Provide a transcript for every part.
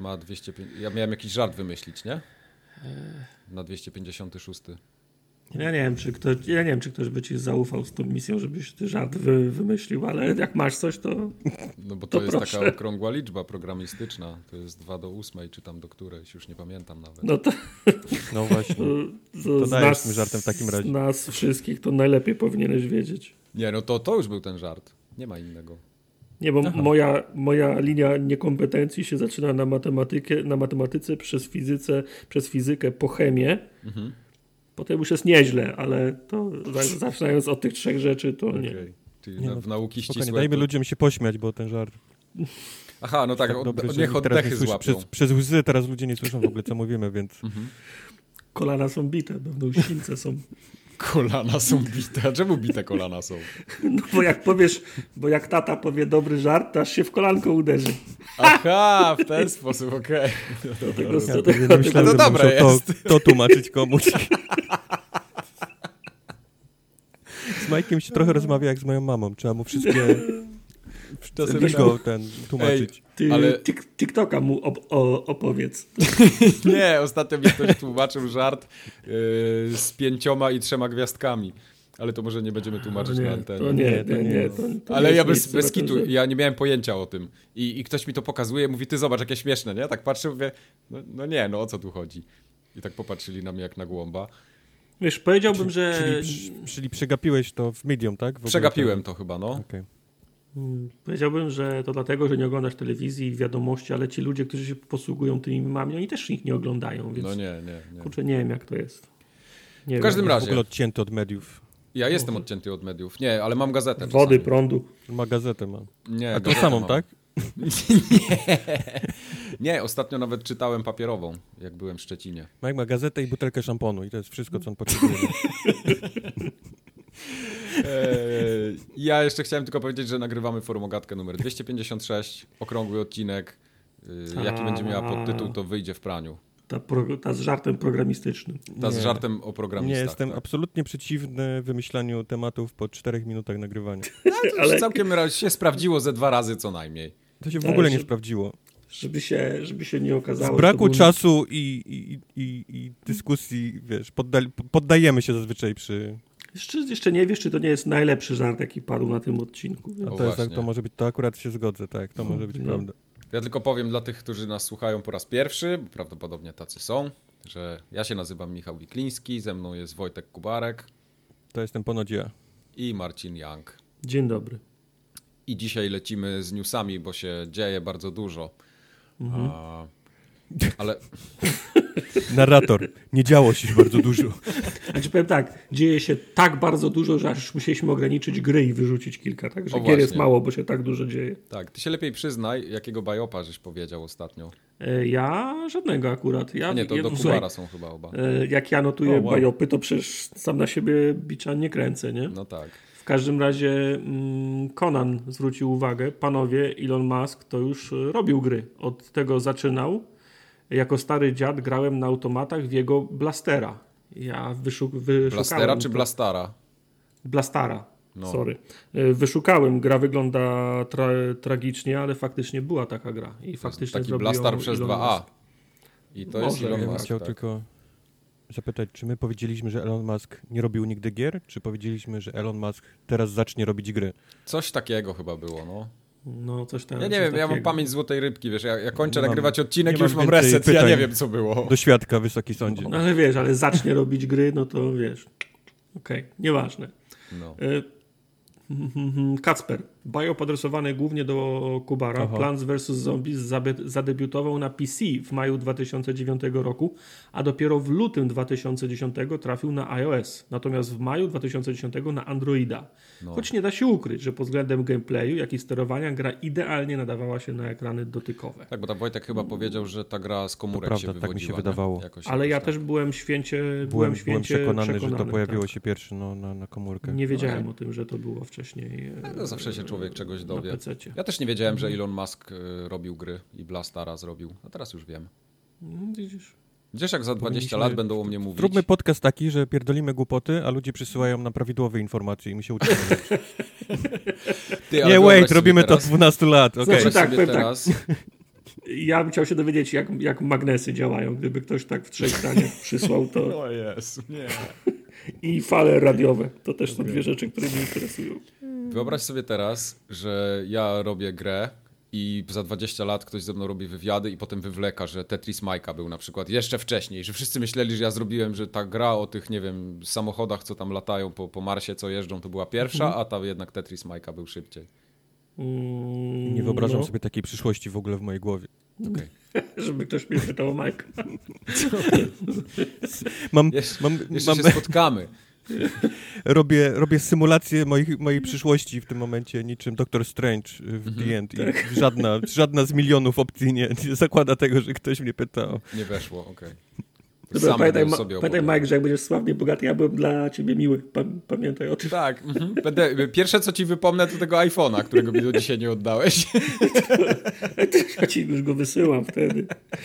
ma 250... Ja miałem jakiś żart wymyślić, nie? Na 256. Ja nie wiem, czy ktoś by ci zaufał z tą misją, żebyś ty żart wymyślił, ale jak masz coś, to No bo to to jest proszę. taka okrągła liczba programistyczna. To jest 2 do 8, czy tam do którejś, już nie pamiętam nawet. no to No właśnie. to dajesz tym żartem w takim razie. Z nas wszystkich to najlepiej powinieneś wiedzieć. Nie, no to już był ten żart. Nie ma innego. Nie, bo moja linia niekompetencji się zaczyna na matematyce, przez fizykę po chemię. Mhm. Potem już jest nieźle, ale to zaczynając od tych 3 rzeczy, to nie. Okay. Czyli Nie, w nauki spokojnie, ścisłe... dajmy ludziom się pośmiać, bo ten żart... Aha, no tak, dobry, że niech teraz oddechy nie słyszy- złapią. Przez łzy teraz ludzie nie słyszą w ogóle, co mówimy, więc... Kolana są bite, bębnościńce są. Kolana są bite. A czemu bite kolana są? No bo jak tata powie dobry żart, to aż się w kolanko uderzy. Aha, w ten sposób, okej. Ja myślałem, to że dobre muszę jest. to tłumaczyć komuś. Z Majkiem się trochę rozmawia jak z moją mamą. Trzeba mu wszystkie... Czasem tłumaczyć. Ty Ale- TikToka mu opowiedz. Nie, ostatnio mi ktoś tłumaczył żart z 5 i 3 gwiazdkami. Ale to może nie będziemy tłumaczyć na antenie. To nie. To Ale nie ja jest bez miejsce na kitu, ten żart. ja nie miałem pojęcia o tym. I ktoś mi to pokazuje, mówi, ty zobacz, jakie śmieszne, nie? Tak patrzę, mówię, no nie, no o co tu chodzi? I tak popatrzyli na mnie jak na głąba. Wiesz, powiedziałbym, że... Czyli przegapiłeś to w Medium, tak? W ogóle Przegapiłem to chyba, no. Okej. Powiedziałbym, że to dlatego, że nie oglądasz telewizji i wiadomości, ale ci ludzie, którzy się posługują tymi memami, oni też ich nie oglądają, więc No nie. kurczę, nie wiem jak to jest. Nie W każdym wiem. W razie, ogóle odcięty od mediów. ja jestem odcięty od mediów. Nie, ale mam gazetę Wody, czasami. prądu. Ma gazetę, ma. Nie, A tą gazetę samą, mam. tak? Nie, ostatnio nawet czytałem papierową, jak byłem w Szczecinie. Mike ma gazetę i butelkę szamponu i to jest wszystko, co on potrzebuje. Ja jeszcze chciałem tylko powiedzieć, że nagrywamy Forumogatkę numer 256, okrągły odcinek. Jaki będzie miała podtytuł, to wyjdzie w praniu. Ta z żartem programistycznym. Ta z Nie. żartem o Nie, programistach. jestem tak. absolutnie przeciwny wymyślaniu tematów po 4 minutach nagrywania. Ale całkiem się sprawdziło ze 2 razy co najmniej. To się w Ale ogóle nie że- sprawdziło. Żeby się nie okazało. Z braku że to był- czasu i dyskusji, wiesz, poddajemy się zazwyczaj przy... Jeszcze nie wiesz, czy to nie jest najlepszy żart, jaki padł na tym odcinku. A O, to, jest, właśnie. to może być, to akurat się zgodzę, tak, to może być No. prawda. Ja tylko powiem dla tych, którzy nas słuchają po raz pierwszy, bo prawdopodobnie tacy są, że ja się nazywam Michał Wikliński, ze mną jest Wojtek Kubarek To jestem ponoć ja. i Marcin Young. Dzień dobry. I dzisiaj lecimy z newsami, bo się dzieje bardzo dużo. Ale Narrator. Nie działo się bardzo dużo. Znaczy powiem tak, dzieje się tak bardzo dużo, że aż musieliśmy ograniczyć gry i wyrzucić kilka, także O, gier jest właśnie. mało, bo się tak dużo dzieje. tak, ty się lepiej przyznaj, jakiego bajopa żeś powiedział ostatnio. Ja żadnego akurat. A nie, to do słuchaj, Kubara są chyba oba. jak ja notuję O, wow. bajopy, to przecież sam na siebie bicza nie kręcę, nie? No tak. W każdym razie Conan zwrócił uwagę, panowie, Elon Musk to już robił gry. Od tego zaczynał. Jako stary dziad grałem na automatach w jego Blastera. Ja wyszukałem... Blastera czy Blastara? Blastara, No. sorry. Wyszukałem, gra wygląda tragicznie, ale faktycznie była taka gra. I faktycznie Taki zrobił ją Blastar przez Elon 2A. Musk. I to Może, jest Elon Ja bym Musk, chciał tak. tylko zapytać, czy my powiedzieliśmy, że Elon Musk nie robił nigdy gier, czy powiedzieliśmy, że Elon Musk teraz zacznie robić gry? Coś takiego chyba było, no. No, coś tam. Ja nie coś wiem, ja mam takiego. pamięć złotej rybki, wiesz, ja kończę Nie mam- nagrywać odcinek, nie już mam mam więcej reset, ja pytań. nie wiem co było. Do świadka, Wysoki Sądzie. No ale wiesz, ale zacznie robić gry, no to wiesz. Okej, nieważne. No. Kacper. Biop adresowany głównie do Kubara. Aha. Plants vs. Zombies zadebiutował na PC w maju 2009 roku, a dopiero w lutym 2010 trafił na iOS. Natomiast w maju 2010 na Androida. No. Choć nie da się ukryć, że pod względem gameplayu, jak i sterowania gra idealnie nadawała się na ekrany dotykowe. Tak, bo tam Wojtek chyba powiedział, że ta gra z komórek prawda, się tak mi się wywodziła. wydawało. Nie? Jakoś Ale ja tak. też byłem święcie Byłem przekonany, że to przekonany, pojawiło tak. się pierwszy na komórkę. Nie wiedziałem o tym, że to było wcześniej. No, zawsze się człowiek czegoś na dowie. PC-cie. Ja też nie wiedziałem, że Elon Musk robił gry i Blastara zrobił. A teraz już wiem. Widzisz? Gdzieś jak za 20 Powinniśmy- lat będą o mnie mówić. Zróbmy podcast taki, że pierdolimy głupoty, a ludzie przysyłają nam prawidłowe informacje i my się uczymy. Ty, ale Nie, wyobraź wait, sobie robimy to od teraz- 12 lat. okej. Znaczy, Wyobraź tak, sobie powiem tak. teraz, Ja bym chciał się dowiedzieć, jak magnesy działają. Gdyby ktoś tak w 3 zdaniach przysłał, to... O Jezu, nie. I fale radiowe. To też są 2 rzeczy, które mnie interesują. Wyobraź sobie teraz, że ja robię grę i za 20 lat ktoś ze mną robi wywiady i potem wywleka, że Tetris Majka był na przykład jeszcze wcześniej, że wszyscy myśleli, że ja zrobiłem, że ta gra o tych, nie wiem, samochodach, co tam latają po Marsie, co jeżdżą, to była pierwsza, a ta jednak Tetris Majka był szybciej. Nie wyobrażam sobie takiej przyszłości w ogóle w mojej głowie. Okay. Żeby ktoś mnie pytał o Majka. Jeszcze się spotkamy. Robię symulację mojej przyszłości w tym momencie, niczym Doctor Strange w The End. Tak. I żadna z milionów opcji nie zakłada tego, że ktoś mnie pyta o... Nie weszło, okej. Dobra, pamiętaj Mike, że jak będziesz sławny i bogaty, ja byłem dla ciebie miły. Pamiętaj o tym. Tak. Pierwsze, co ci wypomnę, to tego iPhone'a, którego mi do dzisiaj nie oddałeś. Ja ci już go wysyłam wtedy.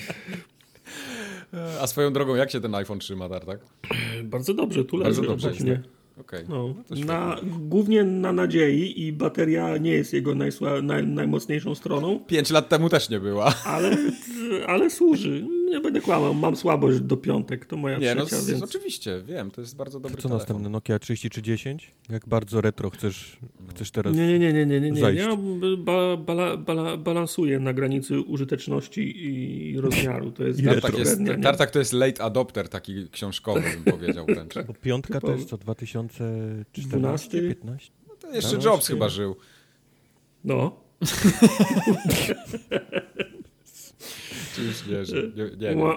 A swoją drogą, jak się ten iPhone trzyma, tak? Bardzo dobrze, tu Bardzo leży dobrze obecnie. Okay. No, głównie na nadziei i bateria nie jest jego najmocniejszą stroną. 5 lat temu też nie była. Ale służy. Nie będę kłamał, mam słabość do piątek, to moja trzecia, więc... Oczywiście, wiem, to jest bardzo dobry Co telefon. następne? Nokia 3310? Jak bardzo retro chcesz teraz Nie. zajść? Ja balansuję na granicy użyteczności i rozmiaru. To jest Tartak to jest late adopter, taki książkowy, bym powiedział wręcz. Bo piątka to jest co, 2014, 15? No to jeszcze Jobs chyba żył. No. Czy już nie żył? Nie wiem.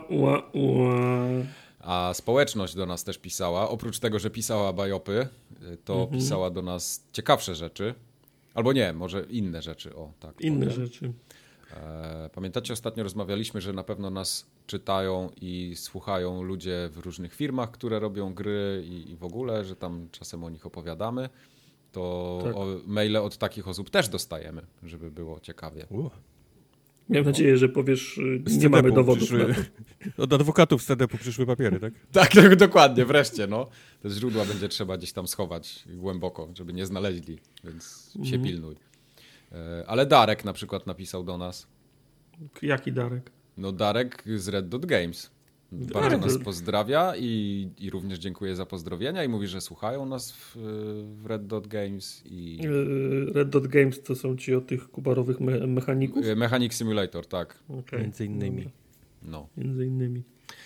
A społeczność do nas też pisała. Oprócz tego, że pisała bajopy, to pisała do nas ciekawsze rzeczy. Albo nie, może inne rzeczy. O, tak. Inne rzeczy. Pamiętacie, ostatnio rozmawialiśmy, że na pewno nas czytają i słuchają ludzie w różnych firmach, które robią gry i w ogóle, że tam czasem o nich opowiadamy. To tak. maile od takich osób też dostajemy, żeby było ciekawie. Miałem nadzieję, że powiesz, nie mamy dowodów na to. Od adwokatów z CDP-u przyszły papiery, tak? Tak, dokładnie, wreszcie. No. Te źródła będzie trzeba gdzieś tam schować głęboko, żeby nie znaleźli, więc się pilnuj. Ale Darek na przykład napisał do nas. Jaki Darek? No Darek z Red Dot Games. Bardzo nas pozdrawia i również dziękuję za pozdrowienia i mówi, że słuchają nas w Red Dot Games. Red Dot Games to są ci od tych kubarowych mechaników? Mechanic Simulator, tak. Okay. Między innymi. No. Między innymi.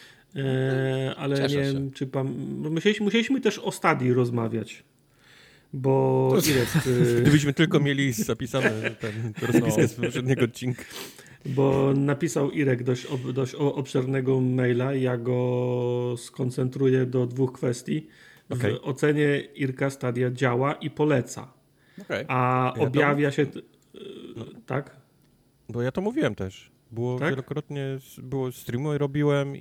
Ale nie wiem, czy musieliśmy też o Stadii rozmawiać. Bo gdybyśmy tylko mieli zapisane rozpiskę z poprzedniego odcinka. Bo napisał Irek dość obszernego maila. Ja go skoncentruję do 2 kwestii. W ocenie Irka Stadia działa i poleca. A objawia się... Tak? Bo ja to mówiłem też. Tak? Wielokrotnie streamy robiłem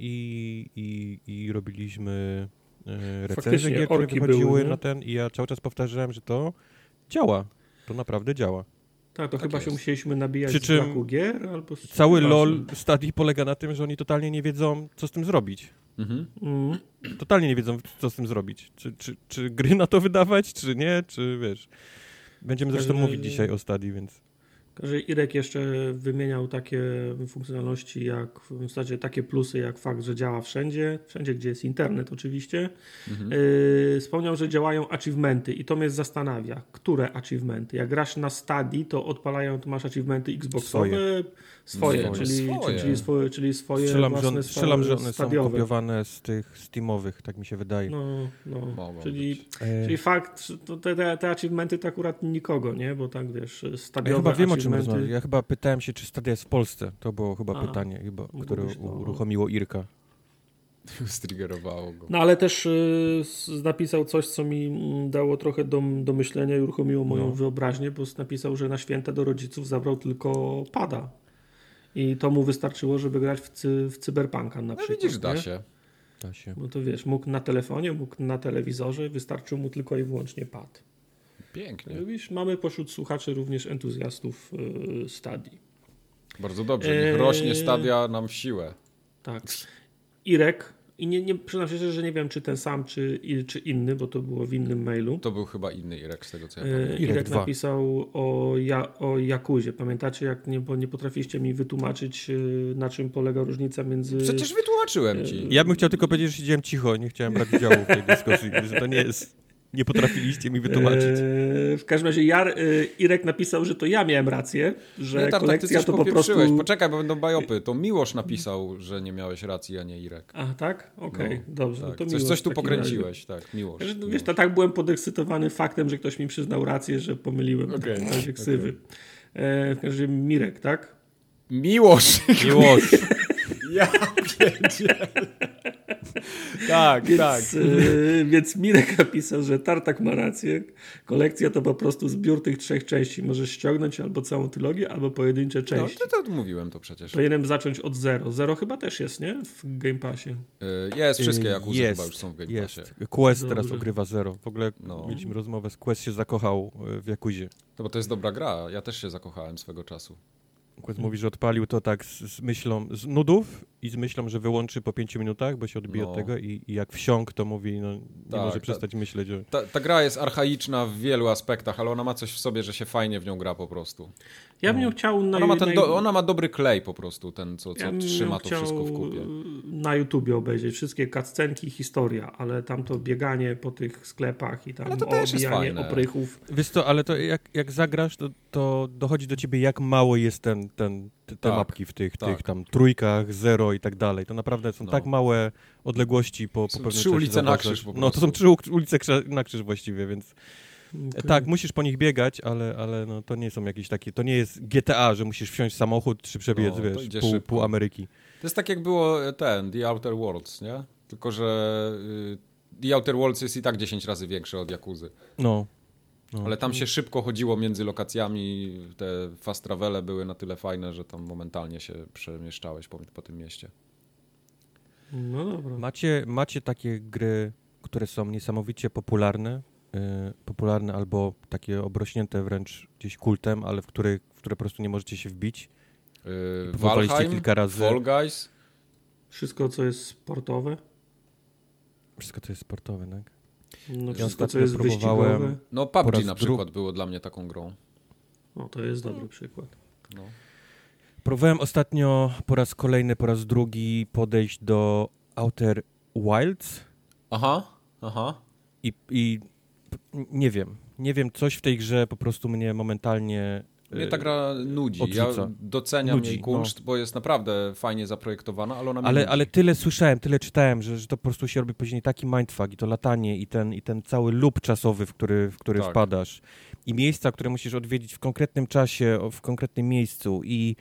i robiliśmy recenzje gier, które wychodziły na ten i ja cały czas powtarzałem, że to działa. To naprawdę działa. Tak, to chyba się musieliśmy nabijać z braku gier. Albo cały LOL Stadii polega na tym, że oni totalnie nie wiedzą, co z tym zrobić. Totalnie nie wiedzą, co z tym zrobić. Czy gry na to wydawać, czy nie, czy wiesz. Będziemy zresztą mówić dzisiaj o Stadii, więc... Że Irek jeszcze wymieniał takie funkcjonalności, jak w zasadzie takie plusy, jak fakt, że działa wszędzie, gdzie jest internet oczywiście. Wspomniał, że działają achievementy i to mnie zastanawia. Które achievementy? Jak grasz na Stadii, to odpalają, to masz achievementy Xboxowe, czyli swoje Strzelam, że one są kopiowane z tych Steamowych, tak mi się wydaje. Czyli fakt, to te achievementy to akurat nikogo, nie? Bo tak wiesz, stadiowe ja chyba wiem, o czym rozmawiam. Ja chyba pytałem się, czy Stadia jest w Polsce. To było chyba pytanie, które uruchomiło Irka. Striggerowało go. No ale też napisał coś, co mi dało trochę do myślenia i uruchomiło moją wyobraźnię, bo napisał, że na święta do rodziców zabrał tylko pada. I to mu wystarczyło, żeby grać w Cyberpunka na przykład. Widzisz, da się. No to wiesz, mógł na telefonie, mógł na telewizorze, wystarczył mu tylko i wyłącznie pad. Pięknie. Wiesz, mamy pośród słuchaczy również entuzjastów Stadii. Bardzo dobrze, niech rośnie Stadia nam w siłę. Tak. Irek I nie przyznam się szczerze, że nie wiem, czy ten sam, czy inny, bo to było w innym mailu. To był chyba inny Irek, z tego co ja pamiętam. Irek napisał o Yakuzie. Pamiętacie, bo nie potrafiliście mi wytłumaczyć, na czym polega różnica między... Przecież wytłumaczyłem ci. Ja bym chciał tylko powiedzieć, że siedziałem cicho, nie chciałem brać udziału w tej dyskusji, że to nie jest... Nie potrafiliście mi wytłumaczyć. W każdym razie Irek napisał, że to ja miałem rację, że kolekcja to po prostu... Poczekaj, bo będą bajopy. To Miłosz napisał, że nie miałeś racji, a nie Irek. A tak? Okej, dobrze. Tak. To Miłosz, coś tu pokręciłeś, tak, Miłosz. Wiesz, to tak byłem podekscytowany faktem, że ktoś mi przyznał rację, że pomyliłem ksywy. W każdym razie Mirek, tak? Miłosz! Ja pierdzielę. Tak. Więc Mirek napisał, że Tartak ma rację. Kolekcja to po prostu zbiór tych 3 części. Możesz ściągnąć albo całą trylogię, albo pojedyncze części. No, to mówiłem to przecież. Powinienem zacząć od Zero. Zero chyba też jest, nie? W Game Passie. Jest, wszystkie Yakuzy chyba już są w Game Passie. Quest teraz ogrywa Zero. W ogóle mieliśmy rozmowę z Quest, się zakochał w Yakuzie. No bo to jest dobra gra. Ja też się zakochałem swego czasu. Quest mówi, że odpalił to tak z myślą, z nudów i z myślą, że wyłączy po 5 minutach, bo się odbije od tego i jak wsiąk, to mówi, nie może przestać myśleć. Ta gra jest archaiczna w wielu aspektach, ale ona ma coś w sobie, że się fajnie w nią gra po prostu. Ja bym ją chciał ona ma dobry klej po prostu, ten co trzyma to wszystko w kupie. Na YouTubie obejrzeć wszystkie cutscenki, historia, ale tam to bieganie po tych sklepach i tam obijanie oprychów. Wiesz co, ale to jak zagrasz, to dochodzi do ciebie, jak mało jest te mapki w tych tam trójkach, Zero i tak dalej. To naprawdę są tak małe odległości po pewnym czasie. 3 ulice na krzyż po prostu. No to są 3 ulice na krzyż właściwie, więc tak, musisz po nich biegać, ale no, to nie są jakieś takie, to nie jest GTA, że musisz wsiąść w samochód czy przebiec, pół Ameryki. To jest tak jak było The Outer Worlds, nie? Tylko, że The Outer Worlds jest i tak 10 razy większy od Yakuzy. No. Ale tam się szybko chodziło między lokacjami, te fast travele były na tyle fajne, że tam momentalnie się przemieszczałeś po tym mieście. No dobra. Macie takie gry, które są niesamowicie popularne albo takie obrośnięte wręcz gdzieś kultem, ale w które po prostu nie możecie się wbić? Valheim, kilka razy. Fall Guys. Wszystko, co jest sportowe. Wszystko, co jest sportowe, tak? No, wszystko, co jest wyścigowe. No PUBG na przykład było dla mnie taką grą. No, to jest dobry przykład. No. Próbowałem ostatnio po raz drugi podejść do Outer Wilds. Aha. I nie wiem, coś w tej grze po prostu mnie momentalnie mnie ta gra nudzi. Odrzuca. Ja doceniam jej kunszt, bo jest naprawdę fajnie zaprojektowana, ale ona mnie nudzi. Ale tyle słyszałem, tyle czytałem, że to po prostu się robi później taki mindfuck i to latanie i ten cały loop czasowy, w który wpadasz i miejsca, które musisz odwiedzić w konkretnym czasie, w konkretnym miejscu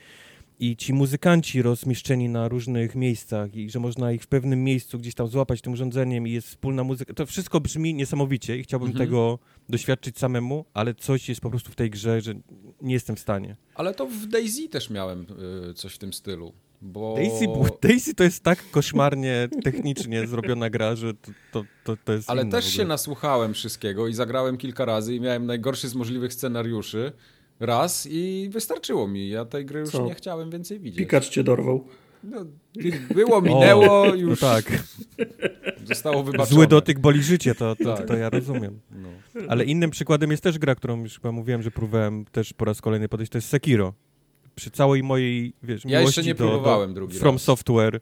i ci muzykanci rozmieszczeni na różnych miejscach i że można ich w pewnym miejscu gdzieś tam złapać tym urządzeniem i jest wspólna muzyka. To wszystko brzmi niesamowicie i chciałbym tego doświadczyć samemu, ale coś jest po prostu w tej grze, że nie jestem w stanie. Ale to w DayZ też miałem coś w tym stylu. Bo... DayZ to jest tak koszmarnie technicznie zrobiona gra, że to jest ale też się nasłuchałem wszystkiego i zagrałem kilka razy i miałem najgorszy z możliwych scenariuszy. Raz i wystarczyło mi. Ja tej gry już nie chciałem więcej widzieć. Pikacz cię dorwał. No, minęło, już no tak. Zostało wybaczone. Zły dotyk boli życie, to ja rozumiem. No. Ale innym przykładem jest też gra, którą już chyba mówiłem, że próbowałem też po raz kolejny podejść, to jest Sekiro. Przy całej mojej miłości jeszcze nie próbowałem drugi From raz. Software,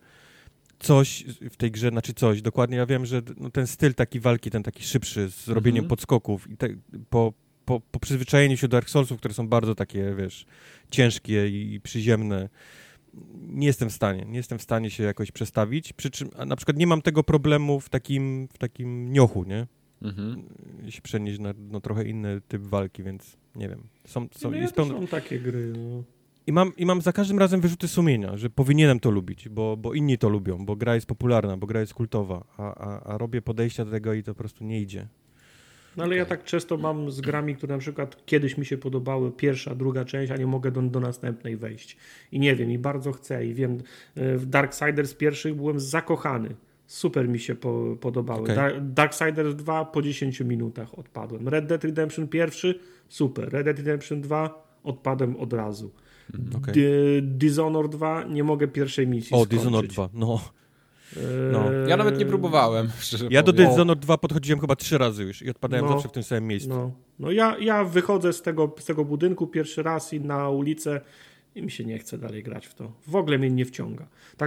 coś w tej grze, dokładnie, ja wiem, że ten styl taki walki, ten taki szybszy, z robieniem podskoków i po przyzwyczajeniu się do Dark Soulsów, które są bardzo takie, ciężkie i przyziemne, nie jestem w stanie się jakoś przestawić, przy czym na przykład nie mam tego problemu w takim niochu, nie? Się przenieść na trochę inny typ walki, więc nie wiem. Są takie gry, no. I mam za każdym razem wyrzuty sumienia, że powinienem to lubić, bo inni to lubią, bo gra jest popularna, bo gra jest kultowa, a robię podejścia do tego i to po prostu nie idzie. No ale ja tak często mam z grami, które na przykład kiedyś mi się podobały, pierwsza, druga część, a nie mogę do następnej wejść. I nie wiem, i bardzo chcę. I wiem, w Darksiders pierwszych byłem zakochany. Super mi się podobały. Okay. Darksiders 2 po 10 minutach odpadłem. Red Dead Redemption 1 super. Red Dead Redemption 2 odpadłem od razu. Okay. Dishonored 2 nie mogę pierwszej misji skończyć. Dishonored 2, no. Ja nawet nie próbowałem, szczerze Ja do powiem. Dishonored 2 podchodziłem chyba 3 razy już i odpadałem zawsze w tym samym miejscu. Ja wychodzę z tego budynku pierwszy raz i na ulicę i mi się nie chce dalej grać w to. W ogóle mnie nie wciąga.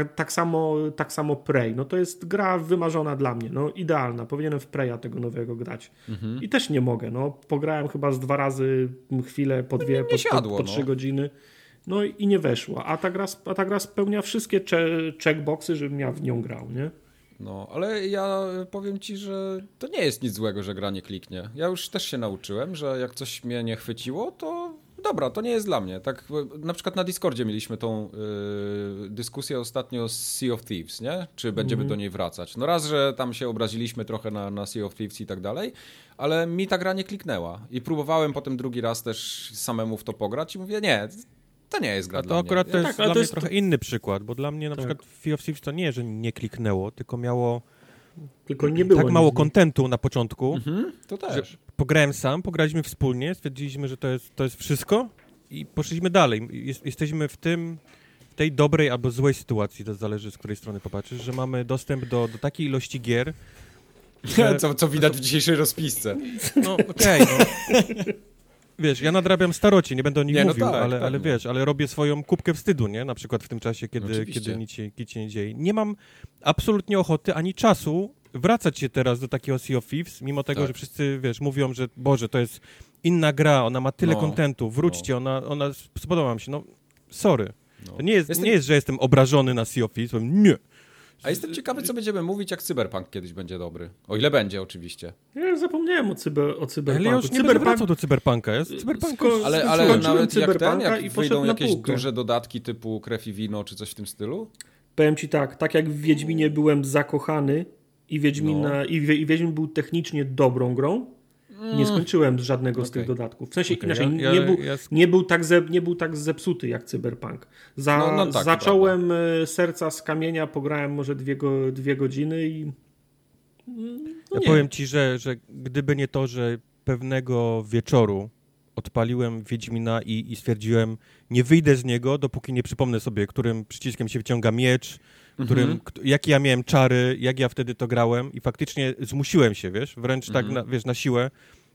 Tak samo Prey. No to jest gra wymarzona dla mnie. No idealna. Powinienem w Preya tego nowego grać. I też nie mogę. No pograłem chyba z 2 razy chwilę, po 2, po 3 godziny. No i nie weszła. A ta gra spełnia wszystkie checkboxy, żebym ja w nią grał, nie? No, ale ja powiem ci, że to nie jest nic złego, że gra nie kliknie. Ja już też się nauczyłem, że jak coś mnie nie chwyciło, to dobra, to nie jest dla mnie. Tak, na przykład na Discordzie mieliśmy tą dyskusję ostatnio z Sea of Thieves, nie? Czy będziemy do niej wracać. No raz, że tam się obraziliśmy trochę na Sea of Thieves i tak dalej, ale mi ta gra nie kliknęła. I próbowałem potem drugi raz też samemu w to pograć i mówię, nie, to nie jest gra dla mnie. To akurat to jest dla mnie trochę inny przykład, bo dla mnie na przykład Sea of Thieves to nie, że nie kliknęło, tylko miało nie było tak mało kontentu na początku. To też. Pograłem sam, pograliśmy wspólnie, stwierdziliśmy, że to jest wszystko i poszliśmy dalej. Jesteśmy w tej dobrej albo złej sytuacji, to zależy z której strony popatrzysz, że mamy dostęp do takiej ilości gier, że... co widać w dzisiejszej rozpisce. No okej, Wiesz, ja nadrabiam starocie, nie będę o nich mówił, ale wiesz, ale robię swoją kubkę wstydu, nie? Na przykład w tym czasie, kiedy nic się nie dzieje. Nie mam absolutnie ochoty ani czasu wracać się teraz do takiego Sea of Thieves, mimo tego, że wszyscy, wiesz, mówią, że Boże, to jest inna gra, ona ma tyle kontentu, wróćcie, ona spodoba mi się. No, sorry. To nie jest, że jestem obrażony na Sea of Thieves, nie. A jestem ciekawy, co będziemy mówić, jak Cyberpunk kiedyś będzie dobry. O ile będzie, oczywiście. Ja już zapomniałem o Cyberpunku. Ale ja już nie będę wracał do Cyberpunka. Ale nawet jak wyjdą jakieś duże dodatki typu Krew i Wino, czy coś w tym stylu? Powiem ci tak jak w Wiedźminie byłem zakochany i Wiedźmin był technicznie dobrą grą, nie skończyłem żadnego z tych dodatków. W sensie inaczej, nie był tak zepsuty jak Cyberpunk. Zacząłem Serca z kamienia, pograłem może 2 godziny i... Powiem ci, że gdyby nie to, że pewnego wieczoru odpaliłem Wiedźmina i stwierdziłem, nie wyjdę z niego, dopóki nie przypomnę sobie, którym przyciskiem się wciąga miecz, jakie ja miałem czary, jak ja wtedy to grałem i faktycznie zmusiłem się, wiesz, wręcz tak na siłę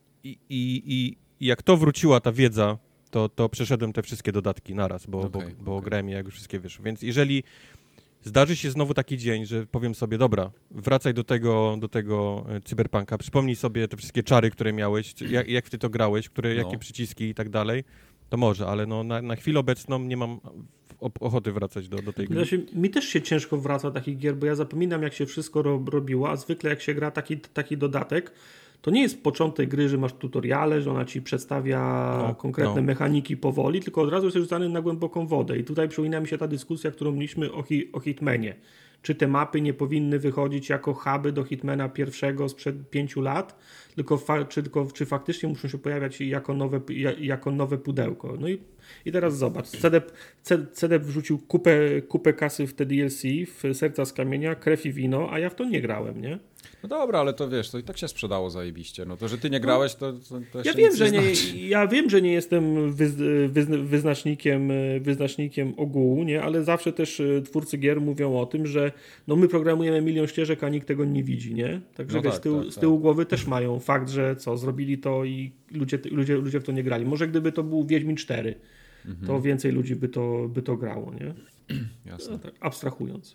i jak to wróciła ta wiedza, to przeszedłem te wszystkie dodatki naraz, bo grałem je jak już wszystkie wyszły. Więc jeżeli zdarzy się znowu taki dzień, że powiem sobie, dobra, wracaj do tego Cyberpunka, przypomnij sobie te wszystkie czary, które miałeś, jak ty to grałeś, jakie przyciski i tak dalej, to może, ale na chwilę obecną nie mam ochoty wracać do tej gry. Mi też się ciężko wraca takich gier, bo ja zapominam, jak się wszystko robiło, a zwykle jak się gra taki dodatek, to nie jest początek gry, że masz tutoriale, że ona ci przedstawia konkretne mechaniki powoli, tylko od razu jesteś rzucany na głęboką wodę. I tutaj przypomina mi się ta dyskusja, którą mieliśmy o Hitmanie. Czy te mapy nie powinny wychodzić jako huby do Hitmana pierwszego sprzed 5 lat, czy faktycznie muszą się pojawiać jako nowe pudełko. No i teraz zobacz, CDEP wrzucił kupę kasy w te DLC, w Serca z kamienia, Krew i Wino, a ja w to nie grałem, nie? No dobra, ale to wiesz, to i tak się sprzedało zajebiście. No to, że ty nie grałeś, to ja wiem, że nie jestem wyznacznikiem ogółu, nie? Ale zawsze też twórcy gier mówią o tym, że my programujemy milion ścieżek, a nikt tego nie widzi, nie? Także z tyłu głowy też mają fakt, że zrobili to i ludzie w to nie grali. Może gdyby to był Wiedźmin 4, to więcej ludzi by to grało, nie? Jasne. No tak, abstrahując.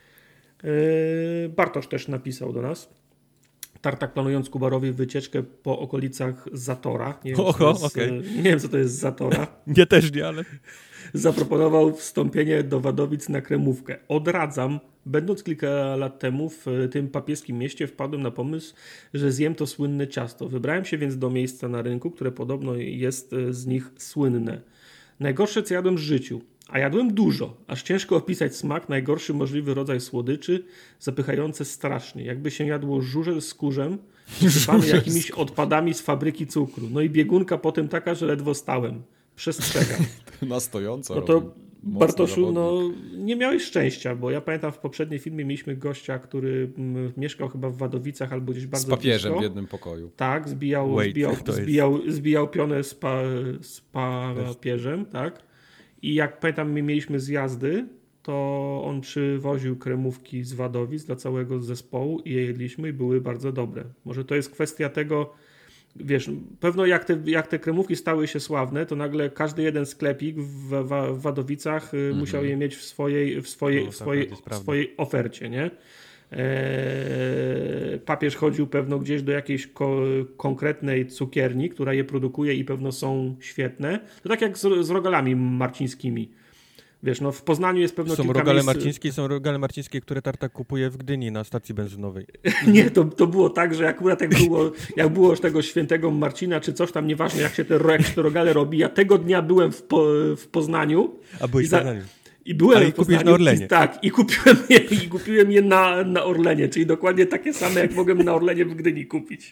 Bartosz też napisał do nas. Tartak planując Kubarowi wycieczkę po okolicach Zatora. Nie wiem, co to jest Zatora. Nie, też nie, ale... Zaproponował wstąpienie do Wadowic na kremówkę. Odradzam. Będąc kilka lat temu w tym papieskim mieście, wpadłem na pomysł, że zjem to słynne ciasto. Wybrałem się więc do miejsca na rynku, które podobno jest z nich słynne. Najgorsze, co jadłem w życiu. A jadłem dużo, aż ciężko opisać smak, najgorszy możliwy rodzaj słodyczy, zapychające strasznie, jakby się jadło żurzel z kurzem, przysypany jakimiś odpadami z fabryki cukru. No i biegunka potem taka, że ledwo stałem. Przestrzegam. Na stojąco. No to Bartoszu, nie miałeś szczęścia, bo ja pamiętam w poprzednim filmie mieliśmy gościa, który mieszkał chyba w Wadowicach albo gdzieś bardzo blisko. Z papieżem w jednym pokoju. Tak, zbijał pionę z papieżem, tak. I jak pamiętam, my mieliśmy zjazdy, to on przywoził kremówki z Wadowic dla całego zespołu i je jedliśmy i były bardzo dobre. Może to jest kwestia tego, wiesz, pewno jak te kremówki stały się sławne, to nagle każdy jeden sklepik w Wadowicach musiał je mieć w swojej ofercie, nie? Papież chodził pewno gdzieś do jakiejś konkretnej cukierni, która je produkuje i pewno są świetne. To tak jak z rogalami marcińskimi. Wiesz, no w Poznaniu jest pewno kilka miejsc... Są rogale marcińskie, które Tartak kupuje w Gdyni na stacji benzynowej. Nie, to było tak, że akurat jak było już tego świętego Marcina, czy coś tam, nieważne jak się te rogale robi, ja tego dnia byłem w Poznaniu. A byłeś w Poznaniu? I byłem ale kupiłeś na Orlenie. I kupiłem je na Orlenie, czyli dokładnie takie same, jak mogłem na Orlenie w Gdyni kupić.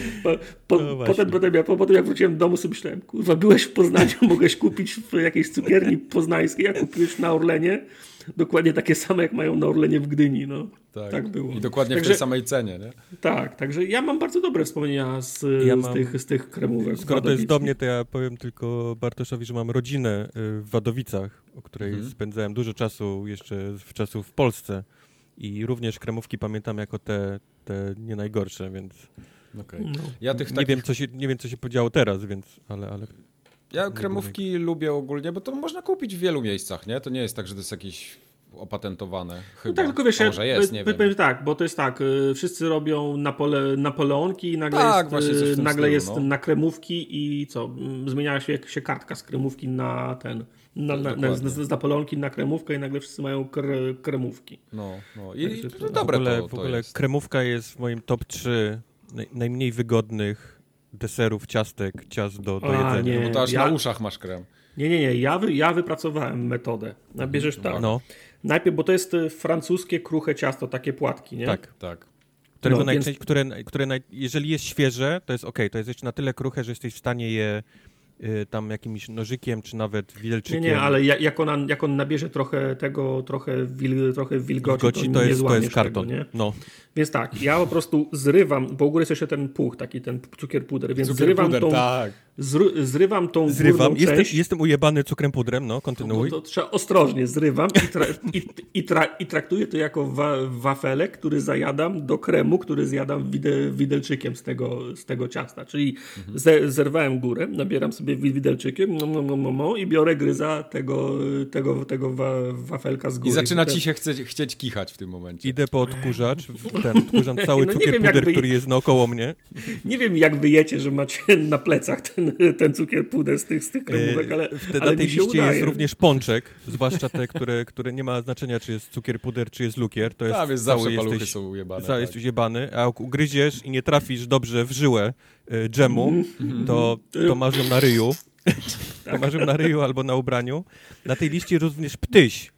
Potem jak wróciłem do domu, sobie myślałem, kurwa, byłeś w Poznaniu, mogłeś kupić w jakiejś cukierni poznańskiej, a kupiłeś na Orlenie tych takie same, jak mają na Orlenie w Gdyni. No. Tak było. I dokładnie w tej samej cenie, nie? Tak, także ja mam bardzo dobre wspomnienia z tych kremówek. Skoro to jest do mnie, to ja powiem tylko Bartoszowi, że mam rodzinę w Wadowicach, o której spędzałem dużo czasu jeszcze w czasów w Polsce i również kremówki pamiętam jako te nie najgorsze, więc okay. Ja nie wiem, co się podziało teraz, więc ale ja kremówki lubię ogólnie, bo to można kupić w wielu miejscach, nie? To nie jest tak, że to jest jakieś opatentowane. Chyba. No tak, tylko wiesz, może jest, nie wiem. Tak, bo to jest tak, wszyscy robią Napoleonki i nagle stylu, jest na kremówki i co? Zmieniała się kartka z kremówki na ten... z Napoleonki na kremówkę i nagle wszyscy mają kremówki. No. I to dobre w ogóle jest. Kremówka jest w moim top 3 najmniej wygodnych deserów, ciast do jedzenia. Nie, bo to aż na uszach masz krem. Nie. Ja wypracowałem metodę. Bierzesz tak. No. Najpierw, bo to jest francuskie kruche ciasto, takie płatki, nie? Tak. Które jeżeli jest świeże, to jest okej. To jest jeszcze na tyle kruche, że jesteś w stanie je tam jakimś nożykiem, czy nawet widelczykiem. Nie, ale jak on nabierze trochę wilgoci, to jest karton. Tego, nie? No. Więc tak, ja po prostu zrywam, bo u góry jest jeszcze ten puch, taki ten cukier puder, więc zrywam tą górną część. Jestem ujebany cukrem pudrem, no, kontynuuj. To trzeba ostrożnie zrywam i traktuję to jako wafelek, który zajadam do kremu, który zjadam widelczykiem z tego ciasta. Czyli zerwałem górę, nabieram sobie widelczykiem i biorę gryza tego wafelka z góry. I zaczyna ci się chcieć kichać w tym momencie. Idę po odkurzacz, odkurzam cały cukier puder, który jest naokoło mnie. Nie wiem, jak wy jecie, że macie na plecach ten cukier puder z tych kremówek, ale na tej liście jest również pączek, zwłaszcza te, które nie ma znaczenia, czy jest cukier puder, czy jest lukier. To jest więc zawsze paluchy są ujebane. Jesteś ujebany, a jak ugryziesz i nie trafisz dobrze w żyłę dżemu, to masz ją na ryju. To masz ją na ryju albo na ubraniu. Na tej liście również ptyś.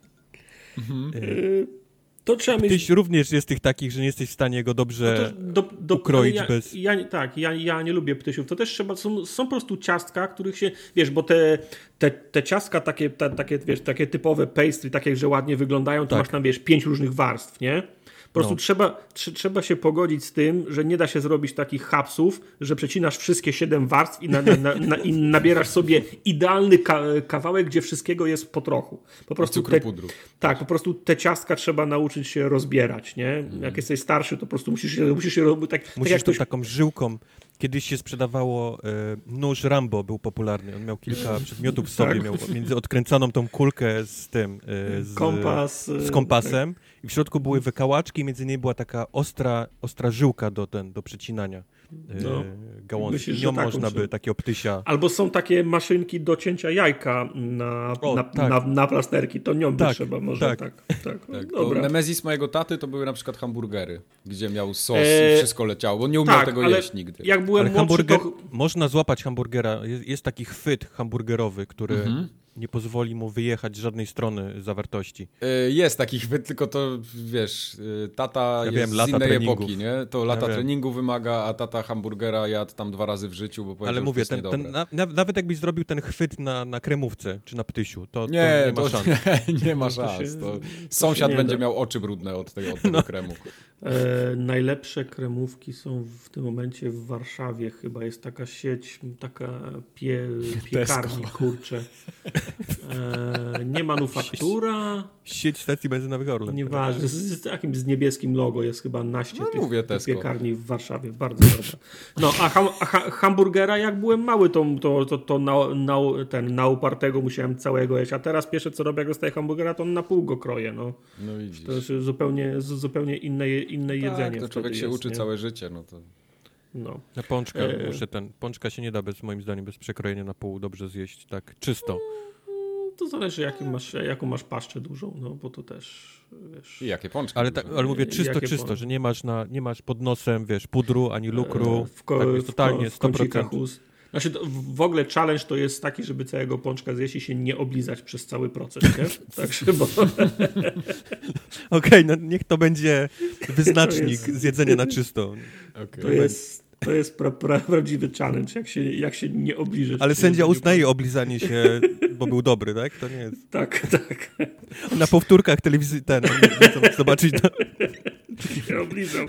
To trzeba Ptyś również jest tych takich, że nie jesteś w stanie go dobrze ukroić bez... Ja nie lubię ptysiów. To też są po prostu ciastka, których się... Wiesz, bo te ciastka takie typowe pastry, takie, że ładnie wyglądają, to masz tam, 5 różnych warstw, nie? Po prostu trzeba się pogodzić z tym, że nie da się zrobić takich hapsów, że przecinasz wszystkie 7 warstw i nabierasz sobie idealny kawałek, gdzie wszystkiego jest po trochu. Po prostu po prostu te ciastka trzeba nauczyć się rozbierać, nie? Jak jesteś starszy, to po prostu musisz je robić tak. Musisz to taką żyłką. Kiedyś się sprzedawało nóż Rambo, był popularny. On miał kilka przedmiotów w sobie. Miał między odkręcaną tą kulkę z kompasem. I w środku były wykałaczki, między innymi była taka ostra żyłka do przecinania gałązki. Myślisz, nią można by takiego ptysia... Albo są takie maszynki do cięcia jajka na plasterki, to nią by trzeba może. Tak. Dobra. Nemezis mojego taty to były na przykład hamburgery, gdzie miał sos i wszystko leciało, bo nie umiał tego jeść nigdy. Jak byłem młodszy, można złapać hamburgera, jest taki chwyt hamburgerowy, który... nie pozwoli mu wyjechać z żadnej strony zawartości. Jest taki chwyt, tylko to wiesz, tata jest z innej epoki, nie? To lata treningu wymaga, a tata hamburgera jadł tam 2 razy w życiu, bo powiedział, ale mówię, że to jest nawet jakbyś zrobił ten chwyt na kremówce, czy na ptysiu, to nie ma szans. Nie ma szans. Sąsiad będzie miał oczy brudne od tego kremu. Najlepsze kremówki są w tym momencie w Warszawie. Chyba jest taka sieć, taka piekarni, kurczę. Nie manufaktura. Sieć stacji benzynowych Orlen. Nieważne, z niebieskim logo jest chyba naście tych piekarni w Warszawie. Bardzo dobra. No, a hamburgera, jak byłem mały, to na upartego musiałem całego jeść, a teraz pierwsze co robię, jak dostaję hamburgera, to na pół go kroję. No widzisz. To jest zupełnie inne jedzenie. To człowiek się uczy całe życie, no to... No. Na pączka pączka się nie da moim zdaniem bez przekrojenia na pół dobrze zjeść, tak czysto. To zależy jaką masz paszczę dużą, no bo to też, wiesz... I jakie pączki. Ale mówię czysto, że nie masz pod nosem, wiesz, pudru ani lukru. Totalnie 100%. Ust. Znaczy w ogóle challenge to jest taki, żeby całego pączka zjeść i się nie oblizać przez cały proces, nie? Także Okej, no niech to będzie wyznacznik zjedzenia na czysto. Okay. To jest prawdziwy challenge, jak się nie obliżysz. Ale sędzia uznaje oblizanie się, bo był dobry, tak? To nie jest... Tak. Na powtórkach telewizji nie zobaczyć. Się oblizał.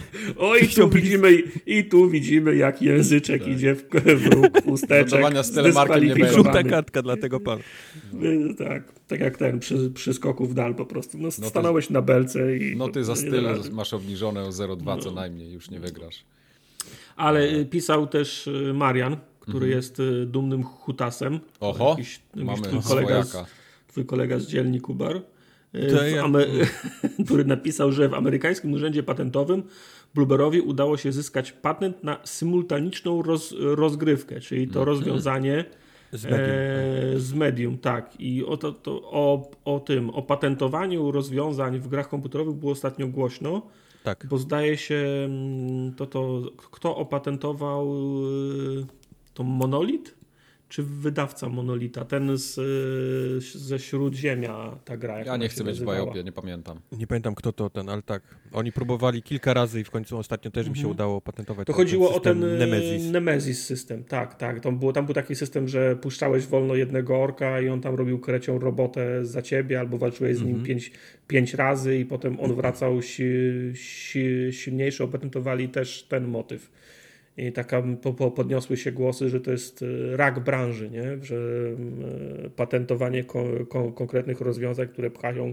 Tu widzimy, jak języczek idzie w róg usteczek. Z telemarkiem nie będzie. Żółta kartka dla tego pana. Tak jak ten przy skoku w dal po prostu. No, stanąłeś na belce i... No ty za styl masz obniżone o 0,2 co najmniej, już nie wygrasz. Ale pisał też Marian, który jest dumnym hutasem. Oho, mamy twój kolega z dzielni Kubar, który napisał, że w amerykańskim urzędzie patentowym Blueberryowi udało się zyskać patent na symultaniczną rozgrywkę, czyli to rozwiązanie z medium, tak. I o patentowaniu rozwiązań w grach komputerowych było ostatnio głośno. Tak. Bo zdaje się, kto opatentował to Monolith? Czy wydawca Monolita? Ten ze Śródziemia ta gra. Ja nie chcę być w bajopie, nie pamiętam. Nie pamiętam kto to ale tak. Oni próbowali kilka razy i w końcu ostatnio też mi się udało opatentować. To chodziło o ten Nemesis system. Tak. Tam był taki system, że puszczałeś wolno jednego orka i on tam robił krecią robotę za ciebie, albo walczyłeś z nim 5 razy i potem on wracał silniejszy. Opatentowali też ten motyw. I podniosły się głosy, że to jest rak branży, nie? Że patentowanie konkretnych rozwiązań, które pchają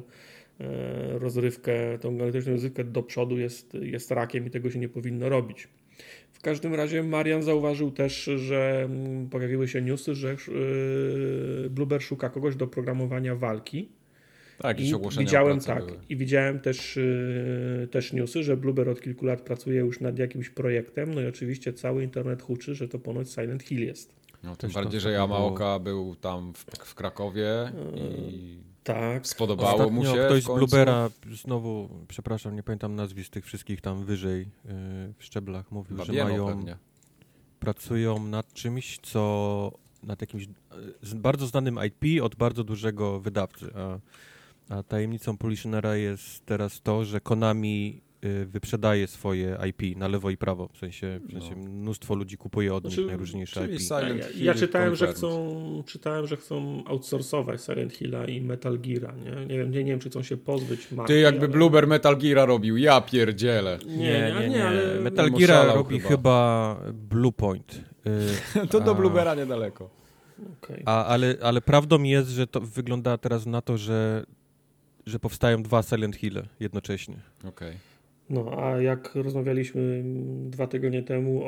tą elektryczną rozrywkę do przodu jest rakiem i tego się nie powinno robić. W każdym razie Marian zauważył też, że pojawiły się newsy, że Blueber szuka kogoś do programowania walki. Tak, jakieś ogłoszenia widziałem też newsy, że Blueber od kilku lat pracuje już nad jakimś projektem, no i oczywiście cały internet huczy, że to ponoć Silent Hill jest. No, tym bardziej, że Yamaoka był tam w Krakowie i spodobało mu się. Ktoś z Bluebera znowu, przepraszam, nie pamiętam nazwisk tych wszystkich tam wyżej w szczeblach, mówił, że pracują nad czymś, nad jakimś bardzo znanym IP od bardzo dużego wydawcy, a tajemnicą Politionera jest teraz to, że Konami wyprzedaje swoje IP na lewo i prawo. W sensie mnóstwo ludzi kupuje od nich najróżniejsze IP. Ja czytałem, że chcą outsourcować Silent Hilla i Metal Geara. Nie wiem, czy chcą się pozbyć marki. Ty jakby Blueber Metal Geara robił, ja pierdzielę. Nie. Ale Metal Geara robi chyba Bluepoint. To do Bluebera niedaleko. Okay. Ale prawdą jest, że to wygląda teraz na to, że powstają 2 Silent Hille jednocześnie. Okay. No, a jak rozmawialiśmy 2 tygodnie temu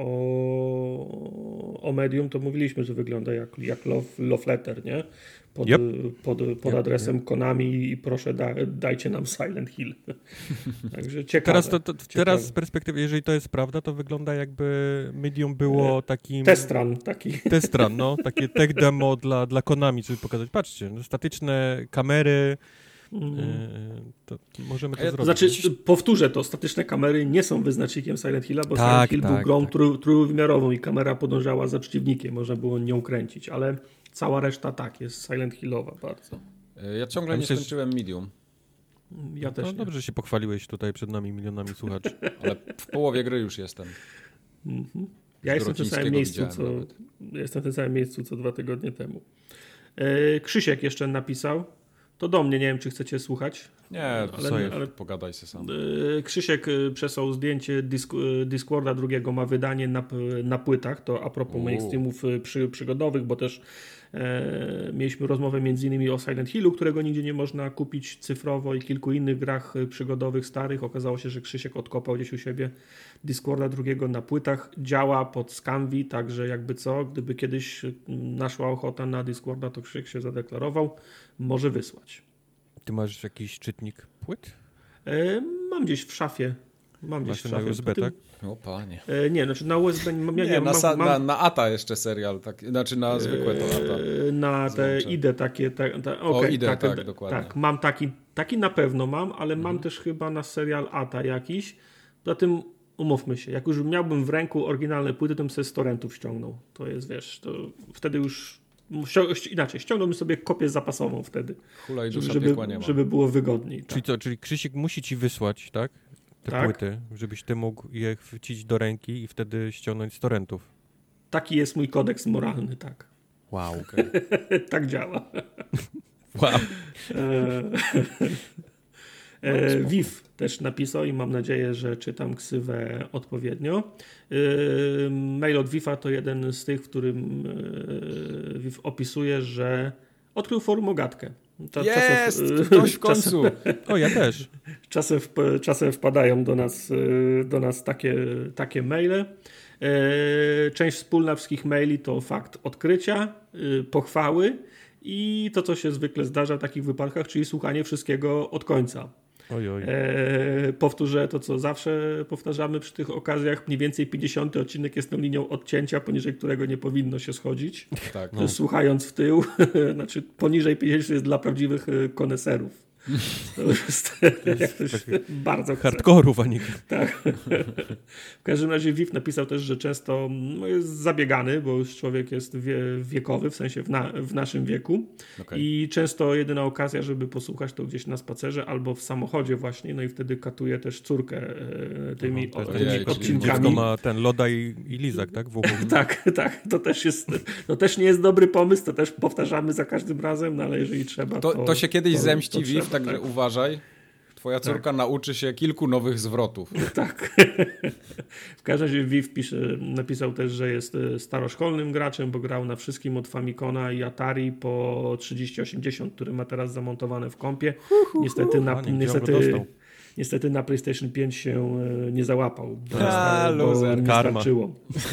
o Medium, to mówiliśmy, że wygląda jak Love Letter, nie? Pod adresem Konami i proszę dajcie nam Silent Hill. Także ciekawe. Teraz z perspektywy, jeżeli to jest prawda, to wygląda jakby Medium było takim... Testran, no. Takie tech demo dla Konami, żeby pokazać, patrzcie, statyczne kamery, to możemy to zrobić. Znaczy, powtórzę to, statyczne kamery nie są wyznacznikiem Silent Hilla, bo Silent Hill był grą trójwymiarową i kamera podążała za przeciwnikiem, można było nią kręcić, ale cała reszta jest Silent Hillowa bardzo. Ja ciągle nie skończyłem Medium. Ja też nie. Dobrze, że się pochwaliłeś tutaj przed nami milionami słuchaczy. Ale w połowie gry już jestem. Ja jestem w tym samym miejscu co 2 tygodnie temu. Krzysiek jeszcze napisał. To do mnie, nie wiem, czy chcecie słuchać. Nie, ale pogadaj się sam. Krzysiek przesłał zdjęcie Discorda drugiego, ma wydanie na płytach, to a propos moich streamów przygodowych, bo też mieliśmy rozmowę m.in. o Silent Hillu, którego nigdzie nie można kupić cyfrowo i kilku innych grach przygodowych starych. Okazało się, że Krzysiek odkopał gdzieś u siebie Discorda drugiego na płytach. Działa pod Scanvi, także jakby co, gdyby kiedyś naszła ochota na Discorda, to Krzysiek się zadeklarował, może wysłać. Ty masz jakiś czytnik płyt? Mam gdzieś w szafie. Masz na USB, tak? O panie. Nie, znaczy na USB na ATA jeszcze serial, znaczy na zwykłe to ATA. Na te IDE takie. Dokładnie. Tak, mam taki na pewno mam, ale mam też chyba na serial ATA jakiś. Poza tym umówmy się, jak już miałbym w ręku oryginalne płyty, to bym sobie z torrentów ściągnął. To jest, wiesz, to wtedy już inaczej, ściągnąłbym sobie kopię zapasową wtedy. Hula i dusza piekła nie ma. Żeby było wygodniej. Tak. Czyli Krzysiek musi ci wysłać, tak? Te płyty, żebyś ty mógł je chwycić do ręki i wtedy ściągnąć z torrentów. Taki jest mój kodeks moralny, tak. Wow. Okay. Tak działa. Wow. Viv też napisał i mam nadzieję, że czytam ksywę odpowiednio. Mail od Viva to jeden z tych, w którym Viv opisuje, że odkrył forum Ogatkę. Ktoś w końcu. O, ja też. Czasem wpadają do nas takie maile. Część wspólna wszystkich maili to fakt odkrycia, pochwały i to, co się zwykle zdarza w takich wypadkach, czyli słuchanie wszystkiego od końca. Ojoj. Powtórzę to, co zawsze powtarzamy przy tych okazjach. Mniej więcej 50. odcinek jest tą linią odcięcia, poniżej którego nie powinno się schodzić. Tak. Słuchając w tył, znaczy poniżej 50 jest dla prawdziwych koneserów. To jest jak ktoś bardzo chce. Hardkorów, a nie... Tak. W każdym razie Viv napisał też, że często jest zabiegany, bo już człowiek jest wiekowy, w sensie w naszym wieku. Okay. I często jedyna okazja, żeby posłuchać, to gdzieś na spacerze albo w samochodzie właśnie, no i wtedy katuje też córkę tymi odcinkami. Dziecko ma ten loda i lizak, tak? W uchu. Tak. To też nie jest dobry pomysł, to też powtarzamy za każdym razem, no ale jeżeli trzeba, to się kiedyś zemści Viv, także uważaj. Twoja córka nauczy się kilku nowych zwrotów. Tak. W każdym razie Viv napisał też, że jest staroszkolnym graczem, bo grał na wszystkim od Famicoma i Atari po 3080, który ma teraz zamontowane w kompie. Niestety na PlayStation 5 się nie załapał. Bo nie starczyło.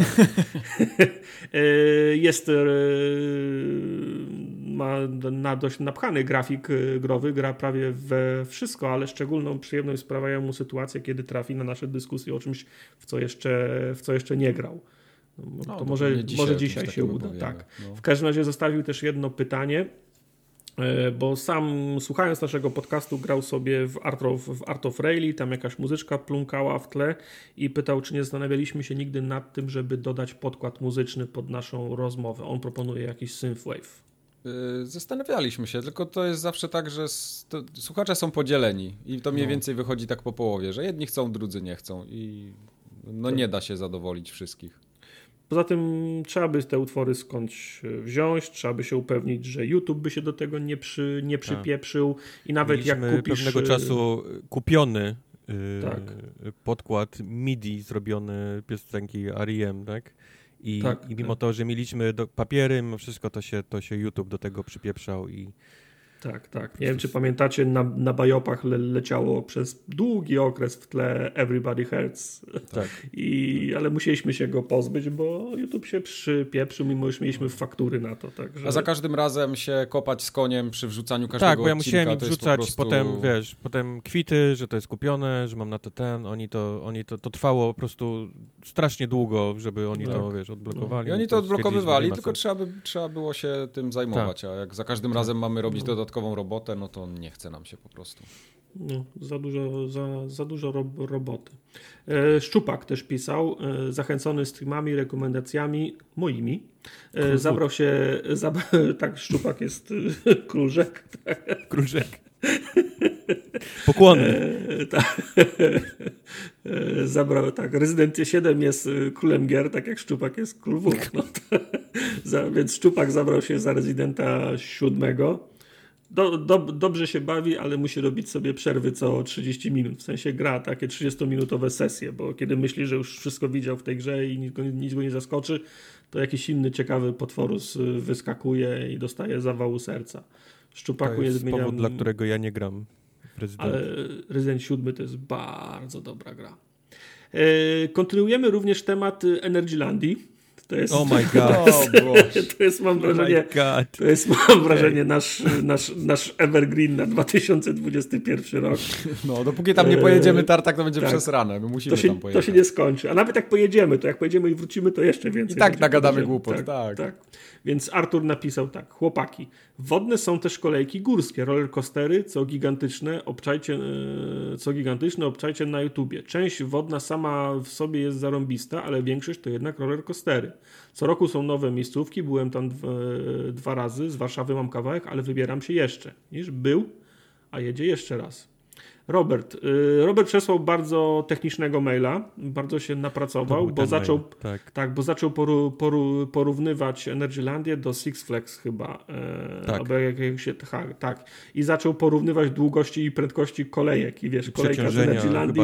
Ma dość napchany grafik growy, gra prawie we wszystko, ale szczególną przyjemność sprawiają mu sytuacje, kiedy trafi na nasze dyskusje o czymś, w co jeszcze nie grał. To może dzisiaj się uda. Tak. W każdym razie zostawił też jedno pytanie, bo sam słuchając naszego podcastu grał sobie w Art of Rally, tam jakaś muzyczka plumkała w tle i pytał, czy nie zastanawialiśmy się nigdy nad tym, żeby dodać podkład muzyczny pod naszą rozmowę. On proponuje jakiś synthwave. Zastanawialiśmy się, tylko to jest zawsze tak, że słuchacze są podzieleni i to mniej więcej wychodzi tak po połowie, że jedni chcą, drudzy nie chcą i nie da się zadowolić wszystkich. Poza tym trzeba by te utwory skądś wziąć, trzeba by się upewnić, że YouTube by się do tego nie przypieprzył i nawet mieliśmy jak kupisz... pewnego czasu kupiony podkład MIDI zrobiony piosenki R.E.M., tak? I mimo to, że mieliśmy papiery, mimo wszystko to się YouTube do tego przypieprzał i... Tak. Nie wiem, czy pamiętacie, na bajopach leciało przez długi okres w tle Everybody Hurts. Tak. Ale musieliśmy się go pozbyć, bo YouTube się przypieprzył, mimo że mieliśmy faktury na to. Także... A za każdym razem się kopać z koniem przy wrzucaniu każdego odcinka. Tak, bo ja musiałem im wrzucać prostu... potem kwity, że to jest kupione, że mam na to to trwało po prostu strasznie długo, żeby oni to, odblokowali. I oni to odblokowywali, tylko trzeba było się tym zajmować, a jak za każdym razem mamy robić dodatkową robotę, no to nie chce nam się po prostu. Za dużo roboty. Szczupak też pisał, zachęcony streamami, rekomendacjami moimi. Zabrał się... tak, Szczupak jest krużek. Krużek. Pokłony. Zabrał, Resident 7 jest królem gier, tak jak Szczupak jest król wód. Więc Szczupak zabrał się za Residenta 7. dobrze się bawi, ale musi robić sobie przerwy co 30 minut. W sensie gra takie 30-minutowe sesje, bo kiedy myśli, że już wszystko widział w tej grze i nic go nie zaskoczy, to jakiś inny ciekawy potworus wyskakuje i dostaje zawału serca. Szczupaku to jest zmieniam, powód, dla którego ja nie gram w Resident. Ale Resident 7 to jest bardzo dobra gra. Kontynuujemy również temat Energylandii. To jest, oh my god. To jest mam wrażenie nasz evergreen na 2021 rok. No, dopóki tam nie pojedziemy tartak, to będzie przesrane. My musimy tam pojechać. To się nie skończy. A nawet jak pojedziemy i wrócimy, to jeszcze więcej. I tak nagadamy głupot, tak. Więc Artur napisał tak. Chłopaki, wodne są też kolejki górskie, rollercoastery, co gigantyczne, obczajcie na YouTubie. Część wodna sama w sobie jest zarąbista, ale większość to jednak rollercoastery. Co roku są nowe miejscówki, byłem tam 2 razy, z Warszawy mam kawałek, ale wybieram się jeszcze. Niż był, a jedzie jeszcze raz. Robert przesłał bardzo technicznego maila, bardzo się napracował, bo zaczął porównywać Energylandię do Six Flags chyba. I zaczął porównywać długości i prędkości kolejek. I wiesz, kolejka z Energylandii.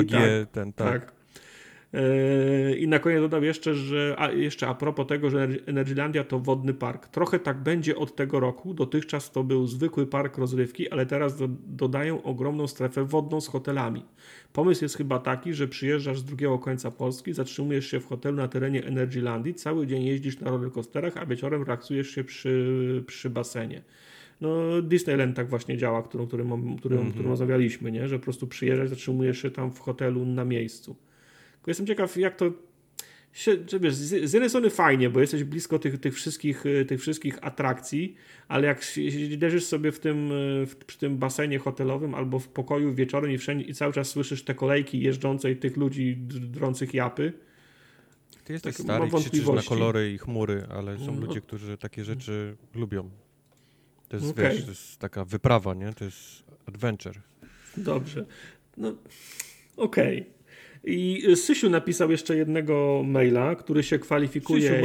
I na koniec dodał jeszcze, że a propos tego, że Energylandia to wodny park. Trochę tak będzie od tego roku. Dotychczas to był zwykły park rozrywki, ale teraz dodają ogromną strefę wodną z hotelami. Pomysł jest chyba taki, że przyjeżdżasz z drugiego końca Polski, zatrzymujesz się w hotelu na terenie Energylandii, cały dzień jeździsz na rollercoasterach, a wieczorem relaksujesz się przy basenie. No Disneyland tak właśnie działa, którym rozmawialiśmy, nie? Że po prostu przyjeżdżasz, zatrzymujesz się tam w hotelu na miejscu. Jestem ciekaw, jak to się, że wiesz, z jednej strony fajnie, bo jesteś blisko tych wszystkich atrakcji, ale jak leżysz sobie przy tym basenie hotelowym albo w pokoju wieczorem i cały czas słyszysz te kolejki jeżdżące i tych ludzi drących japy. Ty jesteś stary, krzyczysz na kolory i chmury, ale są ludzie, którzy takie rzeczy lubią. To jest, wiesz, to jest taka wyprawa, nie? To jest adventure. Dobrze. No, okej. I Sysiu napisał jeszcze jednego maila, który się kwalifikuje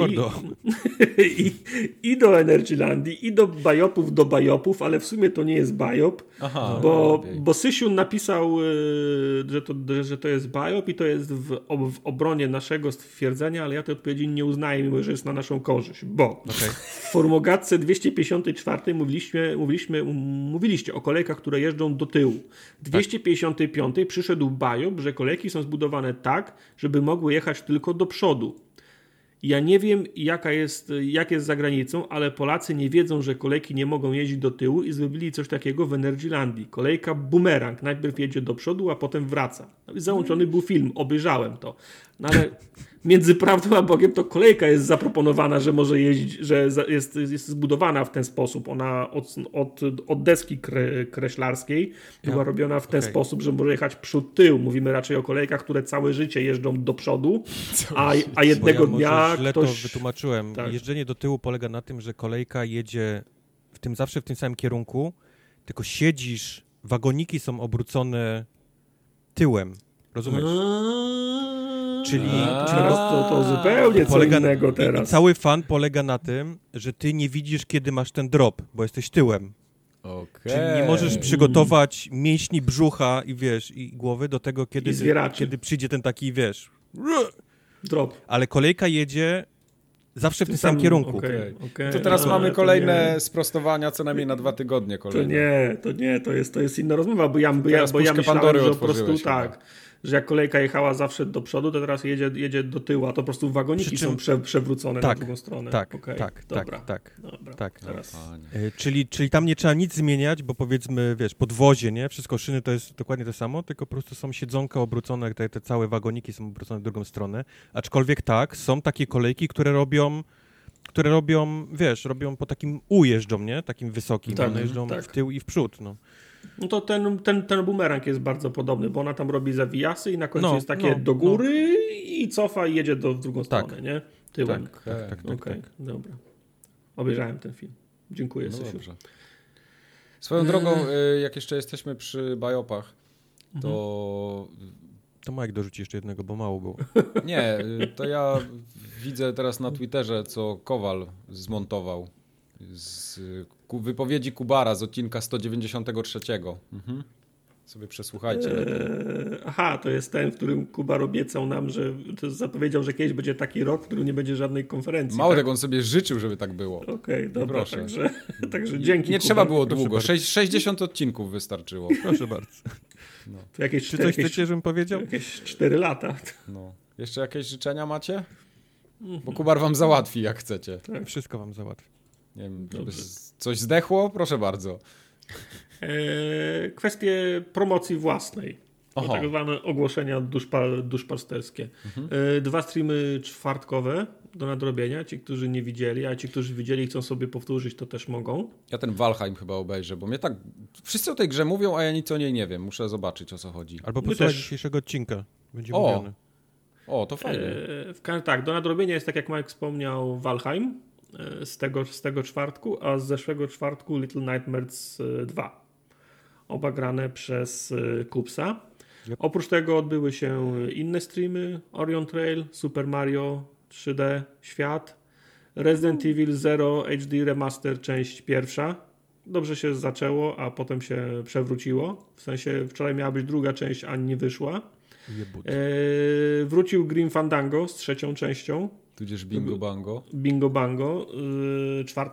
i do Energylandii, i do bajopów, ale w sumie to nie jest bajop, bo Sysiu napisał, że to jest bajop i to jest w obronie naszego stwierdzenia, ale ja tej odpowiedzi nie uznaję, mimo że jest na naszą korzyść, bo w Formogatce 254 mówiliście o kolejkach, które jeżdżą do tyłu. W 255 przyszedł bajop, że kolejki są zbudowane tak, żeby mogły jechać tylko do przodu. Ja nie wiem, jak jest za granicą, ale Polacy nie wiedzą, że kolejki nie mogą jeździć do tyłu i zrobili coś takiego w Energylandii. Kolejka bumerang. Najpierw jedzie do przodu, a potem wraca. No i załączony był film. Obejrzałem to. No ale między prawdą a Bogiem to kolejka jest zaproponowana, że może jeździć, że jest zbudowana w ten sposób. Ona od deski kreślarskiej była robiona w ten sposób, że może jechać przód-tył. Mówimy raczej o kolejkach, które całe życie jeżdżą do przodu, a jednego dnia źle to wytłumaczyłem. Tak. Jeżdżenie do tyłu polega na tym, że kolejka jedzie zawsze w tym samym kierunku, tylko siedzisz, wagoniki są obrócone tyłem. Rozumiesz? Czyli to zupełnie co innego teraz. I cały fan polega na tym, że ty nie widzisz, kiedy masz ten drop, bo jesteś tyłem. Czyli nie możesz przygotować mięśni brzucha i głowy do tego, kiedy przyjdzie ten taki, drop. Ale kolejka jedzie zawsze w tym samym kierunku. To teraz mamy kolejne sprostowania co najmniej na 2 tygodnie kolejne. To jest inna rozmowa, bo ja myślałem, że po prostu tak, że jak kolejka jechała zawsze do przodu, to teraz jedzie do tyłu, a to po prostu wagoniki są przewrócone na drugą stronę. Tak. Czyli tam nie trzeba nic zmieniać, bo powiedzmy, podwozie, nie? Wszystko szyny to jest dokładnie to samo, tylko po prostu są siedzonka obrócone, te całe wagoniki są obrócone w drugą stronę. Aczkolwiek są takie kolejki, które robią, robią po takim jeżdżą, nie? Takim wysokim. One jeżdżą w tył i w przód, No to ten bumerang jest bardzo podobny, bo ona tam robi zawijasy i na końcu jest takie do góry i cofa i jedzie w drugą stronę, nie? Tyłem. Tak. Dobra. Obejrzałem ten film. Dziękuję, Sysiu. Dobrze. Swoją drogą, jak jeszcze jesteśmy przy bajopach, to... To Mike dorzuci jeszcze jednego, bo mało było. Nie, to ja widzę teraz na Twitterze, co Kowal zmontował. z wypowiedzi Kubara z odcinka 193. Sobie przesłuchajcie. Aha, to jest ten, w którym Kubar obiecał nam, że zapowiedział, że kiedyś będzie taki rok, w którym nie będzie żadnej konferencji. Mało tak? tego, on sobie życzył, żeby tak było. Okej, dobra, proszę. także dzięki. Nie Kubar. trzeba było długo, 60 odcinków wystarczyło. Proszę bardzo. No. To jakieś Czy coś chcecie, żebym powiedział? Jakieś 4 lata. No. Jeszcze jakieś życzenia macie? Bo Kubar wam załatwi, jak chcecie. Wszystko wam załatwię. Nie wiem, żeby coś zdechło? Proszę bardzo. Kwestie promocji własnej. Tak zwane ogłoszenia duszpasterskie. 2 streamy czwartkowe do nadrobienia. Ci, którzy nie widzieli, a ci, którzy widzieli i chcą sobie powtórzyć, to też mogą. Ja ten Valheim chyba obejrzę, bo mnie tak... Wszyscy o tej grze mówią, a ja nic o niej nie wiem. Muszę zobaczyć, o co chodzi. Albo posłuchać dzisiejszego odcinka. Będzie mówione. O, to fajnie. Tak, do nadrobienia jest, tak jak Mike wspomniał, Valheim z tego czwartku, a z zeszłego czwartku Little Nightmares 2. Oba grane przez Kupsa. Yep. Oprócz tego odbyły się inne streamy: Orion Trail, Super Mario 3D Świat, Resident Evil 0 HD Remaster część pierwsza. Dobrze się zaczęło, a potem się przewróciło. W sensie wczoraj miała być druga część, a nie wyszła. Wrócił Grim Fandango z 3. częścią. Tudzież Bingo Bango. Bingo Bango. 4.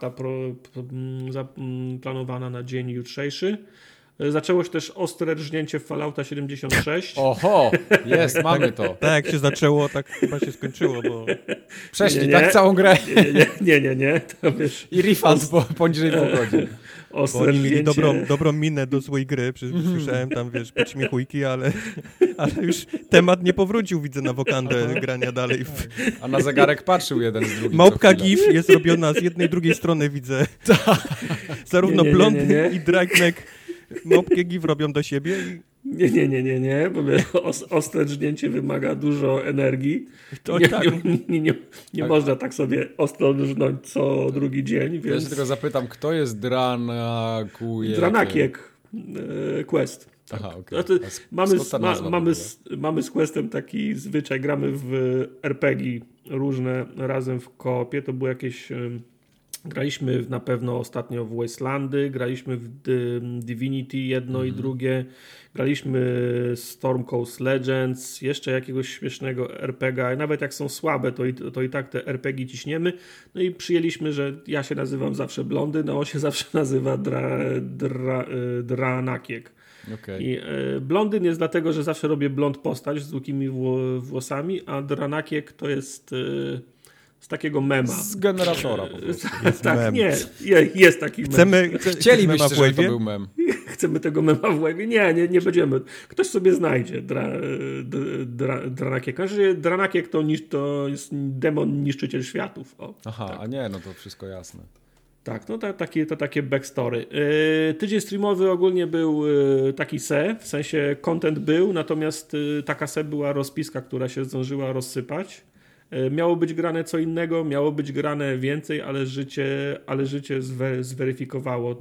planowana na dzień jutrzejszy. Zaczęło się też ostre rżnięcie w Fallouta 76. Oho, jest, mamy to. Tak jak się zaczęło, tak chyba się skończyło, bo... Przeszli tak całą grę. Nie. To wiesz, i refund poniżej 2 godzin. Bo oni mieli dobrą minę do złej gry. Słyszałem tam, wiesz, podśmiechujki, ale już temat nie powrócił, widzę, na wokandę grania dalej. A na zegarek patrzył jeden z drugim. Małpka GIF jest robiona z jednej, drugiej strony, widzę. Zarówno Blondyn i Dragneck małpkę GIF robią do siebie. Nie, bo ostre rżnięcie wymaga dużo energii. To nie można tak sobie ostro rżnąć co drugi dzień. Więc... Ja się tylko zapytam, kto jest Dranakiek Quest. Aha, okej. Mamy z Questem taki zwyczaj, gramy w RPG różne razem w koopie. To było jakieś... Graliśmy na pewno ostatnio w Wastelandy, graliśmy w Divinity jedno i drugie, graliśmy Storm Coast Legends, jeszcze jakiegoś śmiesznego RPG, nawet jak są słabe, to i tak te RPG ciśniemy. No i przyjęliśmy, że ja się nazywam zawsze Blondyn, a on się zawsze nazywa Dranakiek. Okay. I Blondyn jest dlatego, że zawsze robię blond postać z długimi włosami, a Dranakiek to jest... z takiego mema. Z generatora po prostu. Tak, jest taki mem. Chcielibyście, żeby to był mem. Chcemy tego mema w łebie? Nie będziemy. Ktoś sobie znajdzie Dranakiek. Dranakiek to jest demon niszczyciel światów. Aha, tak. A nie, no to wszystko jasne. Tak, no to takie backstory. Tydzień streamowy ogólnie był taki w sensie content był, natomiast taka była rozpiska, która się zdążyła rozsypać. Miało być grane co innego, miało być grane więcej, ale życie zweryfikowało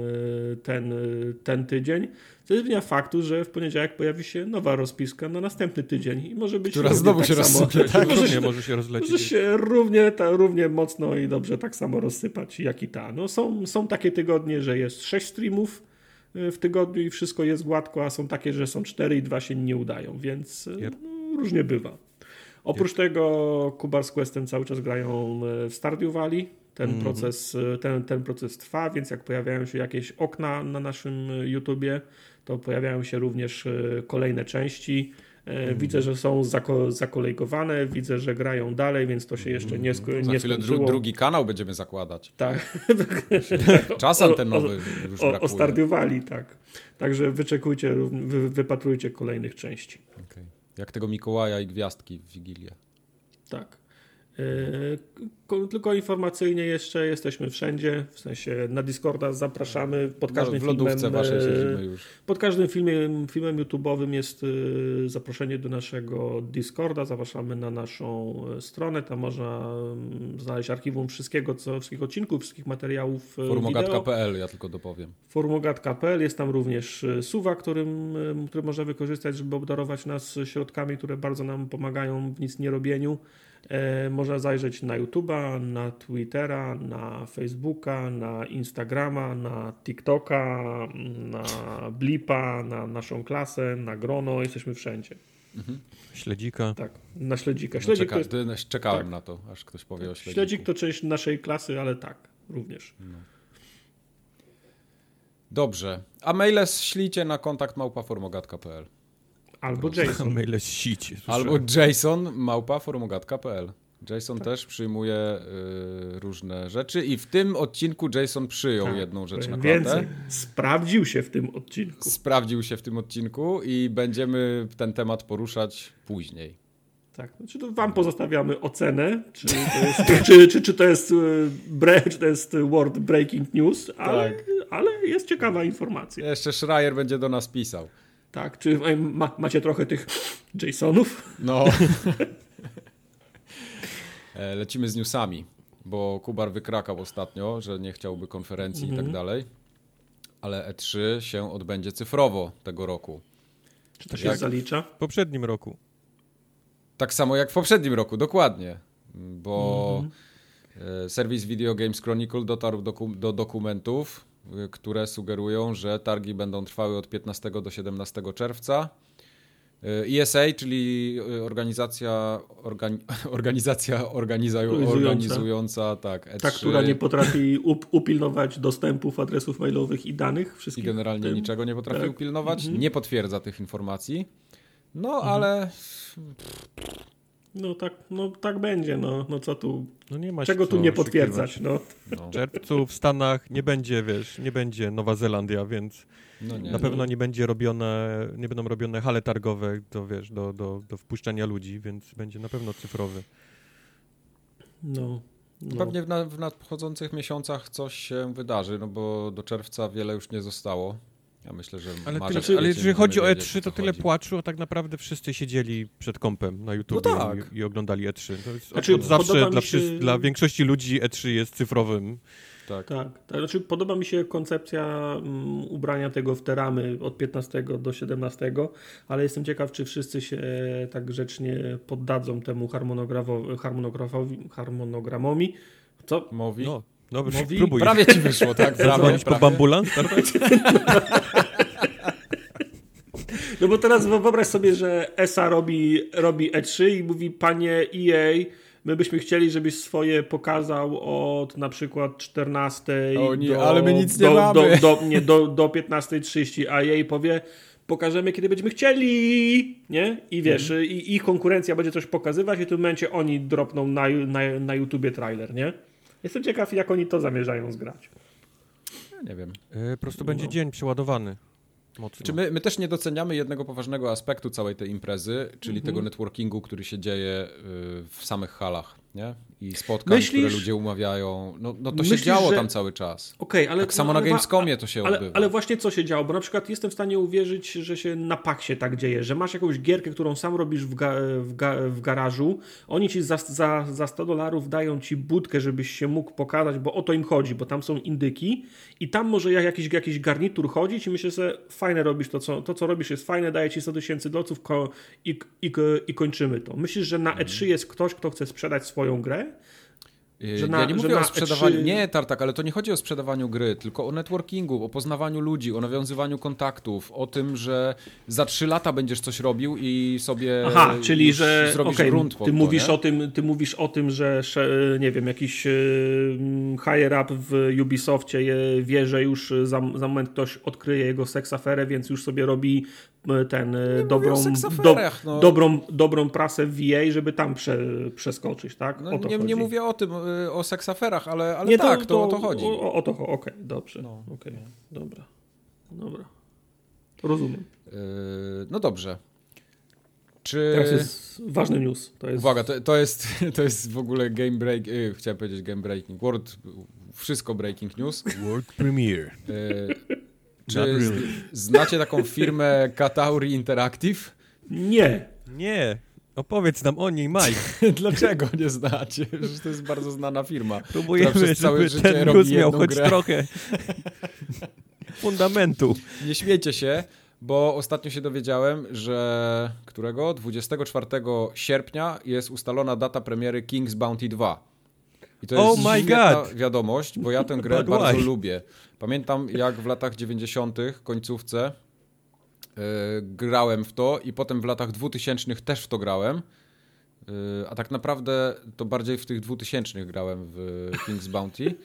ten tydzień. Co jest dnia faktu, że w poniedziałek pojawi się nowa rozpiska na następny tydzień i może być która znowu tak się rozsypie. Tak, może się rozlecieć. Może się równie mocno i dobrze tak samo rozsypać jak i ta. No są takie tygodnie, że jest 6 streamów w tygodniu i wszystko jest gładko, a są takie, że są 4 i 2 się nie udają, więc różnie bywa. Oprócz tego Kubar z Questem cały czas grają w Stardew Valley. Ten proces trwa, więc jak pojawiają się jakieś okna na naszym YouTubie, to pojawiają się również kolejne części. Widzę, że są zakolejkowane, widzę, że grają dalej, więc to się jeszcze nie skończyło. Za chwilę drugi kanał będziemy zakładać. Tak. Czas antenowy już brakuje. O Stardew Valley, tak. Także wyczekujcie, wypatrujcie kolejnych części. Okay. Jak tego Mikołaja i gwiazdki w Wigilię. Tak. Tylko informacyjnie jeszcze jesteśmy wszędzie, w sensie na Discorda zapraszamy. Pod każdym w lodówce waszej siedzimy już. Pod każdym filmem YouTube'owym jest zaproszenie do naszego Discorda. Zapraszamy na naszą stronę. Tam można znaleźć archiwum wszystkich odcinków, wszystkich materiałów Forumogat.pl, ja tylko dopowiem. Forumogat.pl. Jest tam również Suwa, który można wykorzystać, żeby obdarować nas środkami, które bardzo nam pomagają w nic nie robieniu. Można zajrzeć na YouTube'a, na Twittera, na Facebooka, na Instagrama, na TikToka, na Blipa, na naszą klasę, na Grono. Jesteśmy wszędzie. Śledzika. Tak, na Śledzika. Śledzik czekałem tak. na to, aż ktoś powie o Śledziku. Śledzik to część naszej klasy, ale tak, również. No. Dobrze. A maile ślijcie na kontakt@formogatka.pl Albo Jason. Maile sici. albo jason@formogatka.pl. Jason też przyjmuje różne rzeczy i w tym odcinku Jason przyjął jedną rzecz na klatę. Więcej. Sprawdził się w tym odcinku. Sprawdził się w tym odcinku i będziemy ten temat poruszać później. Tak, znaczy to wam pozostawiamy ocenę, czy to jest word breaking news, ale jest ciekawa informacja. Jeszcze Schreier będzie do nas pisał. Tak, czy macie trochę tych Jasonów? No. Lecimy z newsami, bo Kubar wykrakał ostatnio, że nie chciałby konferencji i tak dalej, ale E3 się odbędzie cyfrowo tego roku. Czy to się zalicza? W poprzednim roku. Tak samo jak w poprzednim roku, dokładnie, bo serwis Video Games Chronicle dotarł do dokumentów, które sugerują, że targi będą trwały od 15 do 17 czerwca. ESA, czyli organizacja organizująca tak, E3. Ta, która nie potrafi upilnować dostępów, adresów mailowych i danych wszystkich. I generalnie niczego nie potrafi upilnować, nie potwierdza tych informacji. No, ale... No tak będzie, no co tu... No nie ma czego tu nie potwierdzać, no. W czerwcu w Stanach nie będzie Nowa Zelandia, więc na pewno nie będą robione hale targowe do wpuszczania ludzi, więc będzie na pewno cyfrowy. No. Pewnie w nadchodzących miesiącach coś się wydarzy, no bo do czerwca wiele już nie zostało. Ja myślę, że ale jeżeli chodzi o E3, to tyle płaczu, a tak naprawdę wszyscy siedzieli przed kompem na YouTube i oglądali E3. To jest od zawsze dla większości ludzi E3 jest cyfrowym. Tak. Znaczy, podoba mi się koncepcja ubrania tego w te ramy od 15 do 17, ale jestem ciekaw, czy wszyscy się tak grzecznie poddadzą temu harmonogramowi. Co? Mówi? No, spróbuj. Prawie ci wyszło, tak? Dzwonić po ambulans? No bo teraz wyobraź sobie, że ESA robi E3 i mówi: panie EA, my byśmy chcieli, żebyś swoje pokazał od na przykład 14 ale my nic nie mamy. Do 15:30, a EA powie: pokażemy, kiedy będziemy chcieli, nie? I wiesz, i konkurencja będzie coś pokazywać i w tym momencie oni dropną na YouTubie trailer, nie? Jestem ciekaw, jak oni to zamierzają zgrać. Ja nie wiem. Po prostu będzie dzień przeładowany. Czy my też nie doceniamy jednego poważnego aspektu całej tej imprezy, czyli tego networkingu, który się dzieje w samych halach, nie? I spotkań, które ludzie umawiają. No to się działo tam cały czas. Ale, tak samo na Gamescomie to się odbywa. Ale właśnie co się działo? Bo na przykład jestem w stanie uwierzyć, że się na Paxie tak dzieje, że masz jakąś gierkę, którą sam robisz w garażu, oni ci za $100 dają ci budkę, żebyś się mógł pokazać, bo o to im chodzi, bo tam są indyki i tam może jakiś garnitur chodzić i myślę sobie, fajne robisz to, co robisz jest fajne, daje ci $100,000 i kończymy to. Myślisz, że na E3 jest ktoś, kto chce sprzedać swoją grę? Ja nie mówię o sprzedawaniu, nie Tartak, ale to nie chodzi o sprzedawaniu gry, tylko o networkingu, o poznawaniu ludzi, o nawiązywaniu kontaktów, o tym, że za 3 lata będziesz coś robił i sobie czyli że zrobisz grunt pod ty mówisz o tym, że nie wiem, jakiś higher up w Ubisoftie wie, że już za moment ktoś odkryje jego seksaferę, więc już sobie robi dobrą prasę w VA, żeby tam przeskoczyć, tak? No, nie mówię o tym, o seksaferach, ale nie, tak, to o to chodzi. Okej, dobrze. Dobra. Rozumiem. No dobrze. Teraz jest ważny news. Uwaga, to jest w ogóle chciałem powiedzieć game breaking. Wszystko breaking news. World premiere. Czy znacie taką firmę Katauri Interactive? Nie. Opowiedz nam o niej, Mike. Dlaczego nie znacie? Przecież to jest bardzo znana firma. Próbujemy, żeby ten news miał choć trochę fundamentu. Nie śmiejcie się, Bo ostatnio się dowiedziałem, że 24 sierpnia jest ustalona data premiery King's Bounty 2. I to jest świetna wiadomość, bo ja tę grę bardzo lubię. Pamiętam, jak w latach 90. końcówce grałem w to i potem w latach 2000 też w to grałem. A tak naprawdę to bardziej w tych 2000 grałem w King's Bounty.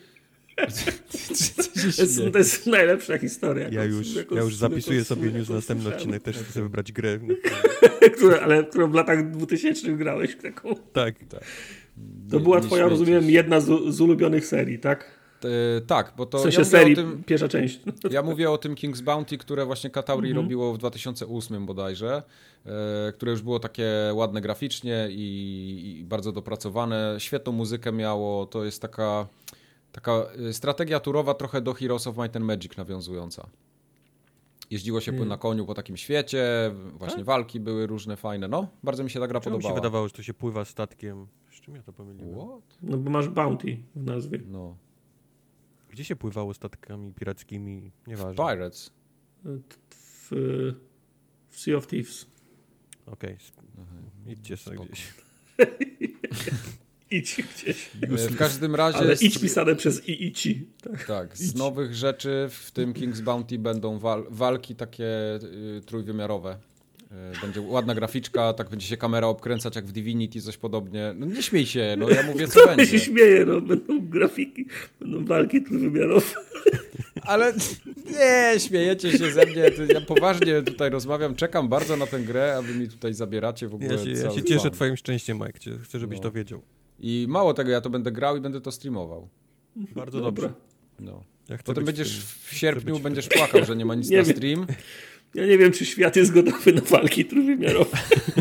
To jest najlepsza historia. Ja już zapisuję sobie news na następny odcinek, też chcę wybrać grę. którą w latach 2000 grałeś taką. Tak. To była twoja, rozumiem, jedna z ulubionych serii, tak? Tak, bo to... W sensie serii, pierwsza część. Ja mówię o tym King's Bounty, które właśnie Katauri robiło w 2008 bodajże, które już było takie ładne graficznie i bardzo dopracowane. Świetną muzykę miało, to jest taka strategia turowa trochę do Heroes of Might and Magic nawiązująca. Jeździło się na koniu po takim świecie, właśnie walki były różne, fajne. No, bardzo mi się ta gra podobała. Mi się wydawało, że to się pływa statkiem. Z czym ja to pomyliłem? What? No bo masz Bounty w nazwie. No. Gdzie się pływało statkami pirackimi? Nieważne. Pirates. W Sea of Thieves. Okej. Idźcie sobie gdzieś. Idź gdzieś. W każdym razie... Ale idź pisane przez i-ci. Tak, z nowych rzeczy w tym King's Bounty będą walki takie trójwymiarowe. Będzie ładna graficzka, tak będzie się kamera obkręcać jak w Divinity, coś podobnie. No nie śmiej się, no ja mówię co będzie. się śmieje, no będą grafiki, będą walki trójwymiarowe. Ale nie, śmiejecie się ze mnie, ja poważnie tutaj rozmawiam, czekam bardzo na tę grę, a wy mi tutaj zabieracie w ogóle Ja się cieszę twoim szczęściem, Mike, chcę żebyś to wiedział. I mało tego, ja to będę grał i będę to streamował. Bardzo dobrze. No. Ja potem będziesz w sierpniu będziesz płakał, że nie ma nic na stream. Ja nie wiem, czy świat jest gotowy na walki trójwymiarowe.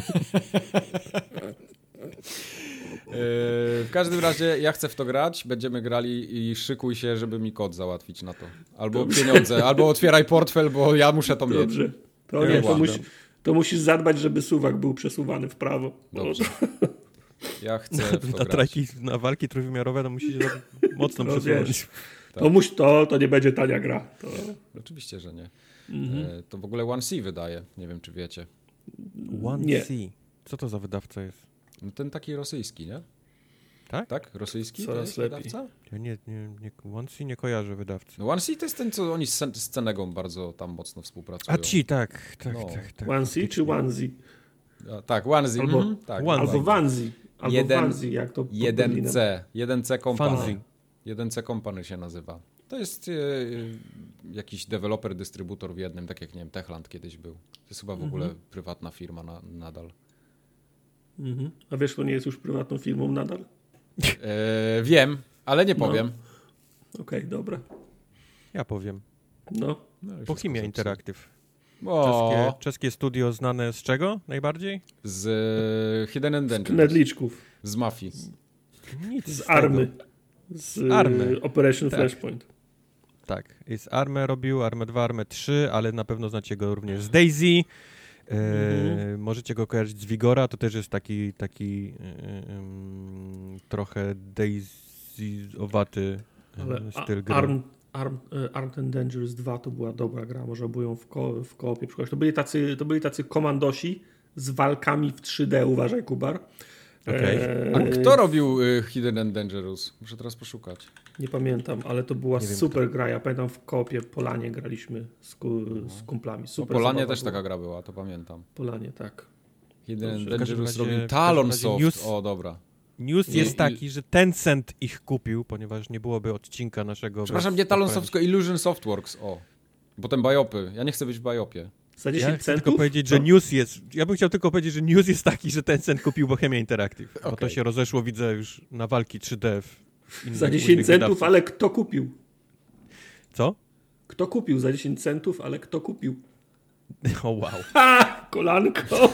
W każdym razie ja chcę w to grać, będziemy grali i szykuj się, żeby mi kod załatwić na to. Albo pieniądze, albo otwieraj portfel, bo ja muszę to mieć. Dobrze. To musisz zadbać, żeby suwak był przesuwany w prawo. Dobrze. Ja chcę w to grać. Na walki trójwymiarowe to musisz mocno przesunąć. To nie będzie tania gra. Oczywiście, że nie. To w ogóle 1C wydaje. Nie wiem, czy wiecie. 1C? Co to za wydawca jest? No ten taki rosyjski, nie? Tak? Tak? Rosyjski to jest wydawca? Ja nie 1C nie kojarzę wydawcy. No 1C to jest ten, co oni z Cenegą bardzo tam mocno współpracują. A ci, tak. 1C czy Wanzi? Tak, 1C. Albo Wanzi. Albo Wanzi, jak to 1C. 1C Company. Fancy. 1C Company się nazywa. To jest jakiś deweloper, dystrybutor w jednym, tak jak, nie wiem, Techland kiedyś był. To jest chyba w ogóle prywatna firma nadal. A wiesz, kto nie jest już prywatną firmą nadal? Wiem, ale nie powiem. Okej, dobra. Ja powiem. Bohemia Interactive. Czeskie studio znane z czego najbardziej? Z Hidden and Dangerous. Z knedliczków. Z Mafii. Z Army. Z Army. Operation Flashpoint. Tak. I z Armę robił, Armę 2, Armę 3, ale na pewno znacie go również z Daisy. Możecie go kojarzyć z Vigora, to też jest taki trochę Daisy-owaty styl gry. Armed and Dangerous 2 to była dobra gra, można było ją w koopie przychodzić. To byli tacy komandosi z walkami w 3D, uważaj, Kubar. Okay. A kto robił Hidden and Dangerous? Muszę teraz poszukać. Nie pamiętam, ale to była super gra. Ja pamiętam w koopie Polanie graliśmy z kumplami. Super Polanie też taka gra była, to pamiętam. Polanie, tak. Hidden and Dangerous robił Talonsoft. O, dobra. News jest taki, że Tencent ich kupił, ponieważ nie byłoby odcinka naszego... Przepraszam, nie Talonsoft, tylko Illusion Softworks. O, potem Biopy. Ja nie chcę być w Biopie. Za 10 centów? Tylko powiedzieć, że news jest... Ja bym chciał tylko powiedzieć, że news jest taki, że Tencent kupił Bohemia Interactive. Bo to się rozeszło, widzę, już na walki 3D za 10 centów, ale kto kupił? Co? Kto kupił za 10 centów, ale kto kupił? O wow. Kolanko.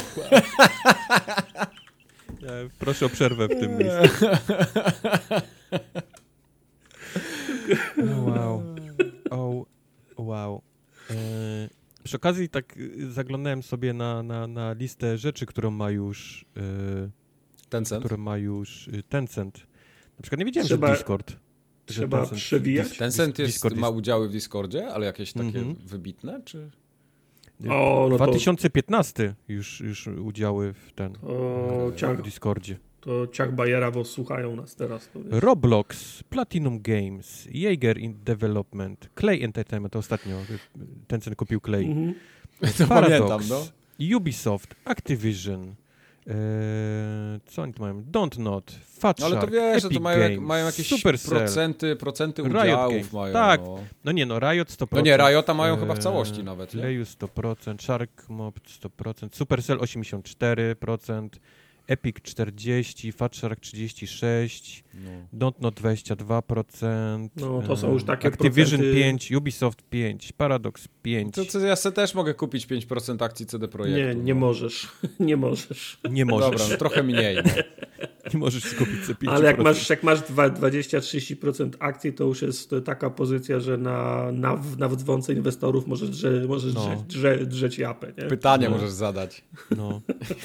Proszę o przerwę w tym miejscu. Wow. Przy okazji tak zaglądałem sobie na listę rzeczy, którą ma już Tencent. Na przykład nie wiedziałem, że Discord. Trzeba przewijać. Tencent ma udziały w Discordzie, ale jakieś takie wybitne, czy... O, no 2015 już udziały w w Discordzie. To ciach Bayera, bo słuchają nas teraz. Roblox, Platinum Games, Jaeger in Development, Clay Entertainment, ostatnio ten kupił Clay. To Paradox, pamiętam, no. Ubisoft, Activision, co oni tu mają? Don't Not, Fat Shark, Ale to wiesz, że to mają jakieś Supercell, procenty udziałów. Riot mają. Tak, no. Riot 100%. No nie, Riota mają chyba w całości nawet. Leju 100%, Shark Mob 100%, Supercell 84%, Epic 40%, Fat Shark 36%, Don't Not 22%, no to są już takie Activision procenty... 5%, Ubisoft 5%, Paradox 5%. To ja sobie też mogę kupić 5% akcji CD Projektu. Nie możesz. Nie możesz. Nie możesz. Dobra, no trochę mniej. No. Nie możesz skupić sobie 5%. Ale jak masz 20-30% akcji, to już jest taka pozycja, że na dzwonce inwestorów możesz drzeć japę. Nie? Pytanie możesz zadać. No.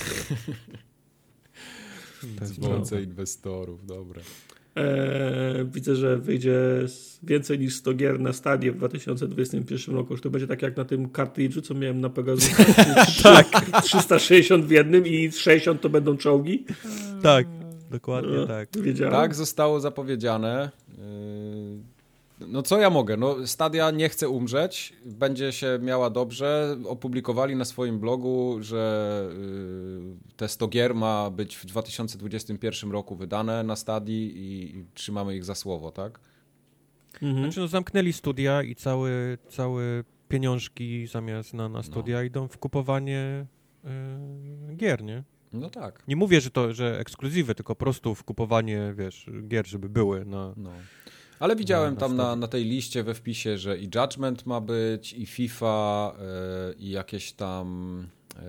Dzwonce inwestorów, dobra. Widzę, że wyjdzie więcej niż 100 gier na Stadię w 2021 roku. Już to będzie tak jak na tym kartridżu, co miałem na Pegasusie. Tak. 360 w jednym i 60 to będą czołgi. Tak, dokładnie tak. Wiedziałem. Tak zostało zapowiedziane. No co ja mogę? No Stadia nie chce umrzeć, będzie się miała dobrze. Opublikowali na swoim blogu, że te 100 gier ma być w 2021 roku wydane na Stadii i trzymamy ich za słowo, tak? Znaczy zamknęli studia i całe pieniążki zamiast na studia idą w kupowanie gier, nie? No tak. Nie mówię, że ekskluzywy, tylko po prostu w kupowanie, gier, żeby były na... No. Ale widziałem tam na tej liście we wpisie, że i Judgment ma być, i FIFA, i jakieś tam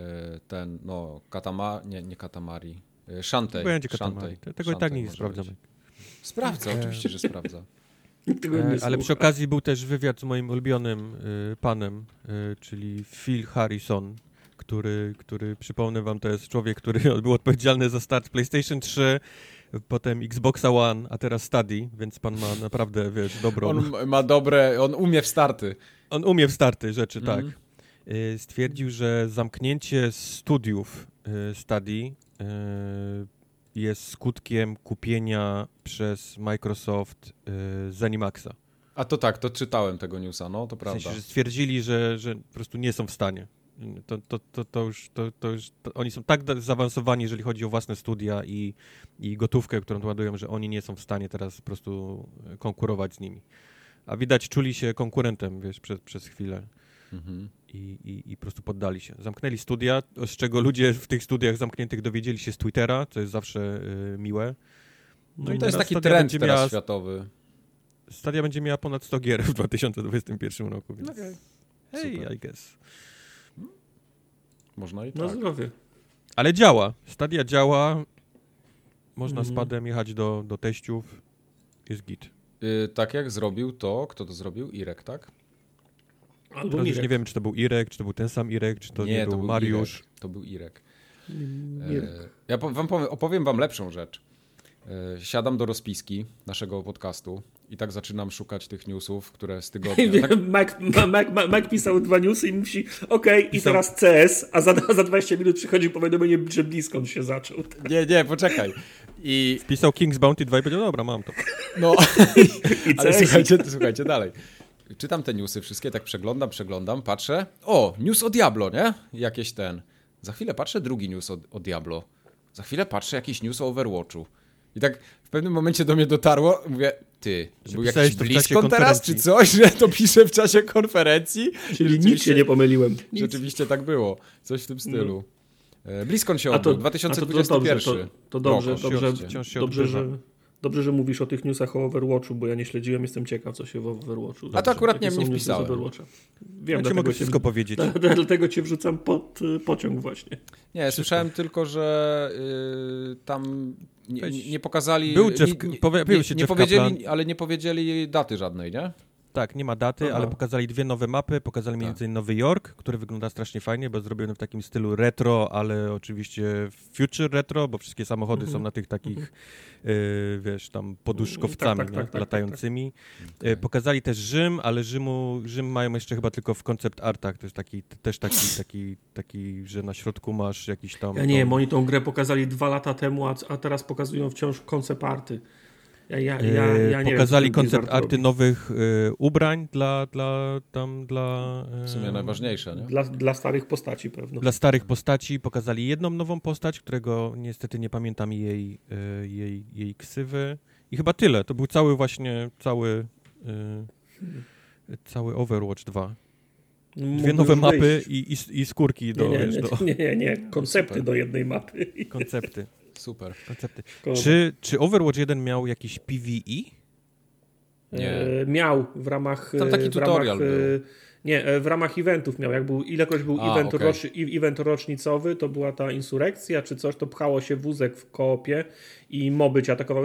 nie Katamari, Shantae. Będzie Katamari. Tego i tak nie sprawdzamy. Sprawdza, oczywiście, że sprawdza. Ale przy okazji był też wywiad z moim ulubionym panem, czyli Phil Harrison, który, przypomnę wam, to jest człowiek, który był odpowiedzialny za start PlayStation 3, potem Xboxa One, a teraz Stadia, więc pan ma naprawdę, dobrą... On umie w starty. On umie w starty rzeczy, tak. Stwierdził, że zamknięcie studiów Stadia jest skutkiem kupienia przez Microsoft Zenimaxa. A to tak, to czytałem tego newsa, no to prawda. W sensie, że stwierdzili, że po prostu nie są w stanie. To już oni są tak zaawansowani, jeżeli chodzi o własne studia i gotówkę, którą tu ładują, że oni nie są w stanie teraz po prostu konkurować z nimi. A widać, czuli się konkurentem, przez chwilę. I po prostu poddali się. Zamknęli studia, z czego ludzie w tych studiach zamkniętych dowiedzieli się z Twittera, co jest zawsze miłe. No i to jest taki trend teraz światowy. Stadia będzie miała ponad 100 gier w 2021 roku, więc I guess. Można i tak. Na zdrowie. Ale działa. Stadia działa. Można z padem jechać do teściów. Jest git. Tak jak zrobił to, kto to zrobił? Irek, tak? Albo już nie wiemy, czy to był Irek, czy to był ten sam Irek, czy to nie był Mariusz. Irek. To był Irek. Ja opowiem wam lepszą rzecz. Siadam do rozpiski naszego podcastu i tak zaczynam szukać tych newsów, które z tygodnia... Mike pisał 2 newsy i musi i teraz CS, a za 20 minut przychodzi powiadomienie, że BlizzCon się zaczął. Nie, poczekaj. I wpisał King's Bounty 2 i powiedział, dobra, mam to. No, ale słuchajcie dalej. Czytam te newsy wszystkie, tak przeglądam, patrzę. O, news o Diablo, nie? Jakieś Za chwilę patrzę, drugi news o Diablo. Za chwilę patrzę, jakiś news o Overwatchu. I tak w pewnym momencie do mnie dotarło, mówię, był jakiś BlizzCon teraz, czy coś, że to piszę w czasie konferencji? Czyli nic się nie pomyliłem. Rzeczywiście tak było, coś w tym stylu. BlizzCon się odbył, 2021. To dobrze, że mówisz o tych newsach o Overwatchu, bo ja nie śledziłem, jestem ciekaw, co się w Overwatchu... A to akurat nie wpisałem. Wiem, ja mogę wszystko powiedzieć. Dlatego cię wrzucam pod pociąg właśnie. Nie, słyszałem tylko, że tam nie pokazali... Był Jeff, pojawił się nie Jeff powiedzieli, Kaplan. ale nie powiedzieli daty żadnej, nie? Tak, nie ma daty, ale pokazali 2 nowe mapy, pokazali między innymi Nowy Jork, który wygląda strasznie fajnie, bo zrobiony w takim stylu retro, ale oczywiście future retro, bo wszystkie samochody są na tych takich, wiesz, tam poduszkowcami latającymi. Okay. Pokazali też Rzym, ale Rzym mają jeszcze chyba tylko w concept artach, to jest taki, że na środku masz jakiś tam... Ja nie wiem, oni tą grę pokazali 2 lata temu, a teraz pokazują wciąż concept arty. Ja nie pokazali wiem, koncept arty nowych ubrań dla w sumie najważniejsze, nie? Dla starych postaci pewno. Dla starych postaci pokazali jedną nową postać, którego niestety nie pamiętam jej ksywy. I chyba tyle. To był cały Overwatch 2. 2 nowe mapy i skórki do... Nie. Koncepty Super. Do jednej mapy. Koncepty. Super. Koncepty. Czy Overwatch 1 miał jakiś PvE? Nie. Miał w ramach... Tam taki tutorial był. Nie, w ramach eventów miał. Ilekroć był event rocznicowy, to była ta insurekcja czy coś, to pchało się wózek w koopie i moby cię atakowały.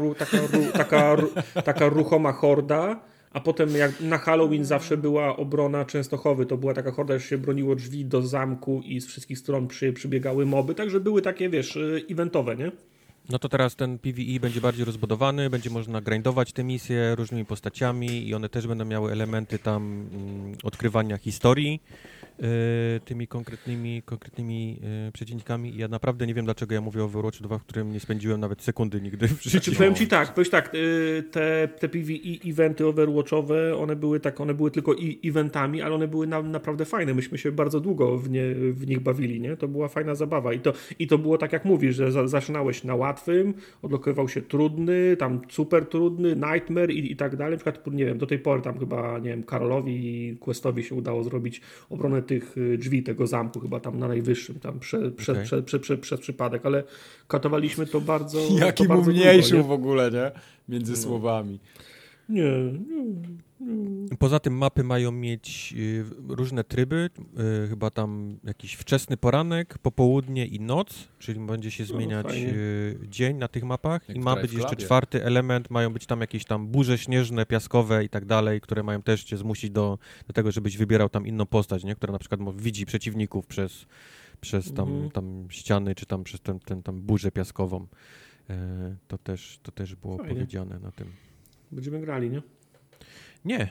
Taka ruchoma horda. A potem jak na Halloween zawsze była obrona Częstochowy, to była taka horda, że się broniło drzwi do zamku i z wszystkich stron przybiegały moby, także były takie, wiesz, eventowe, nie? No to teraz ten PvE będzie bardziej rozbudowany, będzie można grindować te misje różnymi postaciami i one też będą miały elementy tam odkrywania historii tymi konkretnymi przeciwnikami. Ja naprawdę nie wiem, dlaczego ja mówię o Overwatchu 2, w którym nie spędziłem nawet sekundy nigdy w życiu. Znaczy, powiem ci tak, te PvE eventy overwatchowe, one były tylko eventami, ale one były naprawdę fajne. Myśmy się bardzo długo w nich bawili, nie? To była fajna zabawa i to było tak jak mówisz, że zaczynałeś na łatwym, odblokowywał się trudny, tam super trudny, nightmare i tak dalej. Na przykład, nie wiem, do tej pory tam chyba, nie wiem, Karolowi i Questowi się udało zrobić obronę tych drzwi tego zamku, chyba tam na najwyższym, tam przez przypadek, ale katowaliśmy to bardzo. Jaki to był bardzo mniejszy długo, w ogóle, nie? Między słowami. Nie. Poza tym mapy mają mieć różne tryby, chyba tam jakiś wczesny poranek, popołudnie i noc, czyli będzie się zmieniać dzień na tych mapach i ma być jeszcze 4. element, mają być tam jakieś tam burze śnieżne, piaskowe i tak dalej, które mają też cię zmusić do tego, żebyś wybierał tam inną postać, nie? Która na przykład widzi przeciwników przez tam ściany, czy tam przez tam burzę piaskową. To też było powiedziane na tym. Będziemy grali, nie? Nie.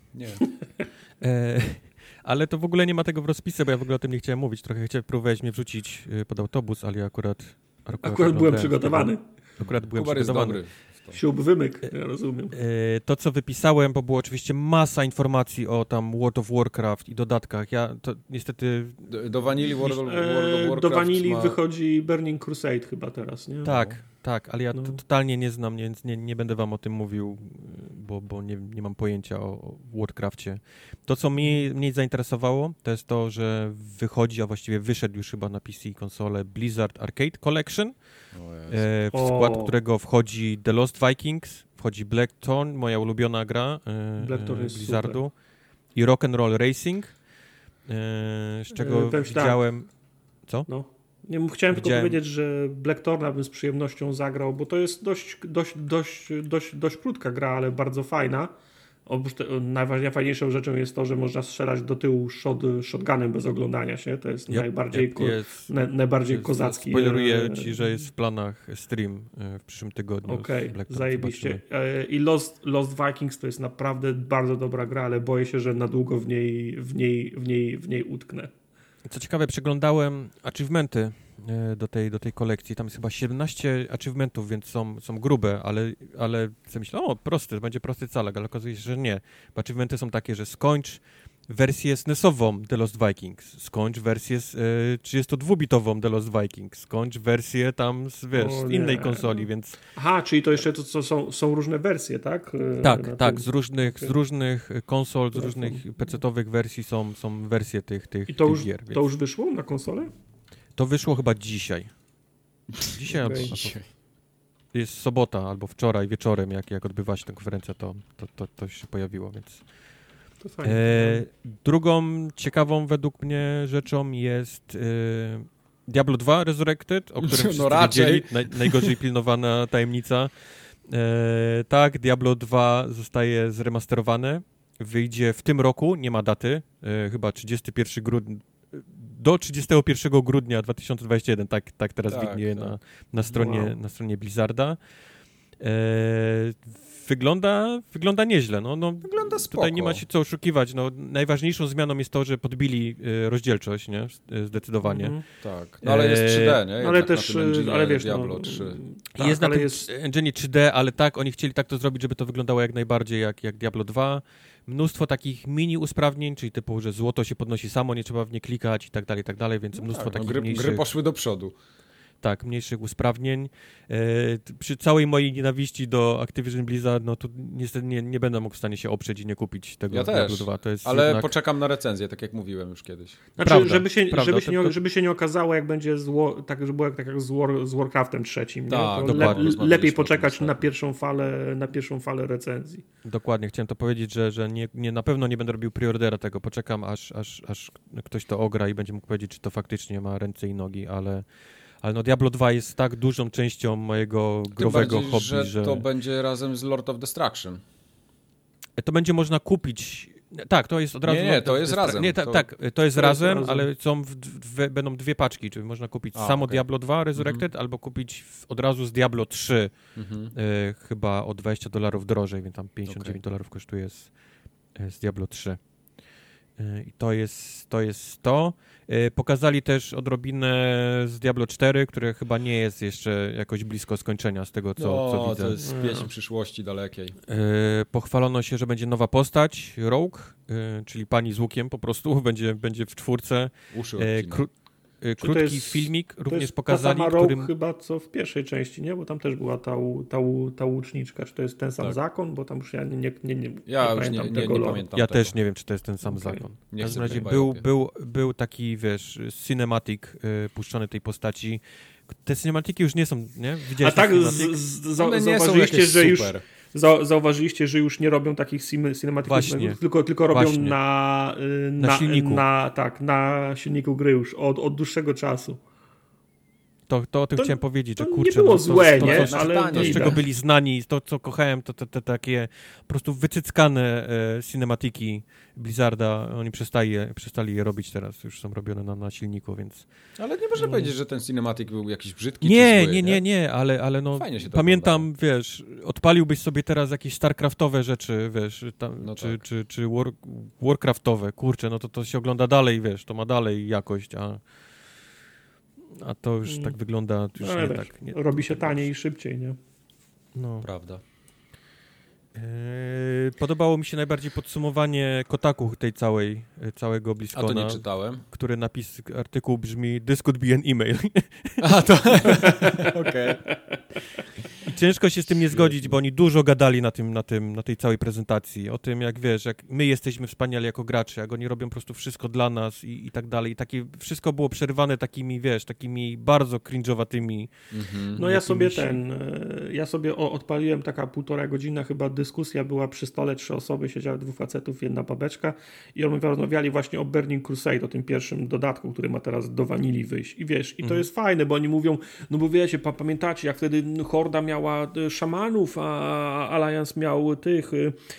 Ale to w ogóle nie ma tego w rozpisie, bo ja w ogóle o tym nie chciałem mówić. Trochę próbowałeś mnie wrzucić pod autobus, ale ja akurat byłem przygotowany. Kubar jest dobry. Siłb wymyk, ja rozumiem. To, co wypisałem, bo było oczywiście masa informacji o tam World of Warcraft i dodatkach. Ja to niestety... Do Vanilli World of Warcraft do Vanilli wychodzi Burning Crusade chyba teraz, nie? Tak, ale ja totalnie nie znam, więc nie będę wam o tym mówił, bo nie mam pojęcia o Warcrafcie. To, co mnie zainteresowało, to jest to, że wychodzi, a właściwie wyszedł już chyba na PC i konsolę Blizzard Arcade Collection, w skład którego wchodzi The Lost Vikings, wchodzi Blackthorn, moja ulubiona gra Blizzardu, super. I Rock'n'Roll Racing, z czego widziałem... Co? No. Chciałem tylko powiedzieć, że Blackthorna bym z przyjemnością zagrał, bo to jest dość krótka gra, ale bardzo fajna. Najfajniejszą rzeczą jest to, że można strzelać do tyłu shotgunem bez oglądania się. To jest najbardziej kozacki. Spoileruję ci, że jest w planach stream w przyszłym tygodniu. Okej, zajebiście. I Lost Vikings to jest naprawdę bardzo dobra gra, ale boję się, że na długo w niej utknę. Co ciekawe, przeglądałem achievementy do tej kolekcji. Tam jest chyba 17 achievementów, więc są grube, ale sobie myślę, prosty, będzie prosty calek, ale okazuje się, że nie. Bo achievementy są takie, że skończ wersję SNES-ową The Lost Vikings, skończ wersję 32-bitową The Lost Vikings, skończ wersję tam z innej konsoli, więc... Aha, czyli to jeszcze są różne wersje, tak? Tak, z różnych konsol, z różnych PC-owych wersji są wersje tych gier. To już wyszło na konsolę? To wyszło chyba dzisiaj. Dzisiaj jest sobota albo wczoraj wieczorem, jak odbywa się tę konferencję, to się pojawiło, więc... To fajnie. Drugą ciekawą według mnie rzeczą jest Diablo 2 Resurrected, o którym wszyscy wiedzieli, najgorzej pilnowana tajemnica. Tak, Diablo 2 zostaje zremasterowane wyjdzie w tym roku, nie ma daty, chyba 31 grudnia, do 31 grudnia 2021, tak teraz widnieje tak. na stronie Blizzarda. Wygląda nieźle. Wygląda spoko. Tutaj nie ma się co oszukiwać. Najważniejszą zmianą jest to, że podbili rozdzielczość, nie? Zdecydowanie. Tak, ale jest 3D, nie? Ale też, ale wiesz, Diablo 3. Tak, jest na tym engine 3D, ale tak, oni chcieli tak to zrobić, żeby to wyglądało jak najbardziej jak Diablo 2. Mnóstwo takich mini usprawnień, czyli typu, że złoto się podnosi samo, nie trzeba w nie klikać i tak dalej, więc mnóstwo takich mniejszych... Gry poszły do przodu. Tak, mniejszych usprawnień. Przy całej mojej nienawiści do Activision Blizzard, to niestety nie będę mógł w stanie się oprzeć i nie kupić tego ja Diablo też, 2. To jest ale jednak... poczekam na recenzję, tak jak mówiłem już kiedyś. Znaczy, prawda, żeby się nie okazało, jak będzie tak, że było tak jak z Warcraftem trzecim. Nie? Tak, dokładnie. Lepiej poczekać na pierwszą falę recenzji. Dokładnie, chciałem to powiedzieć, że na pewno nie będę robił preordera tego. Poczekam, aż ktoś to ogra i będzie mógł powiedzieć, czy to faktycznie ma ręce i nogi, ale Diablo 2 jest tak dużą częścią mojego growego hobby, że to będzie razem z Lord of Destruction. To będzie można kupić... Tak, to jest od razu... Nie, to jest razem. Nie, to jest razem, ale będą dwie paczki, czyli można kupić samo okay. Diablo 2 Resurrected, albo kupić od razu z Diablo 3, chyba o $20 drożej, więc tam $59 kosztuje z Diablo 3. I to jest to. Pokazali też odrobinę z Diablo 4, które chyba nie jest jeszcze jakoś blisko skończenia z tego, co widzę. To jest pieśń przyszłości dalekiej. Pochwalono się, że będzie nowa postać, Rogue, czyli pani z łukiem po prostu, będzie w 4. Uszy krótki filmik również pokazali. To jest ta sama Rogue chyba co w pierwszej części, nie? Bo tam też była ta łuczniczka. Czy to jest ten sam zakon? Bo tam już ja nie pamiętam tego. Nie pamiętam ja tego. też nie wiem, czy to jest ten sam zakon. W każdym razie był taki, wiesz, cinematic puszczony tej postaci. Te cinematiki już nie są, nie? Widziałeś? A tak zauważyliście, że już... Zauważyliście, że już nie robią takich cinematików, tylko robią na silniku. Na silniku gry już od dłuższego czasu. To o tym chciałem powiedzieć, że kurczę... nie było złe, nie? Ale to, z czego byli znani, to co kochałem, to te takie po prostu wycyckane cinematiki Blizzarda, oni przestali je robić teraz, już są robione na silniku, więc... Ale nie można powiedzieć, że ten cinematic był jakiś brzydki nie, czy zły, nie, ale no fajnie się to pamiętam, oglądało. wiesz, odpaliłbyś sobie teraz jakieś StarCraftowe rzeczy, wiesz, czy Warcraftowe, kurczę, no to się ogląda dalej, wiesz, to ma dalej jakość, a to już tak wygląda, już nie tak. Robi się taniej i szybciej, nie? No. Prawda. Podobało mi się najbardziej podsumowanie Kotaku tej całego BlizzCona. A to nie czytałem. Który artykuł brzmi "This could be an email". A to... Okej. I ciężko się z tym nie zgodzić, bo oni dużo gadali na tej całej prezentacji. O tym, jak wiesz, jak my jesteśmy wspaniali jako gracze, jak oni robią po prostu wszystko dla nas i tak dalej. I takie wszystko było przerywane takimi, wiesz, takimi bardzo cringe'owatymi. No ja sobie odpaliłem taka 1,5 godzina chyba dyskusja była przy stole, 3 osoby, siedziały 2 facetów, 1 babeczka i oni rozmawiali właśnie o Burning Crusade, o tym pierwszym dodatku, który ma teraz do wanili wyjść. I wiesz, i to jest fajne, bo oni mówią, no bo wiecie, pamiętacie, jak wtedy Horda miała szamanów, a Alliance miał tych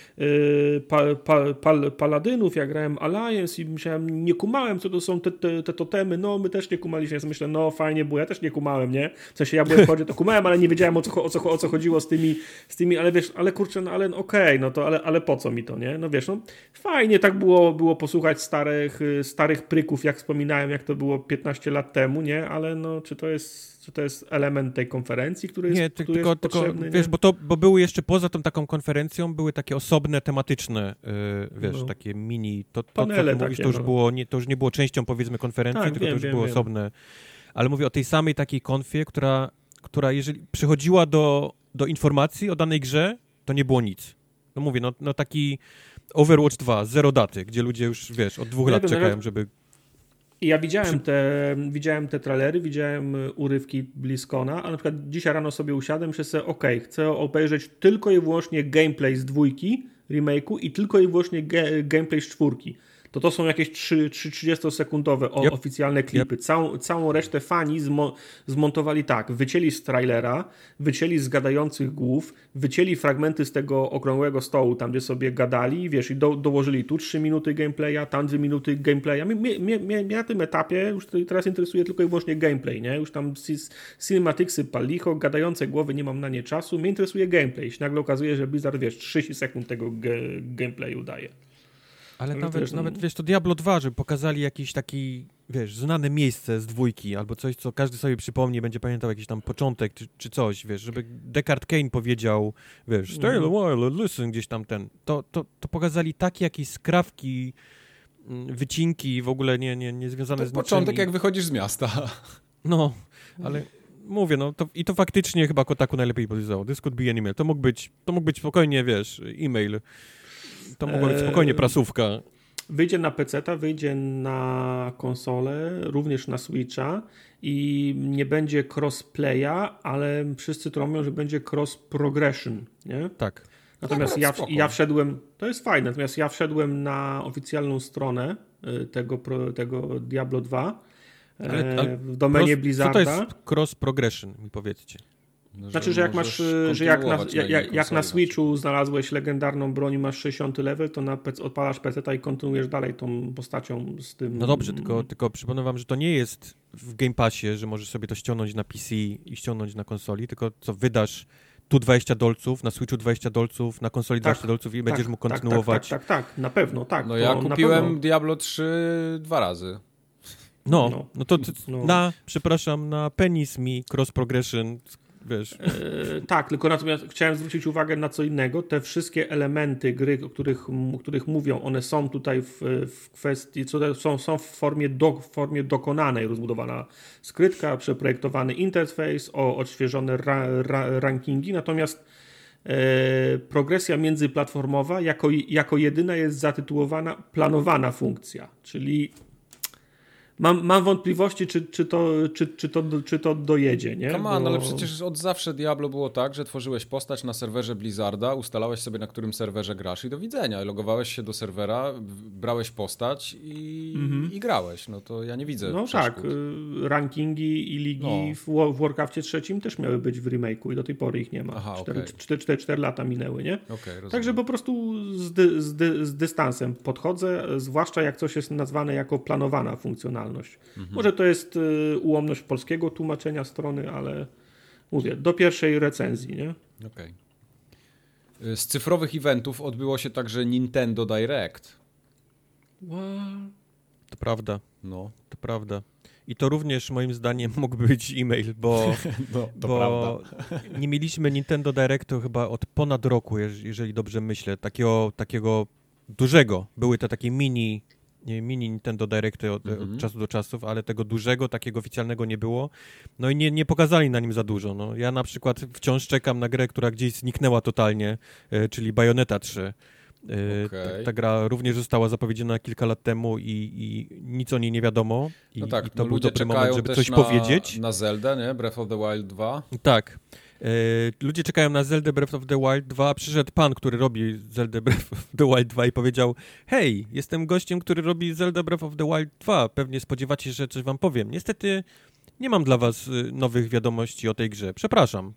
paladynów, ja grałem Alliance i myślałem, nie kumałem, co to są te totemy, no my też nie kumaliśmy, więc myślę, no fajnie, bo ja też nie kumałem, nie? W sensie ja byłem w Hordzie, to kumałem, ale nie wiedziałem o co chodziło z tymi, ale wiesz, ale kurczę, no ale okej, no to ale po co mi to, nie? No wiesz, no fajnie tak było posłuchać starych pryków, jak wspominałem, jak to było 15 lat temu, nie? Ale no, czy to jest element tej konferencji, który jest potrzebny? Wiesz, bo były jeszcze poza tą taką konferencją, były takie osobne, tematyczne, wiesz, takie mini, panele co mówisz, takie, to już nie było częścią, powiedzmy, konferencji, tak, tylko to już było osobne. Ale mówię o tej samej takiej konfie, która jeżeli przychodziła do informacji o danej grze, to nie było nic. No mówię, no taki Overwatch 2, 0 daty, gdzie ludzie już, wiesz, od 2 lat czekają, żeby... I ja widziałem te trailery, widziałem urywki BlizzCona, a na przykład dzisiaj rano sobie usiadłem, że sobie, chcę obejrzeć tylko i wyłącznie gameplay z 2 remake'u i tylko i wyłącznie gameplay z 4. to są jakieś 30-sekundowe oficjalne klipy. Całą resztę fani zmontowali tak. Wycięli z trailera, wycięli z gadających głów, wycięli fragmenty z tego okrągłego stołu, tam gdzie sobie gadali, wiesz, i dołożyli tu 3 minuty gameplaya, tam 2 minuty gameplaya. Mnie na tym etapie już teraz interesuje tylko i wyłącznie gameplay, nie? Już tam cinematyksy pal licho, gadające głowy, nie mam na nie czasu. Mnie interesuje gameplay. Jeśli nagle okazuje, że Blizzard, wiesz, 30 sekund tego gameplayu daje. Ale nawet, wiesz, to Diablo 2, żeby pokazali jakiś taki, wiesz, znane miejsce z 2, albo coś, co każdy sobie przypomni, będzie pamiętał jakiś tam początek, czy coś, wiesz, żeby Deckard Cain powiedział, wiesz, stay a while, listen, gdzieś tam to pokazali takie jakieś skrawki, wycinki, w ogóle nie związane z niczym. Początek, jak wychodzisz z miasta. No, ale mówię, no, to faktycznie chyba Kotaku najlepiej powiedział. This could be an email. To mógł być spokojnie, wiesz, e-mail. To mogła być spokojnie prasówka. Wyjdzie na PC-ta, wyjdzie na konsolę, również na Switcha i nie będzie crossplaya, ale wszyscy trąbią, że będzie cross progression, nie? Tak. Natomiast ja wszedłem, to jest fajne, natomiast ja wszedłem na oficjalną stronę tego Diablo 2 w domenie Blizzarda. Co to jest cross progression, mi powiedzcie? No, znaczy, że jak na Switchu znalazłeś legendarną broń i masz 60 level, to odpalasz PC-ta i kontynuujesz dalej tą postacią z tym... No dobrze, tylko przypomnę wam, że to nie jest w Game Passie, że możesz sobie to ściągnąć na PC i ściągnąć na konsoli, tylko co wydasz tu $20, na Switchu $20, na konsoli $20 i będziesz mógł kontynuować. Tak, na pewno, tak. No ja kupiłem Diablo 3 2 razy. Przepraszam, na Penis Me Cross Progression, wiesz. Tak, tylko natomiast chciałem zwrócić uwagę na co innego. Te wszystkie elementy gry, o których mówią, one są tutaj w kwestii, są w formie dokonanej, rozbudowana skrytka, przeprojektowany interfejs, odświeżone rankingi, natomiast progresja międzyplatformowa jako jedyna jest zatytułowana planowana funkcja, czyli Mam wątpliwości, czy to dojedzie, nie? Ale przecież od zawsze Diablo było tak, że tworzyłeś postać na serwerze Blizzarda, ustalałeś sobie, na którym serwerze grasz i do widzenia. Logowałeś się do serwera, brałeś postać i grałeś. No to ja nie widzę przeszkód. Tak, rankingi i ligi w Warcraftie 3 też miały być w remake'u i do tej pory ich nie ma. Aha, 4 lata minęły, nie? Także po prostu z dystansem podchodzę, zwłaszcza jak coś jest nazwane jako planowana funkcjonalność. Może to jest ułomność polskiego tłumaczenia strony, ale mówię, do pierwszej recenzji, nie? Okej. Z cyfrowych eventów odbyło się także Nintendo Direct. To prawda. No. To prawda. I to również moim zdaniem mógł być e-mail, bo nie mieliśmy Nintendo Directu chyba od ponad roku, jeżeli dobrze myślę, takiego dużego. Były to takie mini Nintendo Directy od czasu do czasów, ale tego dużego, takiego oficjalnego nie było. No i nie pokazali na nim za dużo. No, ja na przykład wciąż czekam na grę, która gdzieś zniknęła totalnie, czyli Bayonetta 3. Ta gra również została zapowiedziana kilka lat temu i nic o niej nie wiadomo. I to był dobry moment, żeby coś powiedzieć. Na Zelda, nie? Breath of the Wild 2. Tak. Ludzie czekają na Zelda Breath of the Wild 2. Przyszedł pan, który robi Zelda Breath of the Wild 2 i powiedział: hej, jestem gościem, który robi Zelda Breath of the Wild 2. Pewnie spodziewacie się, że coś wam powiem. Niestety nie mam dla was nowych wiadomości o tej grze. Przepraszam.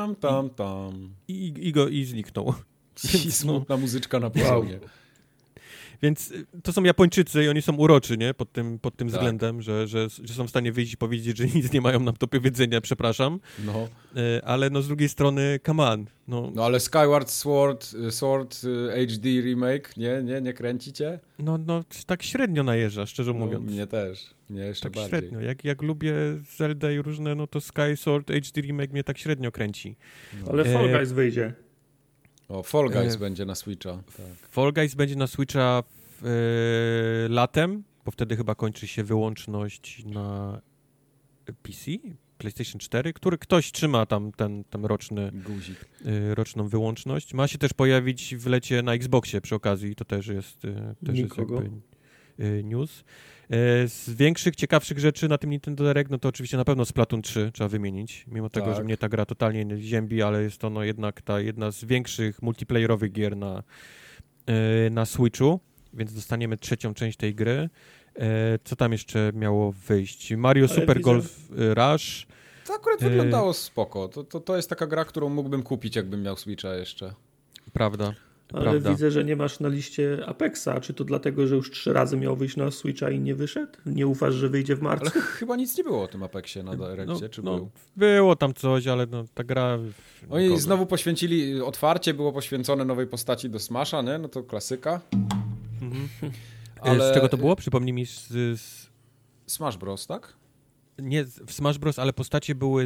I zniknął. I smutna muzyczka na poziomie. Więc to są Japończycy i oni są uroczy, nie? Pod tym względem, że są w stanie wyjść i powiedzieć, że nic nie mają nam do powiedzenia, przepraszam. No. Ale no z drugiej strony, come on. No ale Skyward Sword HD remake, nie kręcicie? No tak średnio najeżdża, szczerze mówiąc. Mnie też. Mnie jeszcze tak bardziej. Średnio. Jak lubię Zelda i różne, no to Skyward HD remake mnie tak średnio kręci. No. Ale Fall Guys wyjdzie. Fall Guys będzie na Switcha. Tak. Fall Guys będzie na Switcha latem, bo wtedy chyba kończy się wyłączność na PC, PlayStation 4, który ktoś trzyma tam ten roczny guzik. Roczną wyłączność. Ma się też pojawić w lecie na Xboxie przy okazji, to też jest jakby news. Z większych, ciekawszych rzeczy na tym Nintendo Direct, no to oczywiście na pewno Splatoon 3 trzeba wymienić, mimo tego, że mnie ta gra totalnie nie ziębi, ale jest to jednak ta jedna z większych multiplayerowych gier na Switchu. więc dostaniemy trzecią część tej gry. Co tam jeszcze miało wyjść? Mario Super Golf Rush. To akurat wyglądało spoko. To jest taka gra, którą mógłbym kupić, jakbym miał Switcha jeszcze. Prawda. Ale widzę, że nie masz na liście Apexa. Czy to dlatego, że już 3 razy miał wyjść na Switcha i nie wyszedł? Nie ufasz, że wyjdzie w marcu? Ale chyba nic nie było o tym Apexie na Direccie, czy był? Było tam coś, ale ta gra... Oni znowu poświęcili, otwarcie było poświęcone nowej postaci do Smasha, nie? No to klasyka. Ale... Z czego to było? Przypomnij mi Smash Bros, tak? Nie, w Smash Bros, ale postacie były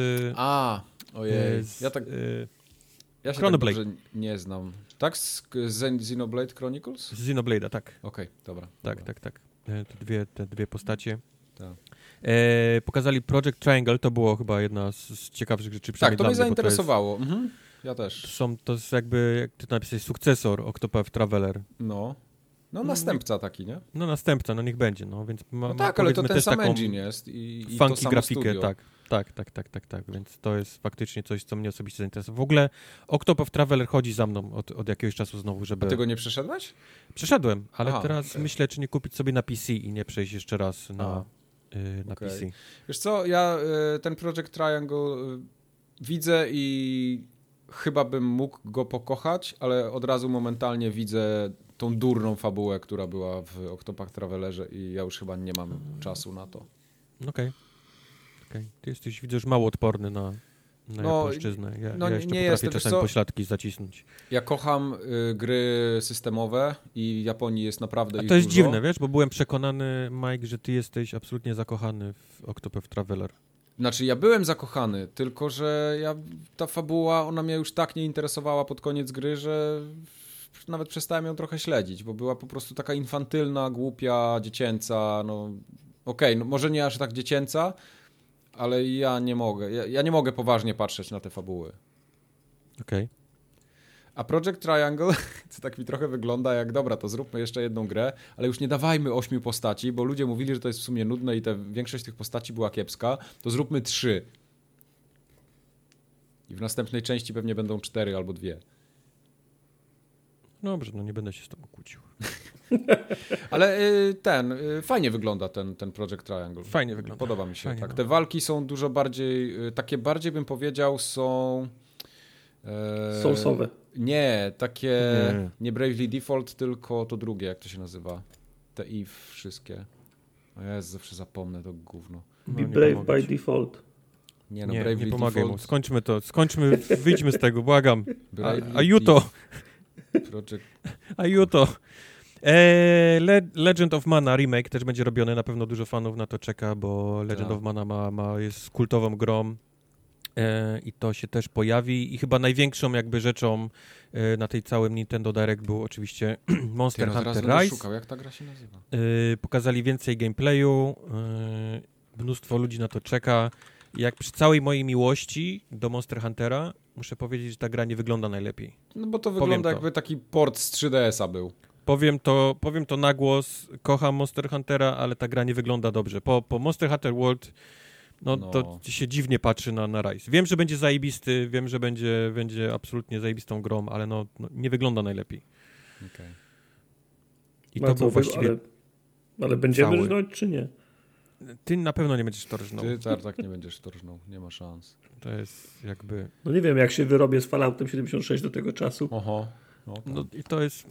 ojej. Ja się tak dobrze nie znam. Tak? Z Xenoblade Chronicles? Z Xenoblade'a, tak. Okej, dobra. Tak. Te dwie postacie. Tak. Pokazali Project Triangle, to było chyba jedna z ciekawszych rzeczy. Tak, to mnie zainteresowało. Ja też. To jest jakby, jak ty napisałeś, sukcesor Octopath Traveler. No, następca taki, nie? No następca, niech będzie, więc tak, ale to ten sam engine jest i funky to samo grafikę, studio. tak, więc to jest faktycznie coś, co mnie osobiście zainteresowało. W ogóle Octopath Traveler chodzi za mną od jakiegoś czasu znowu, żeby... A ty go nie przeszedłeś? Przeszedłem, ale teraz myślę, czy nie kupić sobie na PC i nie przejść jeszcze raz na PC. Wiesz co, ja ten Project Triangle widzę i chyba bym mógł go pokochać, ale od razu momentalnie widzę tą durną fabułę, która była w Octopath Travelerze i ja już chyba nie mam czasu na to. Okej. Ty jesteś, widzę, już mało odporny na japońszczyznę. Ja jeszcze potrafię czasami pośladki zacisnąć. Ja kocham gry systemowe i Japonii jest naprawdę to jest dużo. Dziwne, wiesz, bo byłem przekonany, Mike, że ty jesteś absolutnie zakochany w Octopath Traveler. Znaczy, ja byłem zakochany, tylko że ta fabuła, ona mnie już tak nie interesowała pod koniec gry, że nawet przestałem ją trochę śledzić, bo była po prostu taka infantylna, głupia, dziecięca, może nie aż tak dziecięca, ale ja nie mogę. Ja nie mogę poważnie patrzeć na te fabuły. Okej. A Project Triangle, to tak mi trochę wygląda jak, dobra, to zróbmy jeszcze jedną grę, ale już nie dawajmy 8 postaci, bo ludzie mówili, że to jest w sumie nudne i większość tych postaci była kiepska, to zróbmy 3. I w następnej części pewnie będą 4 albo 2. Dobrze, nie będę się z tobą kłócił. Ale fajnie wygląda ten Project Triangle. Fajnie wygląda. Podoba mi się. Fajnie, tak. Te walki są dużo bardziej, takie bardziej bym powiedział są... Soulsowe. Nie, takie nie Bravely Default, tylko to drugie, jak to się nazywa. Te Eve wszystkie. O Jezu, zawsze zapomnę to gówno. Be Brave by Default. Nie, Bravely nie pomagaj Default. Mu. Skończmy, wyjdźmy z tego, błagam. Ajuto. Ajuto. Legend of Mana remake też będzie robiony, na pewno dużo fanów na to czeka, bo Legend of Mana jest kultową grą i to się też pojawi i chyba największą jakby rzeczą na tej całym Nintendo Direct był oczywiście Monster Hunter Rise. Szukał, jak ta gra się nazywa. Pokazali więcej gameplayu, mnóstwo ludzi na to czeka. Jak przy całej mojej miłości do Monster Huntera muszę powiedzieć, że ta gra nie wygląda najlepiej. No bo to wygląda jakby taki port z 3DS-a był. Powiem to na głos, kocham Monster Huntera, ale ta gra nie wygląda dobrze. Po Monster Hunter World to się dziwnie patrzy na Rise. Wiem, że będzie zajebisty, wiem, że będzie absolutnie zajebistą grą, ale nie wygląda najlepiej. Okay. I to był właściwie... Ale będziemy rżnąć, czy nie? Ty na pewno nie będziesz to rżnął. Ty tak nie będziesz to rżnął, nie ma szans. To jest jakby... No nie wiem, jak się wyrobię z Falloutem 76 do tego czasu. Oho. No i to jest...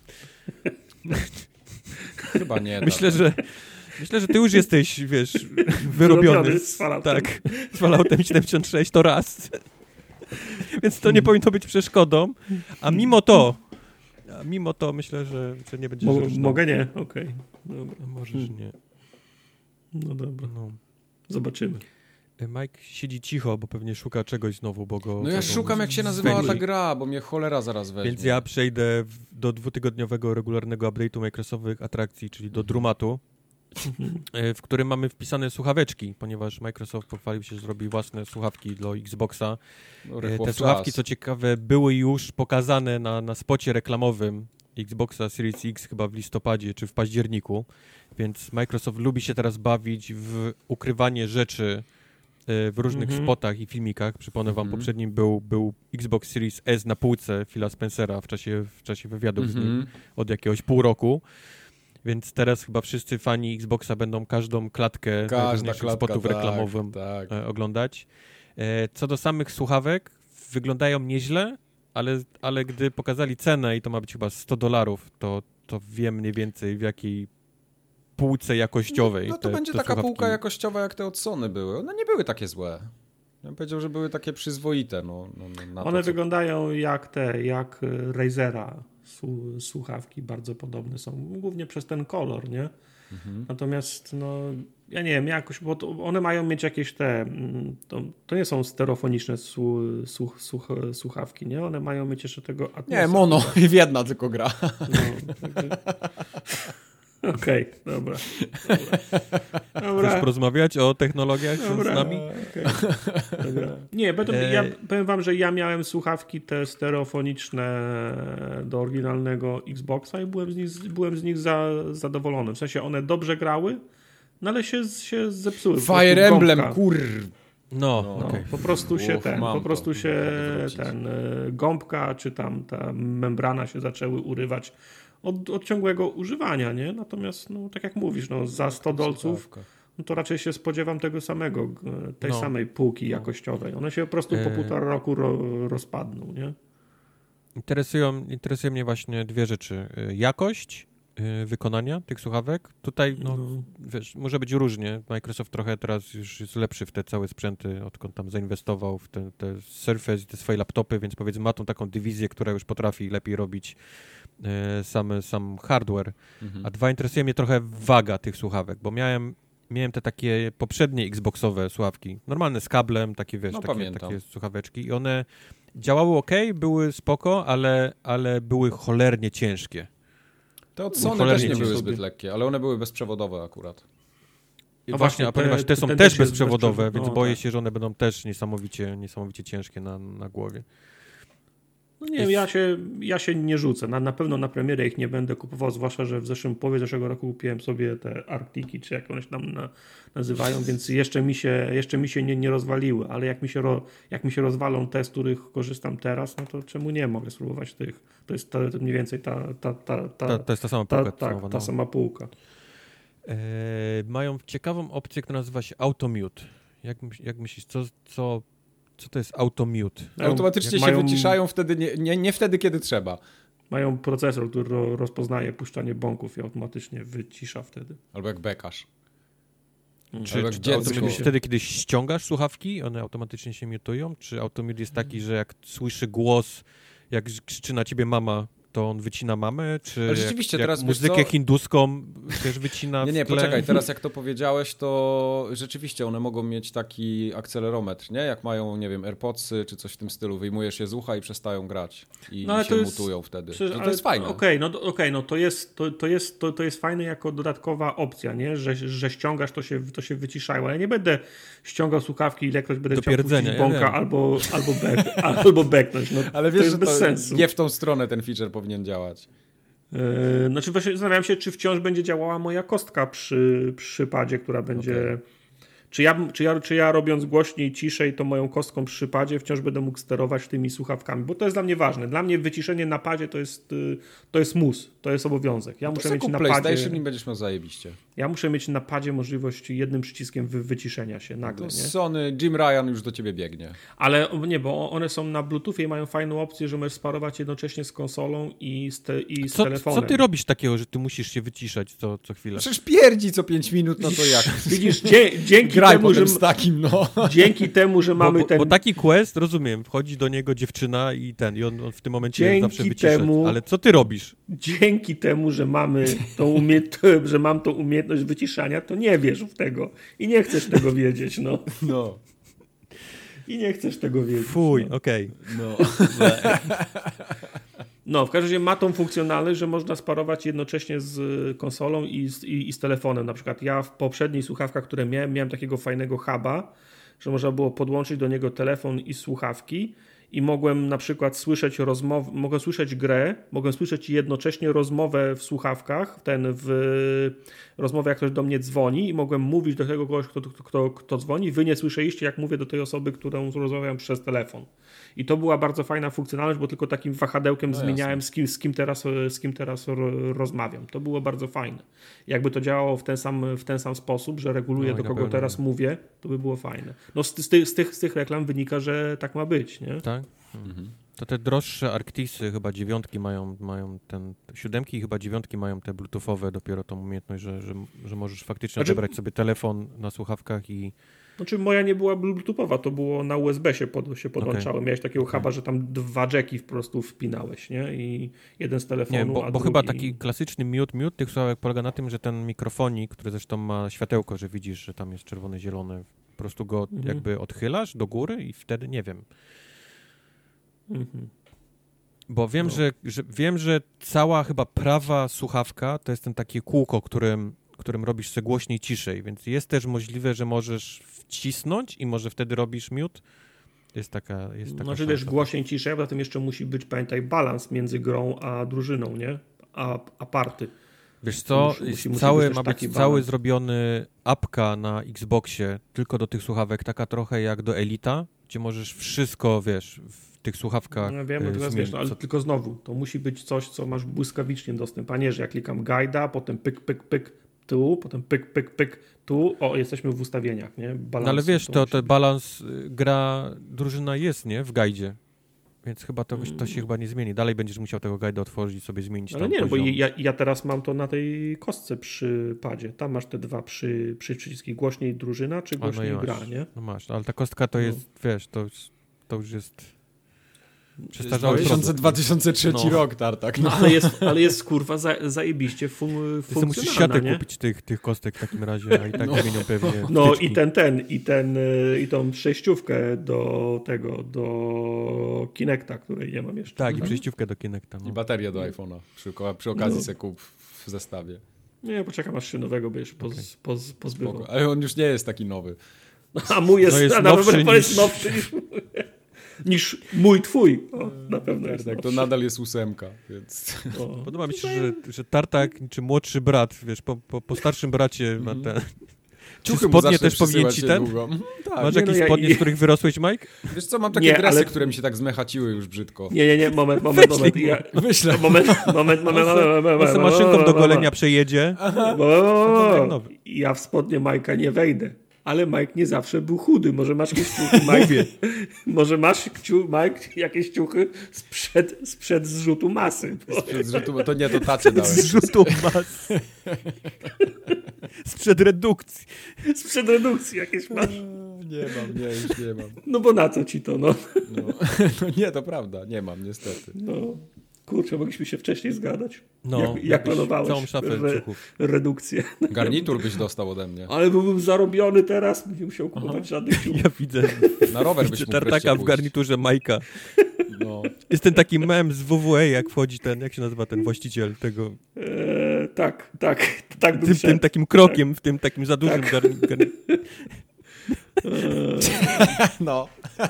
Chyba nie. Myślę, że ty już jesteś, wiesz, wyrobiony z Falloutem. Tak, z Falloutem 76 to raz. Więc to nie powinno być przeszkodą. A mimo to myślę, że nie będziesz... Mogę nie, okej. Dobra. Możesz nie. No dobra. Zobaczymy. Mike siedzi cicho, bo pewnie szuka czegoś znowu, bo go... No ja szukam, jak się nazywała ta gra, bo mnie cholera zaraz weźmie. Więc ja przejdę do 2-tygodniowego regularnego update'u Microsoftowych atrakcji, czyli do Drumatu, w którym mamy wpisane słuchaweczki, ponieważ Microsoft pochwalił się, że zrobi własne słuchawki dla Xboxa. Te słuchawki, co ciekawe, były już pokazane na spocie reklamowym Xboxa Series X chyba w listopadzie czy w październiku, więc Microsoft lubi się teraz bawić w ukrywanie rzeczy w różnych spotach i filmikach. Przypomnę wam, poprzednim był Xbox Series S na półce Phila Spencera w czasie wywiadów z nim od jakiegoś pół roku. Więc teraz chyba wszyscy fani Xboxa będą każdą klatkę najróżniejszych spotów reklamowych oglądać. Co do samych słuchawek, wyglądają nieźle, ale gdy pokazali cenę i to ma być chyba $100, to wiem mniej więcej w jakiej półce jakościowej. No to będzie taka półka jakościowa, jak te od Sony były. One nie były takie złe. Ja bym powiedział, że były takie przyzwoite. One wyglądają jak Razera. Słuchawki bardzo podobne są, głównie przez ten kolor, nie? Natomiast ja nie wiem, jakoś, bo one mają mieć jakieś to nie są stereofoniczne słuchawki, nie? One mają mieć jeszcze tego atmosferę. Nie, mono i w jedna tylko gra. Okej, dobra. Chcesz porozmawiać o technologiach z nami? Dobra. Nie, ja powiem wam, że ja miałem słuchawki te stereofoniczne do oryginalnego Xboxa i byłem z nich zadowolony. W sensie one dobrze grały, no ale się zepsuły. Fire Emblem, okej. Po prostu się gąbka czy tam ta membrana się zaczęły urywać od ciągłego używania, nie? Natomiast, tak jak mówisz, za $100 to raczej się spodziewam tego samego, tej samej półki jakościowej. One się po prostu po półtora roku rozpadną, nie? Interesuje mnie właśnie dwie rzeczy. Jakość wykonania tych słuchawek. Tutaj, wiesz, może być różnie. Microsoft trochę teraz już jest lepszy w te całe sprzęty, odkąd tam zainwestował w te Surface i te swoje laptopy, więc powiedzmy ma tą taką dywizję, która już potrafi lepiej robić sam hardware. A dwa, interesuje mnie trochę waga tych słuchawek, bo miałem te takie poprzednie Xboxowe słuchawki, normalne z kablem, takie wiesz, takie słuchaweczki i one działały okej, były spoko, ale były cholernie ciężkie. Te od Sony też nie były zbyt lekkie, ale one były bezprzewodowe akurat. No właśnie, a ponieważ te są też bezprzewodowe, więc boję się, że one będą też niesamowicie ciężkie na głowie. No nie, ja się nie rzucę. Na pewno na premierę ich nie będę kupował, zwłaszcza, że w połowie zeszłego roku kupiłem sobie te Arctiki, czy jak one się tam nazywają, więc jeszcze mi się nie rozwaliły, ale jak mi się rozwalą te, z których korzystam teraz, no to czemu nie mogę spróbować tych? To jest mniej więcej to jest ta sama półka. Ta sama półka. Mają ciekawą opcję, która nazywa się Automute. Jak myślisz, co to jest Automute? Automatycznie się wyciszają wtedy, nie wtedy, kiedy trzeba. Mają procesor, który rozpoznaje puszczanie bąków i automatycznie wycisza wtedy. Albo jak bekasz. Czy wtedy, kiedy ściągasz słuchawki, one automatycznie się mutują? Czy Automute jest taki, że jak słyszy głos, jak krzyczy na ciebie mama, to on wycina mamę? Czy ale rzeczywiście, jak teraz muzykę hinduską też wycina Nie, poczekaj, teraz jak to powiedziałeś, to rzeczywiście one mogą mieć taki akcelerometr, nie? Jak mają, nie wiem, AirPodsy czy coś w tym stylu, wyjmujesz je z ucha i przestają grać i się mutują wtedy. To jest fajne. To jest fajne jako dodatkowa opcja, nie? Że ściągasz, to się wyciszają, ale nie będę ściągał słuchawki, ilekroć będę chciał puścić bąka albo beknąć. Ale wiesz, to jest bez sensu. Nie w tą stronę ten feature powinien działać. Znaczy właśnie zastanawiam się, czy wciąż będzie działała moja kostka przy padzie, która będzie... Okay. Czy ja robiąc głośniej, ciszej, to moją kostką przy padzie wciąż będę mógł sterować tymi słuchawkami, bo to jest dla mnie ważne. Dla mnie wyciszenie na padzie to jest mus, to jest obowiązek. Ja muszę mieć na padzie... PlayStation i będziesz miał zajebiście. Ja muszę mieć na padzie możliwość jednym przyciskiem wyciszenia się nagle. To Sony, Jim Ryan już do ciebie biegnie. Ale nie, bo one są na Bluetoothie i mają fajną opcję, że możesz sparować jednocześnie z konsolą i z telefonem. Co ty robisz takiego, że ty musisz się wyciszać co chwilę? Przecież pierdzi co 5 minut, no to jak? Widzisz, dzięki temu, że mamy ten... Bo taki quest, rozumiem, wchodzi do niego dziewczyna i on w tym momencie zawsze wycisza. Ale co ty robisz? Dzięki temu, że mamy że mam tą umiejętność wyciszania, to nie wiesz w tego i nie chcesz tego wiedzieć, no. I nie chcesz tego wiedzieć. Fuj, okej. No, w każdym razie ma tą funkcjonalność, że można sparować jednocześnie z konsolą i z telefonem. Na przykład ja w poprzednich słuchawkach, które miałem takiego fajnego huba, że można było podłączyć do niego telefon i słuchawki i mogłem na przykład słyszeć mogłem słyszeć grę, mogłem słyszeć jednocześnie rozmowę w słuchawkach, w rozmowie, jak ktoś do mnie dzwoni i mogłem mówić do tego kogoś, kto dzwoni. Wy nie słyszeliście, jak mówię do tej osoby, którą rozmawiam przez telefon. I to była bardzo fajna funkcjonalność, bo tylko takim wahadełkiem zmieniałem, z kim teraz rozmawiam. To było bardzo fajne. Jakby to działało w ten sam sposób, że reguluję, do kogo teraz mówię, to by było fajne. No z tych reklam wynika, że tak ma być, nie? Tak? To te droższe Arctisy, chyba 9 mają ten, 7 i chyba 9 mają te bluetoothowe dopiero tą umiejętność, że możesz faktycznie odebrać sobie telefon na słuchawkach i... Znaczy moja nie była bluetoothowa, to było na USB się podłączało. Miałeś takiego huba, że tam 2 jacki po prostu wpinałeś, nie? I jeden z telefonu, nie, bo drugi... chyba taki klasyczny mute tych słuchawek polega na tym, że ten mikrofonik, który zresztą ma światełko, że widzisz, że tam jest czerwone, zielone, po prostu go jakby odchylasz do góry i wtedy nie wiem. Bo wiem, wiem, że cała chyba prawa słuchawka to jest ten takie kółko, którym robisz sobie głośniej, ciszej, więc jest też możliwe, że możesz wcisnąć i może wtedy robisz mute. Jest taka znaczy też głośniej, ciszej, a poza tym jeszcze musi być, pamiętaj, balans między grą a drużyną, nie? A party. Wiesz co, ma być cały zrobiony apka na Xboxie tylko do tych słuchawek, taka trochę jak do Elita, gdzie możesz wszystko, wiesz, w tych słuchawkach no, wiem, wiesz, ale tylko znowu, to musi być coś, co masz błyskawicznie dostęp, a nie, że ja klikam guida, potem pyk, pyk, pyk, tu, potem pyk, pyk, pyk, tu, jesteśmy w ustawieniach, nie? Balansu, no ale wiesz, to balans gra drużyna jest, nie? W guidzie. Więc chyba to się chyba nie zmieni. Dalej będziesz musiał tego guida otworzyć i sobie zmienić. Ale nie, poziom. Bo ja teraz mam to na tej kostce przy padzie. Tam masz te 2 przyciski. Głośniej drużyna, czy głośniej gra, nie? No masz, ale ta kostka to jest, wiesz, to już jest... 2003 rok, Tartak. No. Ale jest kurwa zajebiście funkcjonalna, musisz siatę kupić tych kostek w takim razie, a i tak zmienią pewnie no i tą przejściówkę do Kinecta, której nie mam jeszcze. Tak, i przejściówkę do Kinecta. No. I baterię do iPhone'a. Przy okazji se kup w zestawie. Nie, poczekam aż się nowego będziesz pozbywał. Ale on już nie jest taki nowy. A mój jest nowszy niż mój, twój. Na pewno jest tak, to nadal jest 8, więc... Podoba mi się, że Tartak czy młodszy brat, wiesz, po starszym bracie ma ten... Czy spodnie też powinien ci ten? Tak. Masz jakieś spodnie, z których wyrosłeś, Mike? Wiesz co, mam takie dresy, które mi się tak zmechaciły już brzydko. Nie, moment. Wyślę. Moment. On maszynką do golenia przejedzie. Ja w spodnie Majka nie wejdę. Ale Mike nie zawsze był chudy. Może masz jakieś ciuchy, Mike? Może masz, Mike, jakieś ciuchy sprzed zrzutu masy? Sprzed zrzutu, to nie, to tacie dałem. Zrzutu masy. Sprzed redukcji. Sprzed redukcji jakieś masz? Już nie mam. No bo na co ci to, no? No nie, to prawda, nie mam niestety. No. Kurczę, mogliśmy się wcześniej zgadać. No, jak planowałeś całą szafę ciuchów. Redukcję. Garnitur byś dostał ode mnie. Ale byłbym zarobiony teraz, nie musiał kupować żadnych ciuchów. Ja widzę. Na rower byś mógł Tartaka w garniturze Majka. No. Jest ten taki mem z WWE, jak wchodzi ten, jak się nazywa ten właściciel tego... Tak bym tym takim krokiem, w tym takim za dużym garniturze. No.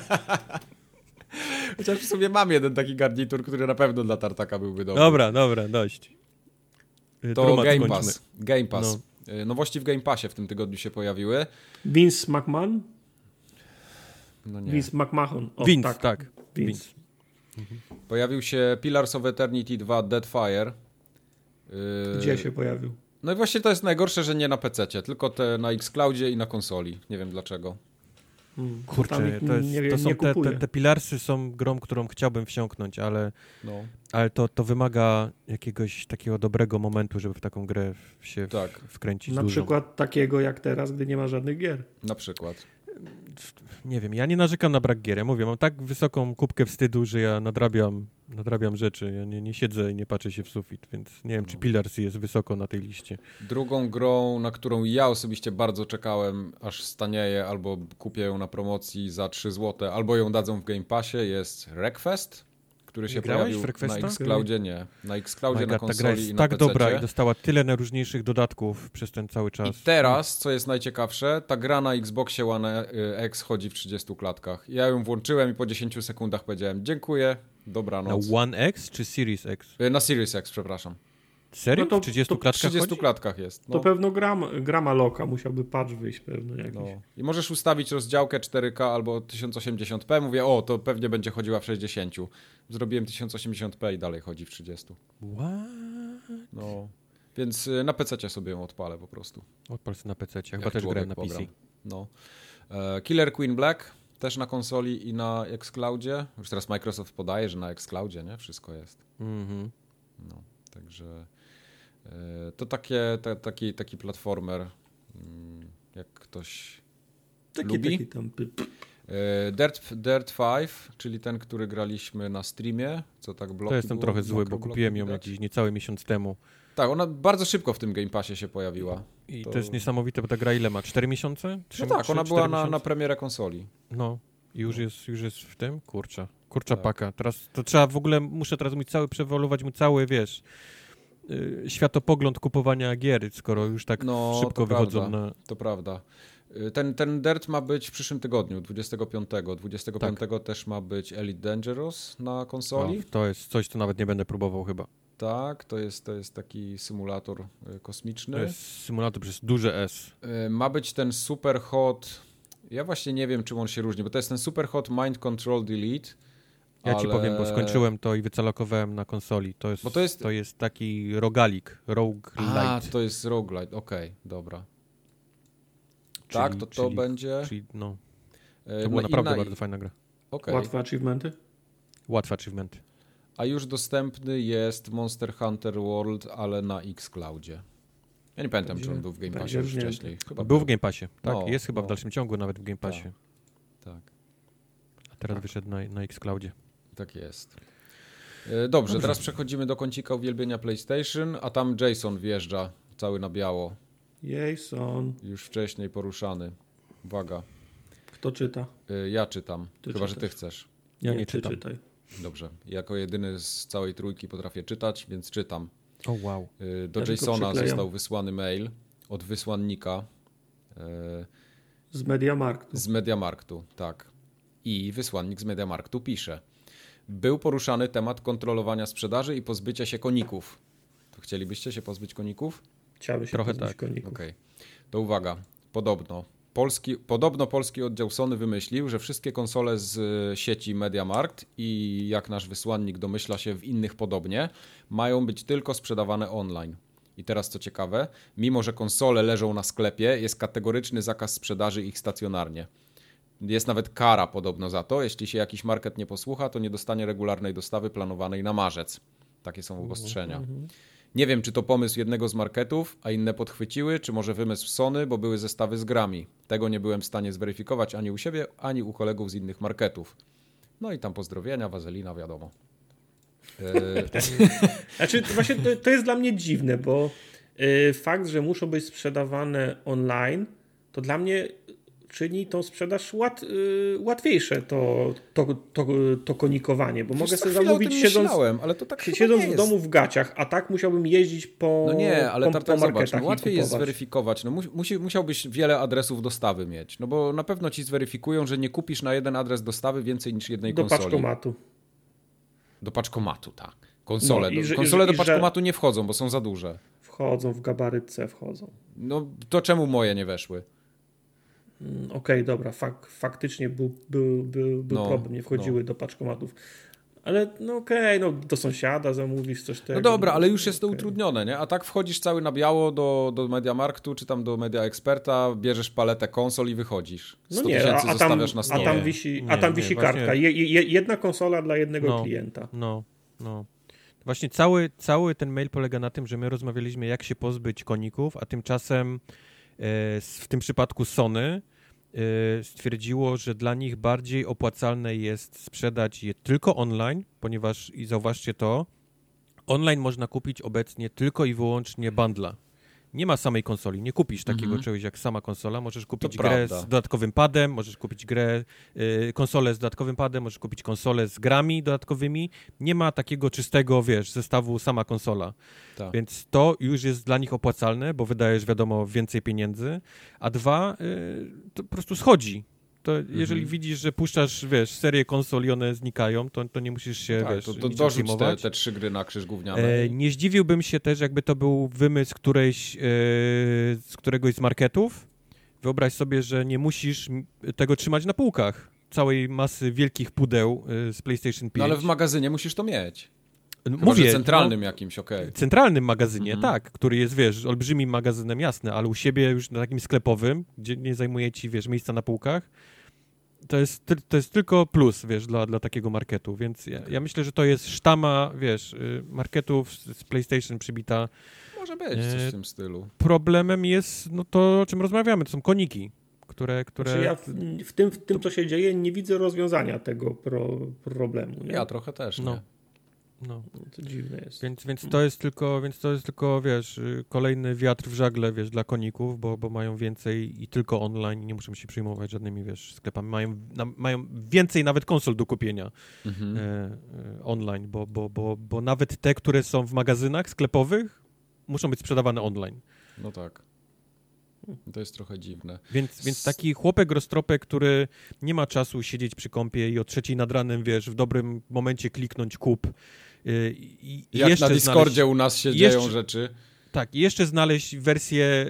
Chociaż w sumie mam jeden taki garnitur, który na pewno dla Tartaka byłby dobry. Dobra, dość. To Game Pass. No. Nowości w Game Passie w tym tygodniu się pojawiły. Vince McMahon? No nie. Vince McMahon. Vince, tak. Vince. Pojawił się Pillars of Eternity 2 Deadfire. Gdzie się pojawił? No i właśnie to jest najgorsze, że nie na PC-cie, tylko na Xcloudzie i na konsoli. Nie wiem dlaczego. Kurczę, te Pillarsy są grą, którą chciałbym wsiąknąć, ale to wymaga jakiegoś takiego dobrego momentu, żeby w taką grę się wkręcić. Na przykład takiego jak teraz, gdy nie ma żadnych gier. Na przykład. Nie wiem, ja nie narzekam na brak gier. Ja mówię, mam tak wysoką kubkę wstydu, że ja nadrabiam rzeczy. Ja nie siedzę i nie patrzę się w sufit, więc nie wiem, czy Pillars jest wysoko na tej liście. Drugą grą, na którą ja osobiście bardzo czekałem, aż stanieje, albo kupię ją na promocji za 3 zł, albo ją dadzą w Game Passie, jest Wreckfest, który się Nie grałeś pojawił w Requesta? na Xcloudzie, nie. Na Xcloudzie, na Ta konsoli gra i jest na tak PC-cie. dobra i dostała tyle różniejszych dodatków przez ten cały czas. I teraz, co jest najciekawsze, ta gra na Xboxie One X chodzi w 30 klatkach. Ja ją włączyłem i po 10 sekundach powiedziałem dziękuję, dobranoc. Na One X czy Series X? Na Series X, przepraszam. Serio? No to- w 30 to klatkach 30 chodzi? klatkach jest. To pewno gra ma loka, musiałby patch wyjść pewno jakiś. No. I możesz ustawić rozdziałkę 4K albo 1080p. Mówię, o, to pewnie będzie chodziła w 60. Zrobiłem 1080p i dalej chodzi w 30. What? No. Więc na PC sobie ją odpalę po prostu. Odpal sobie na PC. Chyba Jak też człowiek grałem na PC. pogram. No. Killer Queen Black też na konsoli i na Xcloudzie. Już teraz Microsoft podaje, że na Xcloudzie, nie? Wszystko jest. Mhm. No. Także to taki platformer, jak ktoś lubi. Taki tam Dirt 5, czyli ten, który graliśmy na streamie, co tak bloki To jestem było, trochę zły, bo bloki kupiłem ją widać. jakiś niecały miesiąc temu. Tak, ona bardzo szybko w tym Game Passie się pojawiła. I to jest niesamowite, bo ta gra ile ma? 4 miesiące? No tak, ona była na premierę konsoli. No. I już jest w tym? Kurcza paka. Teraz to trzeba w ogóle, muszę teraz przewoluować mu cały, wiesz, światopogląd kupowania gier, skoro już tak szybko to wychodzą prawda, na... To prawda. Ten Dirt ma być w przyszłym tygodniu, 25. 25 też ma być Elite Dangerous na konsoli. To jest coś, co nawet nie będę próbował chyba. Tak, to jest taki symulator kosmiczny. To jest symulator przez duże S. Ma być ten Super Hot... Ja właśnie nie wiem, czym on się różni, bo to jest ten Super Hot Mind Control Delete. Ja ci powiem, bo skończyłem to i wycalokowałem na konsoli. To jest taki roguelite. A, to jest roguelite, okej, dobra. Tak, to będzie... Czyli, no, to była naprawdę bardzo fajna gra. Okay. Łatwe achievementy? Łatwe achievementy. A już dostępny jest Monster Hunter World, ale na Xcloudzie. Ja nie pamiętam, czy on był w Game Passie już wcześniej. Chyba był w Game Passie, tak. Jest chyba w dalszym ciągu nawet w Game Passie. Tak. A teraz wyszedł na Xcloudzie. Tak jest. Dobrze, teraz przechodzimy do kącika uwielbienia PlayStation, a tam Jason wjeżdża cały na biało. Jason. Już wcześniej poruszany. Uwaga. Kto czyta? Ja czytam, chyba czytasz. że ty chcesz. Ja nie czytam. Czytaj. Dobrze. Jako jedyny z całej trójki potrafię czytać, więc czytam. O wow. Do Jasona został wysłany mail od wysłannika. Z Mediamarktu. Z Mediamarktu, tak. I wysłannik z Mediamarktu pisze: był poruszany temat kontrolowania sprzedaży i pozbycia się koników. To chcielibyście się pozbyć koników? Chciałby się trochę pozbyć tak. koników. Okej. To uwaga. Podobno polski oddział Sony wymyślił, że wszystkie konsole z sieci Mediamarkt i jak nasz wysłannik domyśla się w innych podobnie, mają być tylko sprzedawane online. I teraz co ciekawe, mimo że konsole leżą na sklepie, jest kategoryczny zakaz sprzedaży ich stacjonarnie. Jest nawet kara podobno za to. Jeśli się jakiś market nie posłucha, to nie dostanie regularnej dostawy planowanej na marzec. Takie są obostrzenia. Nie wiem, czy to pomysł jednego z marketów, a inne podchwyciły, czy może wymysł Sony, bo były zestawy z grami. Tego nie byłem w stanie zweryfikować ani u siebie, ani u kolegów z innych marketów. No i tam pozdrowienia, wazelina, wiadomo. Znaczy, właśnie to jest dla mnie dziwne, bo fakt, że muszą być sprzedawane online, to dla mnie czyni tą sprzedaż łatwiejsze to konikowanie, bo mogę sobie zamówić ale to tak siedząc w domu w gaciach, a tak musiałbym jeździć po No nie, ale po zobacz, no łatwiej jest kupować. zweryfikować. No musiałbyś wiele adresów dostawy mieć, no bo na pewno ci zweryfikują, że nie kupisz na jeden adres dostawy więcej niż jednej konsoli. Do paczkomatu. Do paczkomatu, tak. Konsole, No, konsole do paczkomatu nie wchodzą, bo są za duże. Wchodzą, w gabaryt C wchodzą. No to czemu moje nie weszły? Okej, dobra, faktycznie był problem, nie wchodziły do paczkomatów. Ale do sąsiada zamówisz coś tego. No dobra, ale już jest to utrudnione, nie? A tak wchodzisz cały na biało do Mediamarktu, czy tam do Media Experta, bierzesz paletę konsol i wychodzisz. 100 tysięcy zostawiasz na stole. A tam wisi kartka. Jedna konsola dla jednego klienta. No. Właśnie cały ten mail polega na tym, że my rozmawialiśmy, jak się pozbyć koników, a tymczasem w tym przypadku Sony stwierdziło, że dla nich bardziej opłacalne jest sprzedać je tylko online, ponieważ, i zauważcie to, online można kupić obecnie tylko i wyłącznie bundla. Nie ma samej konsoli, nie kupisz takiego czegoś jak sama konsola, możesz kupić To grę prawda. z dodatkowym padem, możesz kupić konsolę z dodatkowym padem, możesz kupić konsolę z grami dodatkowymi. Nie ma takiego czystego, zestawu sama konsola. Tak. Więc to już jest dla nich opłacalne, bo wydajesz, wiadomo, więcej pieniędzy, a dwa, to po prostu schodzi. To jeżeli widzisz, że puszczasz, serię konsol i one znikają, to nie musisz się, Tak, to niczym dorzuć przejmować. te 3 gry na krzyż gówniany. Nie zdziwiłbym się też, jakby to był wymysł z któregoś z marketów. Wyobraź sobie, że nie musisz tego trzymać na półkach. Całej masy wielkich pudeł z PlayStation 5. No ale w magazynie musisz to mieć. Chyba, Mówię, że centralnym jakimś, okej. centralnym magazynie, tak, który jest, olbrzymim magazynem, jasne, ale u siebie już na takim sklepowym, gdzie nie zajmuje ci, miejsca na półkach, to jest tylko plus, dla takiego marketu, więc ja myślę, że to jest sztama, marketów z PlayStation przybita. Może być coś w tym stylu. Problemem jest, to o czym rozmawiamy, to są koniki, które... Znaczy ja w tym, co się dzieje, nie widzę rozwiązania tego problemu. Nie? Ja trochę też, nie? No. To dziwne jest. Więc to jest tylko, kolejny wiatr w żagle, dla koników, bo mają więcej i tylko online i nie muszą się przyjmować żadnymi, sklepami. Mają więcej nawet konsol do kupienia online, bo nawet te, które są w magazynach sklepowych, muszą być sprzedawane online. No tak. To jest trochę dziwne. Więc taki chłopek roztropek, który nie ma czasu siedzieć przy kompie i o 3:00 nad ranem, w dobrym momencie kliknąć kup. I jak jeszcze na Discordzie znaleźć, u nas się dzieją rzeczy. Tak, i jeszcze znaleźć wersję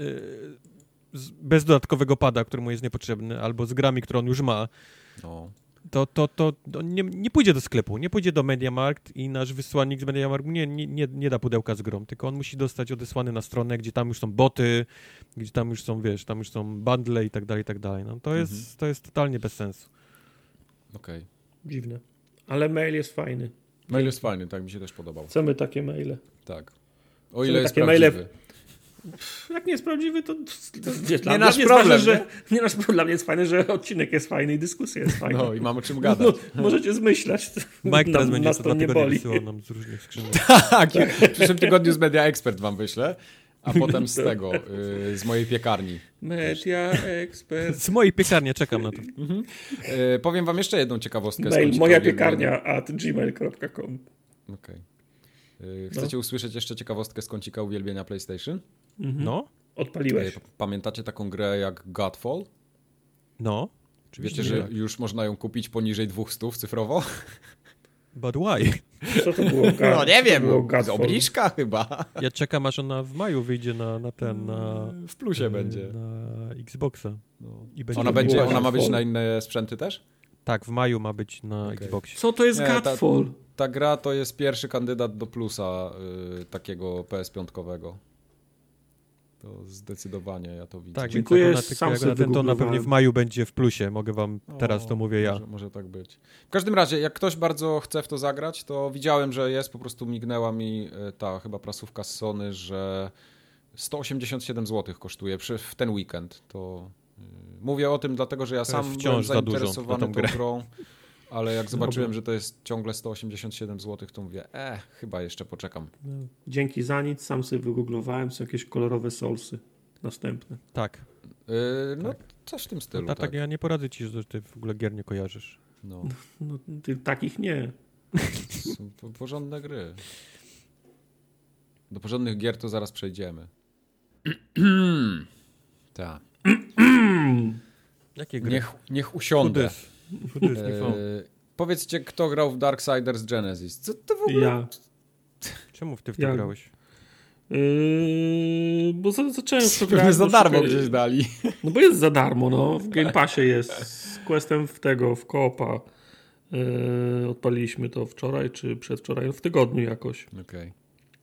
bez dodatkowego pada, który mu jest niepotrzebny, albo z grami, które on już ma. No. To nie pójdzie do sklepu, nie pójdzie do MediaMarkt i nasz wysłannik z MediaMarkt nie da pudełka z grą, tylko on musi dostać odesłany na stronę, gdzie tam już są boty, gdzie tam już są, tam już są bundle i tak dalej, i tak dalej. No, to jest totalnie bez sensu. Okej. Dziwne. Ale mail jest fajny. Mail jest fajny, tak mi się też podobał. Chcemy takie maile. Tak. O ile jest takie prawdziwy. maile. Jak nie jest prawdziwy, to nie nasz problem, dla mnie jest fajne, że odcinek jest fajny i dyskusja jest fajna. No i mamy o czym gadać. Możecie zmyślać. Mike teraz będzie nas co to 2 nie tygodnie boli. wysyłał nam z różnych skrzynek. Tak, w przyszłym tygodniu z Media Expert wam wyślę, a potem z tego, z mojej piekarni. Media Expert. Z mojej piekarni, czekam na to. Powiem wam jeszcze jedną ciekawostkę. Mail moja piekarnia @gmail.com. Okej. Chcecie usłyszeć jeszcze ciekawostkę z kącika uwielbienia PlayStation? No? Odpaliłeś. Pamiętacie taką grę jak Godfall? No? Wiecie, że już można ją kupić poniżej 200 cyfrowo? But why? Co to było? No nie wiem, Godfall? z obniżka chyba. Ja czekam, aż ona w maju wyjdzie na W plusie będzie. Na Xboxa. No. I Ona ma być na inne sprzęty też? Tak, w maju ma być na Xboxie. Co to jest Godfall? Ta gra to jest pierwszy kandydat do plusa takiego PS5-kowego. To zdecydowanie ja to widzę. Tak, dziękuję, więc sam sobie to na pewnie w maju będzie w plusie. Mogę wam teraz to mówię ja. Może tak być. W każdym razie, jak ktoś bardzo chce w to zagrać, to widziałem, że jest, po prostu mignęła mi ta chyba prasówka z Sony, że 187 zł kosztuje w ten weekend. To mówię o tym dlatego, że ja sam byłem zainteresowany tą grą, ale jak zobaczyłem, że to jest ciągle 187 zł, to mówię, chyba jeszcze poczekam. Dzięki za nic, sam sobie wygooglowałem, są jakieś kolorowe soulsy następne. Tak. No, coś w tym stylu. No, tak, ja nie poradzę ci, że ty w ogóle gier nie kojarzysz. No. No, ty takich nie. Są porządne gry. Do porządnych gier to zaraz przejdziemy. Tak. Jakie gry? Niech usiądę. Powiedzcie, kto grał w Darksiders Genesis? Co to w ogóle? Ja. Czemu w to grałeś? Bo zacząłem w to grać. Za darmo gdzieś dali. No bo jest za darmo, no. W Game Passie jest. Z questem w koopa. Odpaliliśmy to wczoraj, czy przedwczoraj, w tygodniu jakoś. Okay.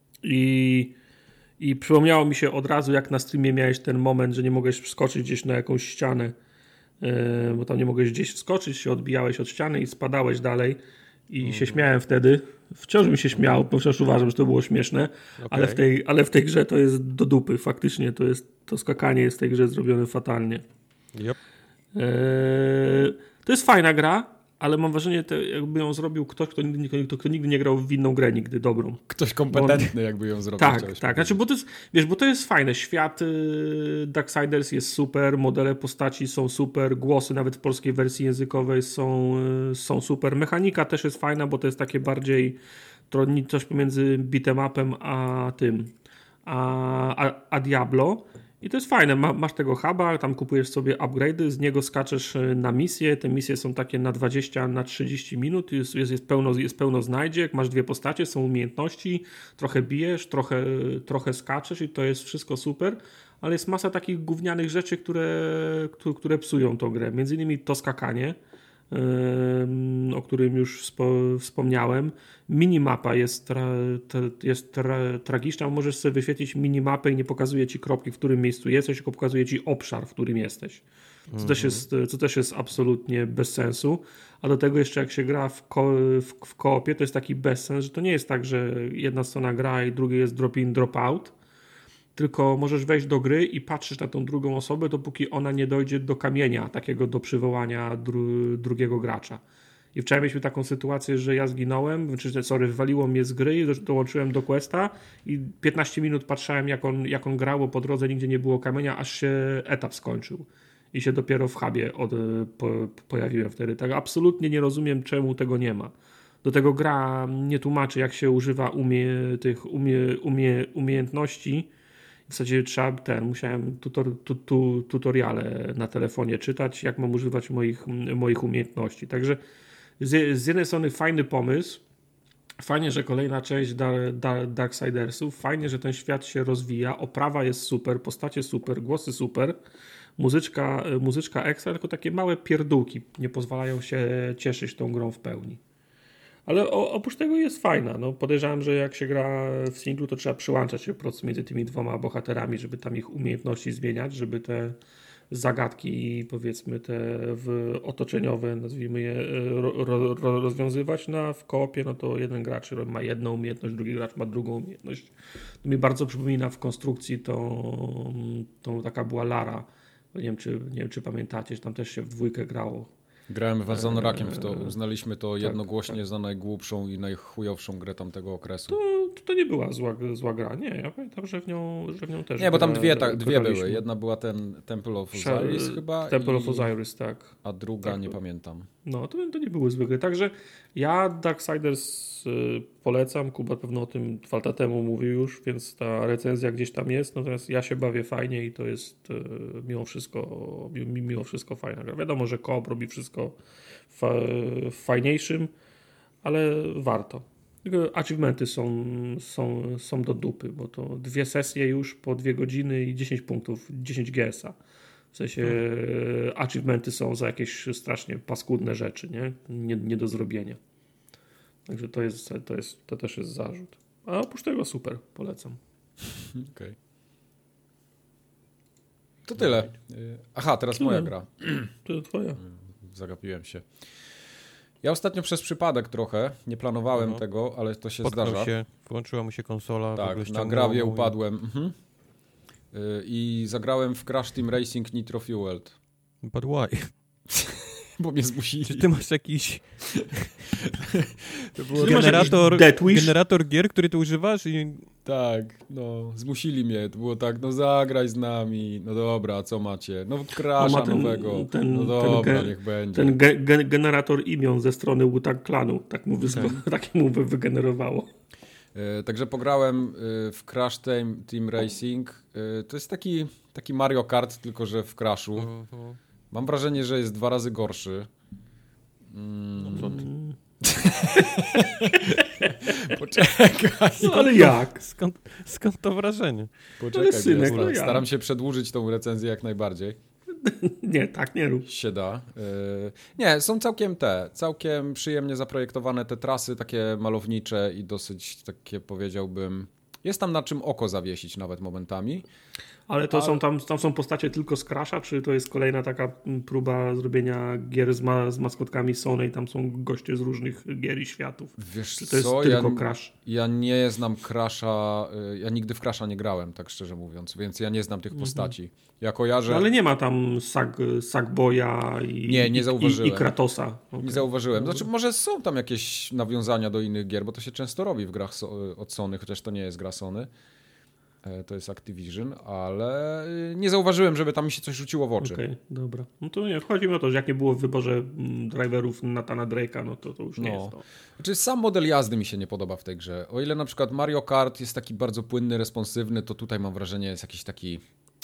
I przypomniało mi się od razu, jak na streamie miałeś ten moment, że nie mogłeś wskoczyć gdzieś na jakąś ścianę, bo tam nie mogłeś gdzieś wskoczyć, się odbijałeś od ściany i spadałeś dalej i się śmiałem wtedy. Wciąż mi się śmiał, bo wciąż uważam, że to było śmieszne, ale w tej grze to jest do dupy. Faktycznie to skakanie jest w tej grze zrobione fatalnie. Yep. To jest fajna gra. ale mam wrażenie, jakby ją zrobił ktoś, kto nigdy nie grał w inną grę nigdy dobrą. Ktoś kompetentny jakby ją zrobił. Tak. Znaczy, bo to jest fajne. Świat Darksiders jest super, modele postaci są super, głosy nawet w polskiej wersji językowej są super. Mechanika też jest fajna, bo to jest takie bardziej coś pomiędzy beat'em upem a Diablo. I to jest fajne, masz tego huba, tam kupujesz sobie upgrade'y, z niego skaczesz na misje, te misje są takie na 20, na 30 minut, jest pełno znajdziek, masz 2 postacie, są umiejętności, trochę bijesz, trochę skaczesz i to jest wszystko super, ale jest masa takich gównianych rzeczy, które psują tą grę, między innymi to skakanie, o którym już wspomniałem. Minimapa jest tragiczna. Możesz sobie wyświetlić minimapę i nie pokazuje ci kropki, w którym miejscu jesteś, tylko pokazuje ci obszar, w którym jesteś. Co też jest absolutnie bez sensu. A do tego jeszcze jak się gra w koopie, to jest taki bezsens, że to nie jest tak, że jedna strona gra i druga jest drop in, drop out, tylko możesz wejść do gry i patrzysz na tą drugą osobę, dopóki ona nie dojdzie do kamienia takiego do przywołania drugiego gracza. I wczoraj mieliśmy taką sytuację, że ja zginąłem, wywaliło mnie z gry i dołączyłem do questa i 15 minut patrzałem jak on grał, bo po drodze nigdzie nie było kamienia, aż się etap skończył. I się dopiero w hubie pojawiłem wtedy. Tak absolutnie nie rozumiem, czemu tego nie ma. Do tego gra nie tłumaczy, jak się używa umiejętności. W zasadzie musiałem tutoriale na telefonie czytać, jak mam używać moich umiejętności. Także z jednej strony fajny pomysł, fajnie, że kolejna część Darksidersów, fajnie, że ten świat się rozwija, oprawa jest super, postacie super, głosy super, muzyczka ekstra, tylko takie małe pierdółki nie pozwalają się cieszyć tą grą w pełni. Ale oprócz tego jest fajna. No, podejrzewam, że jak się gra w singlu, to trzeba przyłączać się po prostu między tymi 2 bohaterami, żeby tam ich umiejętności zmieniać, żeby te zagadki, powiedzmy te otoczeniowe, nazwijmy je, rozwiązywać. W koopie, no to jeden gracz ma jedną umiejętność, drugi gracz ma drugą umiejętność. To mi bardzo przypomina w konstrukcji tą taka była Lara. Nie wiem, czy pamiętacie, że tam też się w 2 grało. Grałem z Anorakiem w to, uznaliśmy to jednogłośnie za najgłupszą i najchujowszą grę tamtego okresu. To nie była zła gra, nie, ja pamiętam, że w nią też. Nie, bo tam dwie były, jedna była ten Temple of Osiris chyba. Temple of Osiris, tak. A druga nie pamiętam. No, to nie były złe gry, także ja Darksiders polecam, Kuba pewno o tym 2 lata temu mówił już, więc ta recenzja gdzieś tam jest, natomiast ja się bawię fajnie i to jest mimo wszystko fajna gra. Wiadomo, że koop robi wszystko fajniejszym, ale warto. Tylko achievementy są do dupy, bo to 2 sesje już po 2 godziny i 10 punktów, 10 GS-a. W sensie achievementy są za jakieś strasznie paskudne rzeczy, nie do zrobienia. Także to też jest zarzut. A oprócz tego super, polecam. Okej. To tyle. Aha, teraz moja gra. To twoja. Zagapiłem się. Ja ostatnio przez przypadek trochę, nie planowałem tego, ale to się zdarza. Włączyła mu się konsola. Tak, na grawie upadłem. I zagrałem w Crash Team Racing Nitro Fueled. But why? Bo mnie zmusili. Czy ty masz jakiś to było generator gier, który ty używasz? Tak, no, zmusili mnie. To było tak, no zagraj z nami. No dobra, co macie? No Crasha nowego. No dobra, niech będzie. Ten generator imion ze strony Wu-Tang Clanu, tak mu wygenerowało. Także pograłem w Crash Team Racing. To jest taki Mario Kart, tylko że w Crashu. Mam wrażenie, że jest 2 razy gorszy. Poczekaj. Ale jak? Skąd to wrażenie? Poczekaj, staram się przedłużyć tą recenzję jak najbardziej. Nie, tak nie rób. Się da. Nie, są całkiem przyjemnie zaprojektowane te trasy, takie malownicze i dosyć takie, powiedziałbym, Jest tam na czym oko zawiesić nawet momentami. Ale to są tam są postacie tylko z Crasha, czy to jest kolejna taka próba zrobienia gier z maskotkami Sony i tam są goście z różnych gier i światów? Wiesz czy to jest co? tylko Crash? Ja nie znam Crasha, ja nigdy w Crasha nie grałem, tak szczerze mówiąc, więc ja nie znam tych postaci. Ja kojarzę... No, ale nie ma tam Sackboya nie zauważyłem. I Kratosa. Okay. Nie zauważyłem. Znaczy może są tam jakieś nawiązania do innych gier, bo to się często robi w grach od Sony, chociaż to nie jest gra Sony. To jest Activision, ale nie zauważyłem, żeby tam mi się coś rzuciło w oczy. Okej, dobra. No to nie, chodzi mi o to, że jak nie było w wyborze driverów Nathana Drake'a, no to już nie jest to. Znaczy sam model jazdy mi się nie podoba w tej grze. O ile na przykład Mario Kart jest taki bardzo płynny, responsywny, to tutaj mam wrażenie, jest jakiś taki...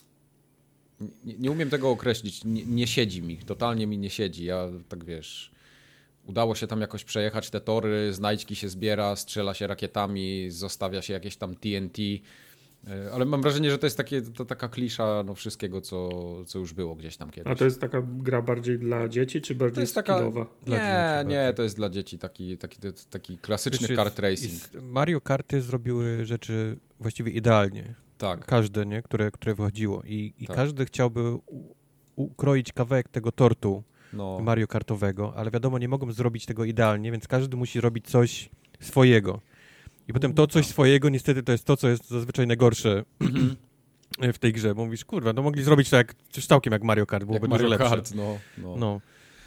Nie umiem tego określić. Nie siedzi mi. Totalnie mi nie siedzi. Ja tak wiesz... Udało się tam jakoś przejechać te tory, znajdźki się zbiera, strzela się rakietami, zostawia się jakieś tam TNT... Ale mam wrażenie, że to jest taka klisza wszystkiego, co już było gdzieś tam kiedyś. A to jest taka gra bardziej dla dzieci, czy bardziej skillowa? Nie, to jest dla dzieci taki klasyczny kart racing. Mario Karty zrobiły rzeczy właściwie idealnie. Tak. Każde, nie? Które wychodziło. I tak. Każdy chciałby ukroić kawałek tego tortu Mario Kartowego, ale wiadomo, nie mogą zrobić tego idealnie, więc każdy musi robić coś swojego. I potem to coś swojego, niestety to jest to, co jest zazwyczaj najgorsze w tej grze. Bo mówisz, kurwa, no mogli zrobić to całkiem jak Mario Kart, byłoby dużo lepsze. Kart, no.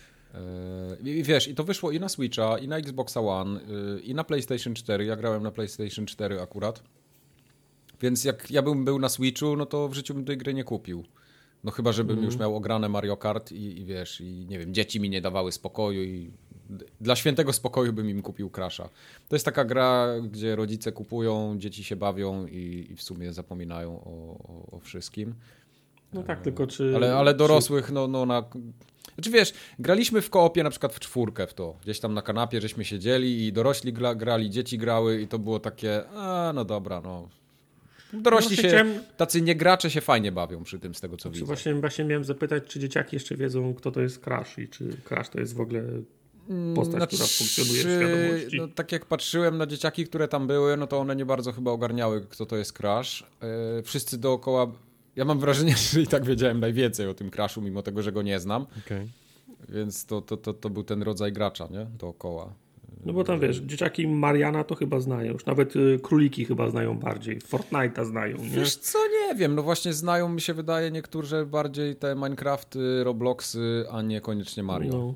I wiesz, i to wyszło i na Switcha, i na Xboxa One, i na PlayStation 4. Ja grałem na PlayStation 4 akurat. Więc jak ja bym był na Switchu, no to w życiu bym tej gry nie kupił. No chyba, żebym już miał ograne Mario Kart i wiesz, i nie wiem, dzieci mi nie dawały spokoju i dla świętego spokoju bym im kupił Crasha. To jest taka gra, gdzie rodzice kupują, dzieci się bawią i w sumie zapominają o wszystkim. No tak, tylko czy... Ale dorosłych, Znaczy wiesz, graliśmy w koopie na przykład w 4 w to. Gdzieś tam na kanapie żeśmy siedzieli i dorośli grali, dzieci grały i to było takie, no dobra, no... Dorośli tacy niegracze się fajnie bawią przy tym, z tego co widzę. Właśnie miałem zapytać, czy dzieciaki jeszcze wiedzą, kto to jest Crash i czy Crash to jest w ogóle postać, która funkcjonuje w świadomości. No, tak jak patrzyłem na dzieciaki, które tam były, no to one nie bardzo chyba ogarniały, kto to jest Crash. Wszyscy dookoła... Ja mam wrażenie, że i tak wiedziałem najwięcej o tym Crashu, mimo tego, że go nie znam. Okay. Więc to był ten rodzaj gracza, nie? Dookoła. No bo tam wiesz, dzieciaki Mariana to chyba znają, już nawet króliki chyba znają bardziej, Fortnite'a znają, nie? Wiesz co, nie wiem, no właśnie znają, mi się wydaje, niektórzy bardziej te Minecrafty, Robloxy, a niekoniecznie Mario.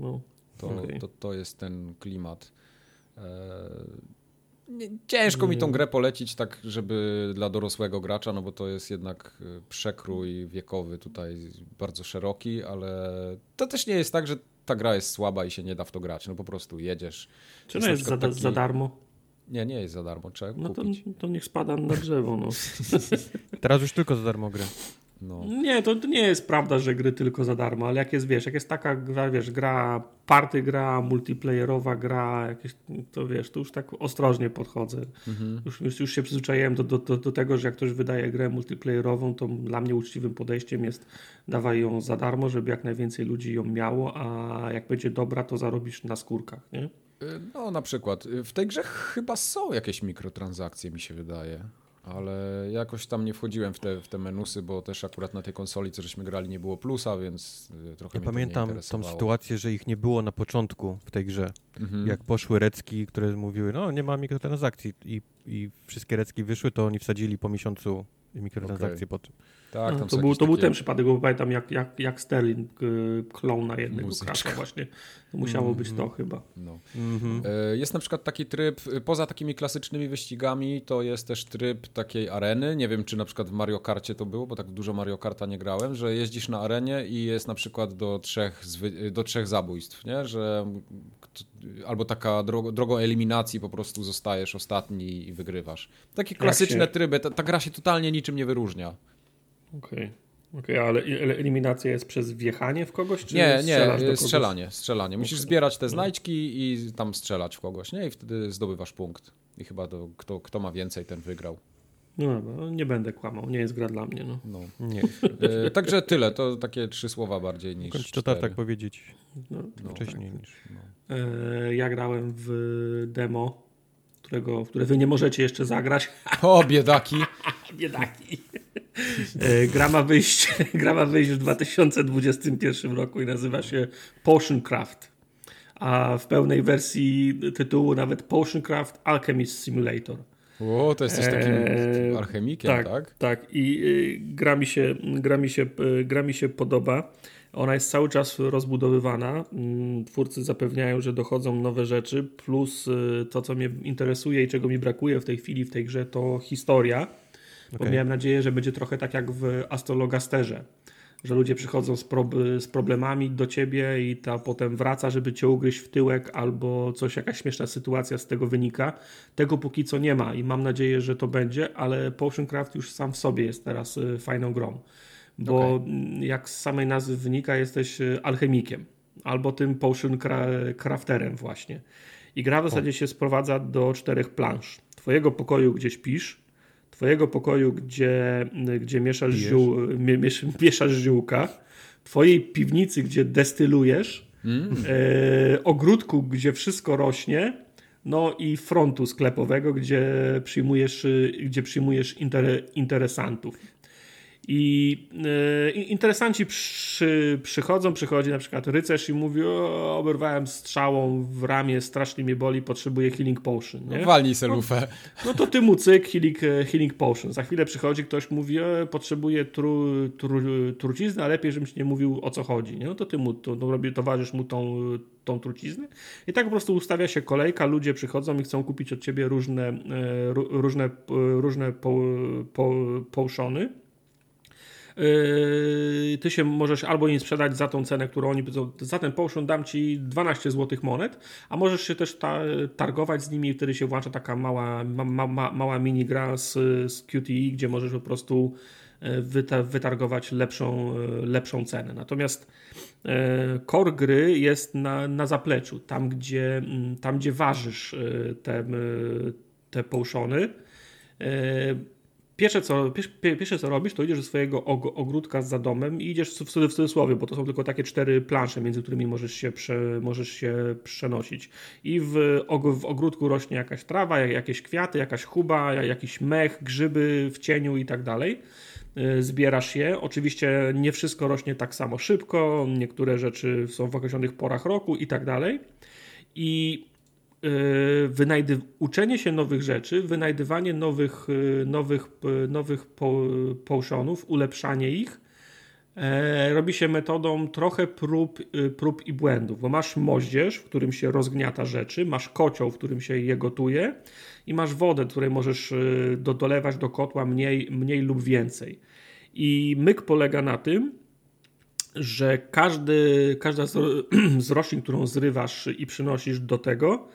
To jest ten klimat. Ciężko mi tą grę polecić tak, żeby dla dorosłego gracza, no bo to jest jednak przekrój wiekowy tutaj bardzo szeroki, ale to też nie jest tak, że ta gra jest słaba i się nie da w to grać. No po prostu jedziesz. Czy ona jest za darmo? Nie jest za darmo. Trzeba kupić. To niech spada na drzewo. No. Teraz już tylko za darmo grę. No. Nie, to nie jest prawda, że gry tylko za darmo, ale jak jest taka gra, gra party gra, multiplayerowa gra, to już tak ostrożnie podchodzę. Już się przyzwyczaiłem do tego, że jak ktoś wydaje grę multiplayerową, to dla mnie uczciwym podejściem jest dawaj ją za darmo, żeby jak najwięcej ludzi ją miało, a jak będzie dobra, to zarobisz na skórkach, nie? No na przykład. W tej grze chyba są jakieś mikrotransakcje, mi się wydaje. Ale jakoś tam nie wchodziłem w te menusy, bo też akurat na tej konsoli, co żeśmy grali, nie było plusa, więc trochę mnie to nie interesowało. Pamiętam tą sytuację, że ich nie było na początku w tej grze. Jak poszły recki, które mówiły, nie ma mikrotransakcji i wszystkie recki wyszły, to oni wsadzili po miesiącu mikrotransakcje po tym. Tak, tam to był ten przypadek, bo pamiętam jak Sterling klął na jednego Crasha właśnie. To musiało być to chyba. No. Jest na przykład taki tryb, poza takimi klasycznymi wyścigami, to jest też tryb takiej areny. Nie wiem, czy na przykład w Mario Karcie to było, bo tak dużo Mario Karta nie grałem, że jeździsz na arenie i jest na przykład do 3 zabójstw, nie? Że albo taka drogą eliminacji po prostu zostajesz ostatni i wygrywasz. Takie klasyczne tryby. Ta gra się totalnie niczym nie wyróżnia. Okej, ale eliminacja jest przez wjechanie w kogoś, czy nie, strzelanie. Musisz zbierać te znajdźki i tam strzelać w kogoś, nie? I wtedy zdobywasz punkt. I chyba kto ma więcej, ten wygrał. No, nie będę kłamał, nie jest gra dla mnie. No. Nie. Także tyle, to takie 3 słowa bardziej niż 4. To tak powiedzieć wcześniej niż... Ja grałem w demo, w które wy nie możecie jeszcze zagrać. O, biedaki. Biedaki. Gra ma wyjść w 2021 roku i nazywa się Potioncraft. A w pełnej wersji tytułu nawet Potioncraft Alchemist Simulator. O, to jesteś takim alchemikiem, tak? Tak. I gra mi się podoba. Ona jest cały czas rozbudowywana. Twórcy zapewniają, że dochodzą nowe rzeczy, plus to, co mnie interesuje i czego mi brakuje w tej chwili w tej grze, to historia. Bo miałem nadzieję, że będzie trochę tak jak w Astrologasterze, że ludzie przychodzą z problemami do ciebie i ta potem wraca, żeby cię ugryźć w tyłek albo jakaś śmieszna sytuacja z tego wynika. Tego póki co nie ma i mam nadzieję, że to będzie, ale Potioncraft już sam w sobie jest teraz fajną grą. Bo jak z samej nazwy wynika, jesteś alchemikiem albo tym potion crafterem właśnie. I gra w zasadzie się sprowadza do 4 plansz. Twojego pokoju, gdzie śpisz, twojego pokoju, gdzie mieszasz ziółka, twojej piwnicy, gdzie destylujesz, ogródku, gdzie wszystko rośnie, no i frontu sklepowego, gdzie przyjmujesz interesantów. I interesanci przychodzi na przykład rycerz i mówi: oberwałem strzałą w ramię, strasznie mnie boli, potrzebuję healing potion. Nie? Walnij se lufę. No to ty mu cyk, healing potion. Za chwilę przychodzi ktoś, mówi: potrzebuję trucizny, a lepiej, żebyś nie mówił, o co chodzi. Nie? No to ty mu towarzysz mu tą truciznę. I tak po prostu ustawia się kolejka, ludzie przychodzą i chcą kupić od ciebie różne potiony. Ty się możesz albo im sprzedać za tą cenę, którą oni powiedzą, za ten potion dam ci 12 złotych monet, a możesz się też targować z nimi i wtedy się włącza taka mała minigra z QTE, gdzie możesz po prostu wytargować lepszą cenę. Natomiast core gry jest na zapleczu, tam gdzie ważysz te potiony. Pierwsze co robisz, to idziesz do swojego ogródka za domem i idziesz w cudzysłowie, bo to są tylko takie 4 plansze, między którymi możesz się przenosić. I w ogródku rośnie jakaś trawa, jakieś kwiaty, jakaś chuba, jakiś mech, grzyby w cieniu i tak dalej. Zbierasz je. Oczywiście nie wszystko rośnie tak samo szybko, niektóre rzeczy są w określonych porach roku i tak dalej. I uczenie się nowych rzeczy, wynajdywanie nowych potionów, ulepszanie ich robi się metodą trochę prób i błędów, bo masz moździerz, w którym się rozgniata rzeczy, masz kocioł, w którym się je gotuje i masz wodę, której możesz dolewać do kotła mniej lub więcej. I myk polega na tym, że każda z roślin, którą zrywasz i przynosisz do tego,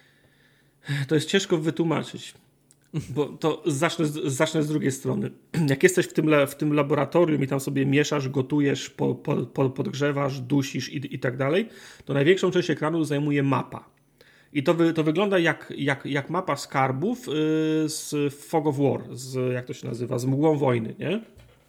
to jest ciężko wytłumaczyć, bo to zacznę z drugiej strony. Jak jesteś w tym laboratorium i tam sobie mieszasz, gotujesz, podgrzewasz, dusisz i tak dalej, to największą część ekranu zajmuje mapa. I to wygląda jak mapa skarbów z Fog of War, jak to się nazywa, z Mgłą Wojny, nie?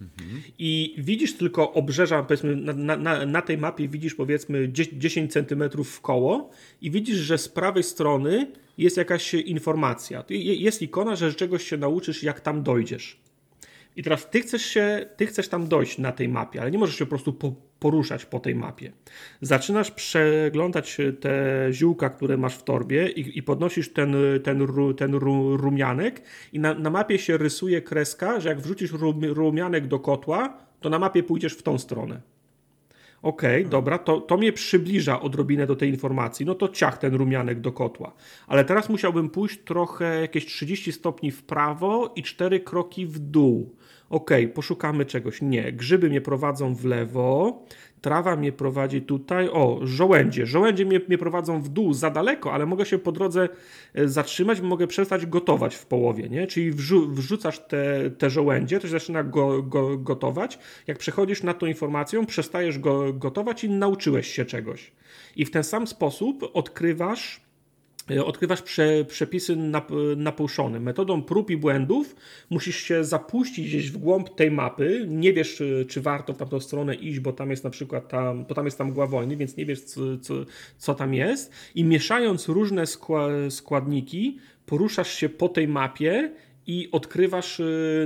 I widzisz tylko obrzeża, powiedzmy, na tej mapie widzisz powiedzmy 10 cm w koło i widzisz, że z prawej strony jest jakaś informacja. Jest ikona, że czegoś się nauczysz, jak tam dojdziesz. I teraz ty chcesz tam dojść na tej mapie, ale nie możesz się po prostu poruszać po tej mapie. Zaczynasz przeglądać te ziółka, które masz w torbie i podnosisz ten rumianek i na mapie się rysuje kreska, że jak wrzucisz rumianek do kotła, to na mapie pójdziesz w tą stronę. Okej, dobra, to mnie przybliża odrobinę do tej informacji, no to ciach ten rumianek do kotła. Ale teraz musiałbym pójść trochę jakieś 30 stopni w prawo i 4 kroki w dół. Okej, poszukamy czegoś. Nie, grzyby mnie prowadzą w lewo, trawa mnie prowadzi tutaj. O, żołędzie. Żołędzie mnie prowadzą w dół za daleko, ale mogę się po drodze zatrzymać, mogę przestać gotować w połowie, nie? Czyli wrzucasz te żołędzie, to się zaczyna gotować. Jak przechodzisz nad tą informacją, przestajesz gotować i nauczyłeś się czegoś. I w ten sam sposób odkrywasz przepisy napouszone. Metodą prób i błędów musisz się zapuścić gdzieś w głąb tej mapy. Nie wiesz, czy warto w tamtą stronę iść, bo tam jest na przykład bo tam jest mgła wojny, więc nie wiesz, co tam jest. I mieszając różne składniki, poruszasz się po tej mapie i odkrywasz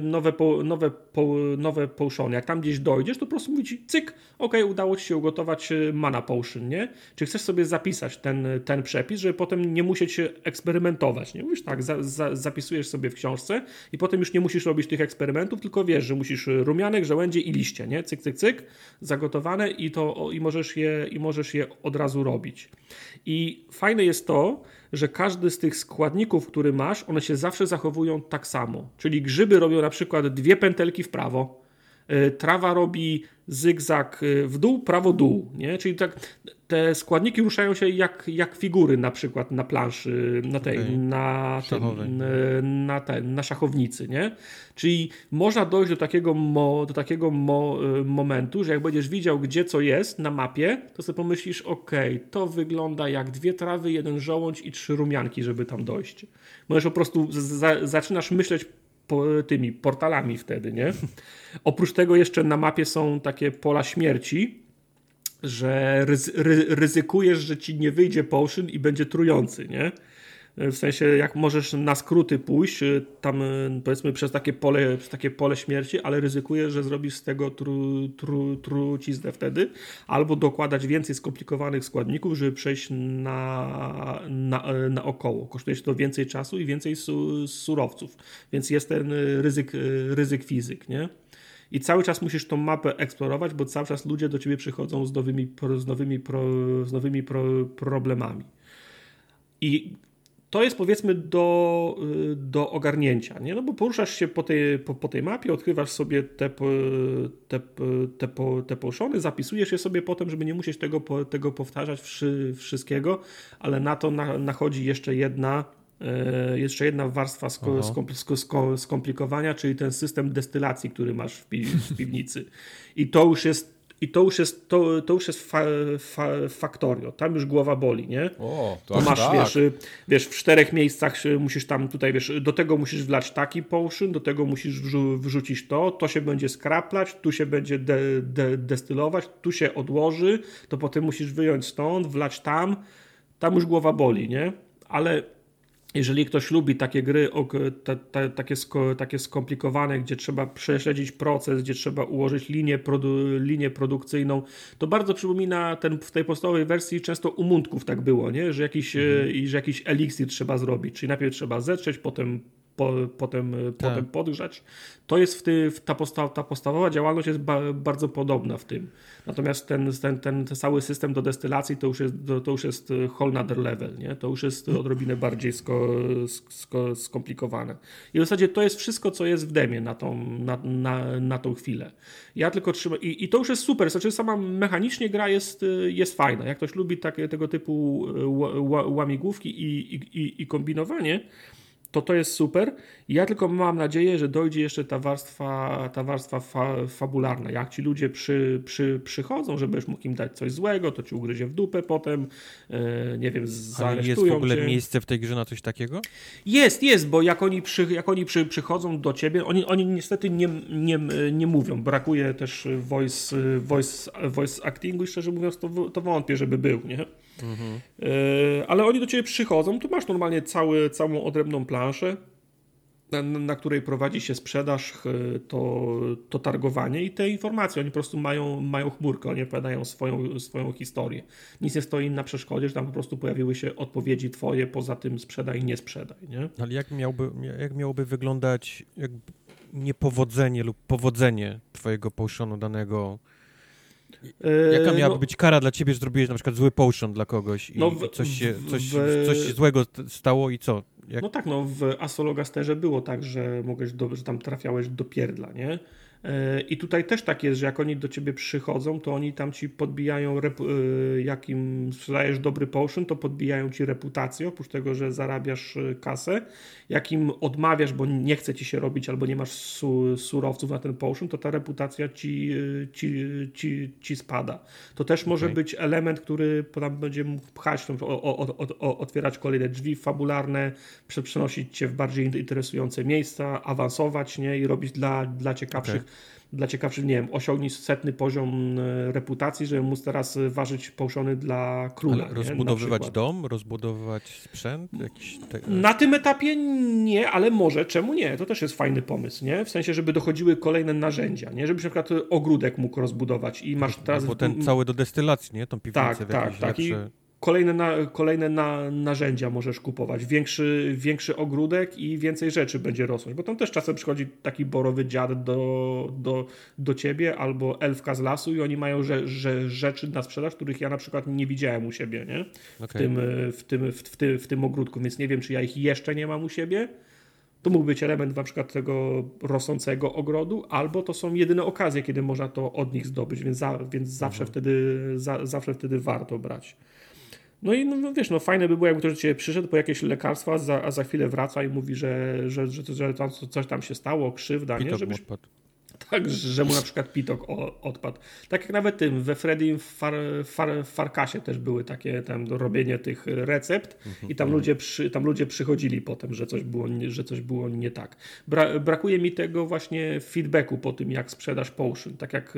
nowe potiony. Jak tam gdzieś dojdziesz, to po prostu mówi ci cyk, udało ci się ugotować mana potion, nie? Czy chcesz sobie zapisać ten przepis, żeby potem nie musieć eksperymentować, nie? Mówisz tak, zapisujesz sobie w książce i potem już nie musisz robić tych eksperymentów, tylko wiesz, że musisz rumianek, żołędzie i liście, nie? Cyk, cyk, cyk, zagotowane i możesz je od razu robić. I fajne jest to, że każdy z tych składników, który masz, one się zawsze zachowują tak samo. Czyli grzyby robią na przykład 2 pętelki w prawo, trawa robi zygzak w dół, prawo, dół, nie? Czyli tak te składniki ruszają się jak figury na przykład na planszy, na szachownicy, nie? Czyli można dojść do takiego momentu, że jak będziesz widział, gdzie co jest na mapie, to sobie pomyślisz, to wygląda jak 2 trawy, 1 żołądź i 3 rumianki, żeby tam dojść. Możesz po prostu zaczynasz myśleć tymi portalami wtedy, nie? Oprócz tego jeszcze na mapie są takie pola śmierci, że ryzykujesz, że ci nie wyjdzie potion i będzie trujący, nie? W sensie, jak możesz na skróty pójść, tam powiedzmy przez takie pole śmierci, ale ryzykujesz, że zrobisz z tego truciznę wtedy, albo dokładać więcej skomplikowanych składników, żeby przejść naokoło. Kosztuje się to więcej czasu i więcej surowców, więc jest ten ryzyk fizyk, nie? I cały czas musisz tą mapę eksplorować, bo cały czas ludzie do ciebie przychodzą z nowymi problemami. I to jest powiedzmy do ogarnięcia, nie? No bo poruszasz się po tej mapie, odkrywasz sobie te potiony, zapisujesz je sobie potem, żeby nie musieć tego powtarzać wszystkiego, ale na to nachodzi jeszcze jedna warstwa skomplikowania, czyli ten system destylacji, który masz w piwnicy. I to już jest Factorio. Tam już głowa boli, nie? To masz, tak. wiesz, w 4 miejscach musisz tam tutaj, wiesz, do tego musisz wlać taki potion, do tego musisz wrzucić to się będzie skraplać, tu się będzie destylować, tu się odłoży, to potem musisz wyjąć stąd, wlać tam już głowa boli, nie? Ale jeżeli ktoś lubi takie gry, takie skomplikowane, gdzie trzeba prześledzić proces, gdzie trzeba ułożyć linię produkcyjną, to bardzo przypomina w tej podstawowej wersji często u Mundków tak było, nie? Że jakiś eliksir trzeba zrobić, czyli najpierw trzeba zetrzeć, potem podgrzać. To jest ta podstawowa działalność jest bardzo podobna w tym. Natomiast ten cały system do destylacji to już jest whole another level, nie? To już jest odrobinę bardziej skomplikowane. I w zasadzie to jest wszystko, co jest w demie na tą chwilę. Ja tylko trzymam i to już jest super. Znaczy sama mechanicznie gra jest fajna. Jak ktoś lubi tego typu łamigłówki i kombinowanie, to jest super. Ja tylko mam nadzieję, że dojdzie jeszcze ta warstwa fabularna. Jak ci ludzie przychodzą, że będziesz mógł im dać coś złego, to ci ugryzie w dupę potem, nie wiem, zaresztują. Ale jest w ogóle miejsce w tej grze na coś takiego? Jest, bo jak oni przychodzą do ciebie, oni niestety nie mówią. Brakuje też voice actingu i szczerze mówiąc to wątpię, żeby był, nie? Mhm. Ale oni do ciebie przychodzą, tu masz normalnie całą odrębną planszę, na której prowadzi się sprzedaż, to targowanie i te informacje. Oni po prostu mają chmurkę, oni opowiadają swoją historię. Nic nie stoi na przeszkodzie, że tam po prostu pojawiły się odpowiedzi twoje, poza tym sprzedaj, nie sprzedaj. Nie? Ale jak miałoby wyglądać niepowodzenie lub powodzenie twojego potionu danego? Jaka miałaby być kara dla ciebie, że zrobiłeś na przykład zły potion dla kogoś i coś się złego stało i co? W Asologasterze było tak, że że tam trafiałeś do pierdla, nie? I tutaj też tak jest, że jak oni do ciebie przychodzą, to oni tam ci podbijają, jak im sprzedajesz dobry potion, to podbijają ci reputację, oprócz tego, że zarabiasz kasę. Jak im odmawiasz, bo nie chce ci się robić, albo nie masz surowców na ten potion, to ta reputacja ci spada. To też może być element, który tam będzie mógł pchać, otwierać kolejne drzwi fabularne, przenosić cię w bardziej interesujące miejsca, awansować, nie? I robić dla ciekawszych dla ciekawszych, nie wiem, osiągnij 100 poziom reputacji, żeby móc teraz ważyć połszony dla króla. Ale rozbudowywać dom, rozbudowywać sprzęt? Na tym etapie nie, ale może, czemu nie? To też jest fajny pomysł, nie? W sensie, żeby dochodziły kolejne narzędzia, nie? Żebyś na przykład ogródek mógł rozbudować i masz teraz... Bo ten cały do destylacji, nie? Tą piwnicę Tak. Kolejne narzędzia możesz kupować. Większy ogródek i więcej rzeczy będzie rosnąć. Bo tam też czasem przychodzi taki borowy dziad do ciebie albo elfka z lasu i oni mają rzeczy na sprzedaż, których ja na przykład nie widziałem u siebie, nie? Okay. W tym ogródku. Więc nie wiem, czy ja ich jeszcze nie mam u siebie. To mógł być element na przykład tego rosnącego ogrodu, albo to są jedyne okazje, kiedy można to od nich zdobyć, więc zawsze wtedy warto brać. No i no, wiesz, no fajne by było, jakby ktoś do ciebie przyszedł po jakieś lekarstwa, a za chwilę wraca i mówi, że tam coś tam się stało, krzywda, Pitok nie? Żebyś... odpadł. Tak, że mu na przykład pitok odpadł. Tak jak nawet we Freddym Farkasie też były takie tam robienie tych recept i tam ludzie przychodzili potem, że coś było nie tak. Brakuje mi tego właśnie feedbacku po tym, jak sprzedasz potion. Tak jak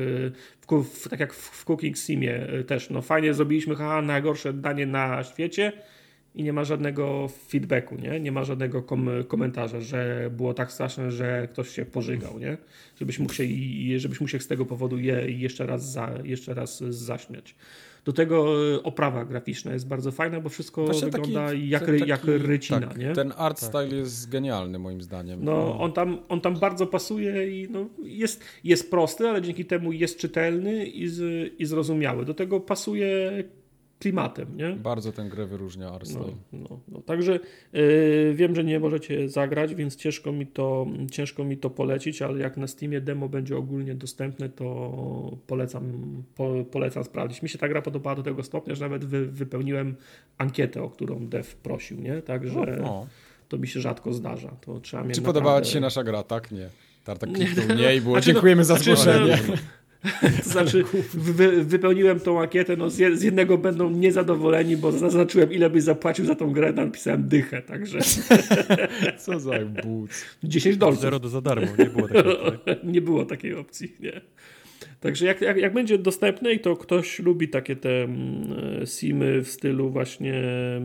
w Cooking Simie też. No fajnie zrobiliśmy, najgorsze danie na świecie, i nie ma żadnego feedbacku, nie ma żadnego komentarza, że było tak straszne, że ktoś się pożygał, nie? Żebyś mógł się z tego powodu jeszcze raz zaśmiać. Do tego oprawa graficzna jest bardzo fajna, bo wszystko właśnie wygląda jak rycina, tak, nie? Ten art style jest genialny moim zdaniem. No, on tam bardzo pasuje i no, jest prosty, ale dzięki temu jest czytelny i zrozumiały. Do tego pasuje klimatem, nie? Bardzo tę grę wyróżnia art style. No. Także wiem, że nie możecie zagrać, więc ciężko mi to polecić, ale jak na Steamie demo będzie ogólnie dostępne, to polecam sprawdzić. Mi się ta gra podobała do tego stopnia, że nawet wypełniłem ankietę, o którą dev prosił, nie? Także to mi się rzadko zdarza. To trzeba Czy podobała ci się nasza gra, tak? Nie. Tartak kliknął nie i było dziękujemy za zgłoszenie. To znaczy wypełniłem tą ankietę, no z jednego będą niezadowoleni, bo zaznaczyłem, ile byś zapłacił za tą grę, napisałem dychę, także... Co za boots. $10. 0 za darmo, nie było takiej opcji. Nie było takiej opcji, nie. Także jak będzie dostępne i to ktoś lubi takie te simy w stylu właśnie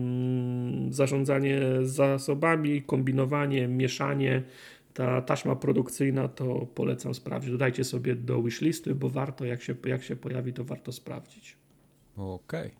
zarządzanie zasobami, kombinowanie, mieszanie, ta taśma produkcyjna, to polecam sprawdzić. Dodajcie sobie do wishlisty, bo warto, jak się pojawi, to warto sprawdzić. Okej.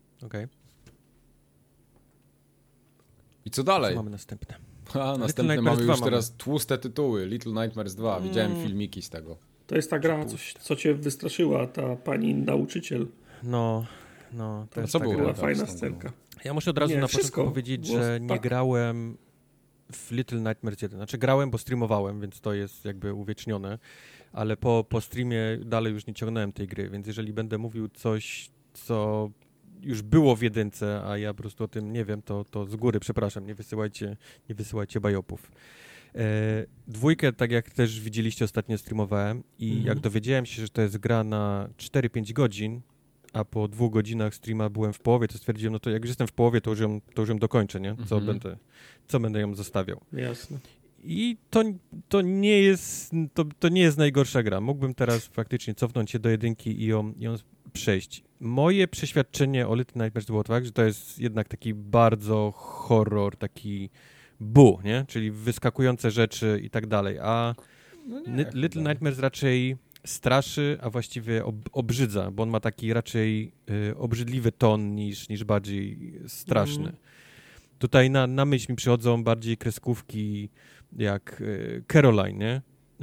I co dalej? Co mamy następne? Następne mamy już teraz tłuste tytuły. Little Nightmares 2. Widziałem filmiki z tego. To jest ta gra, co cię wystraszyła, ta pani nauczyciel. No. To jest co ta było? Była fajna scenka. Ja muszę od razu na początku powiedzieć, że nie grałem w Little Nightmares 1. Znaczy grałem, bo streamowałem, więc to jest jakby uwiecznione, ale po streamie dalej już nie ciągnąłem tej gry, więc jeżeli będę mówił coś, co już było w jedynce, a ja po prostu o tym nie wiem, to z góry przepraszam, nie wysyłajcie bajopów. Dwójkę, tak jak też widzieliście, ostatnio streamowałem i jak dowiedziałem się, że to jest gra na 4-5 godzin, a po 2 godzinach streama byłem w połowie, to stwierdziłem, no to jak już jestem w połowie, to już ją dokończę, nie? Co będę ją zostawiał. Jasne. I to nie jest najgorsza gra. Mógłbym teraz faktycznie cofnąć się do jedynki i ją przejść. Moje przeświadczenie o Little Nightmares było tak, że to jest jednak taki bardzo horror, taki nie? Czyli wyskakujące rzeczy i tak dalej, a Little Nightmares raczej straszy, a właściwie obrzydza, bo on ma taki raczej obrzydliwy ton niż bardziej straszny. Tutaj na myśl mi przychodzą bardziej kreskówki jak Caroline, nie?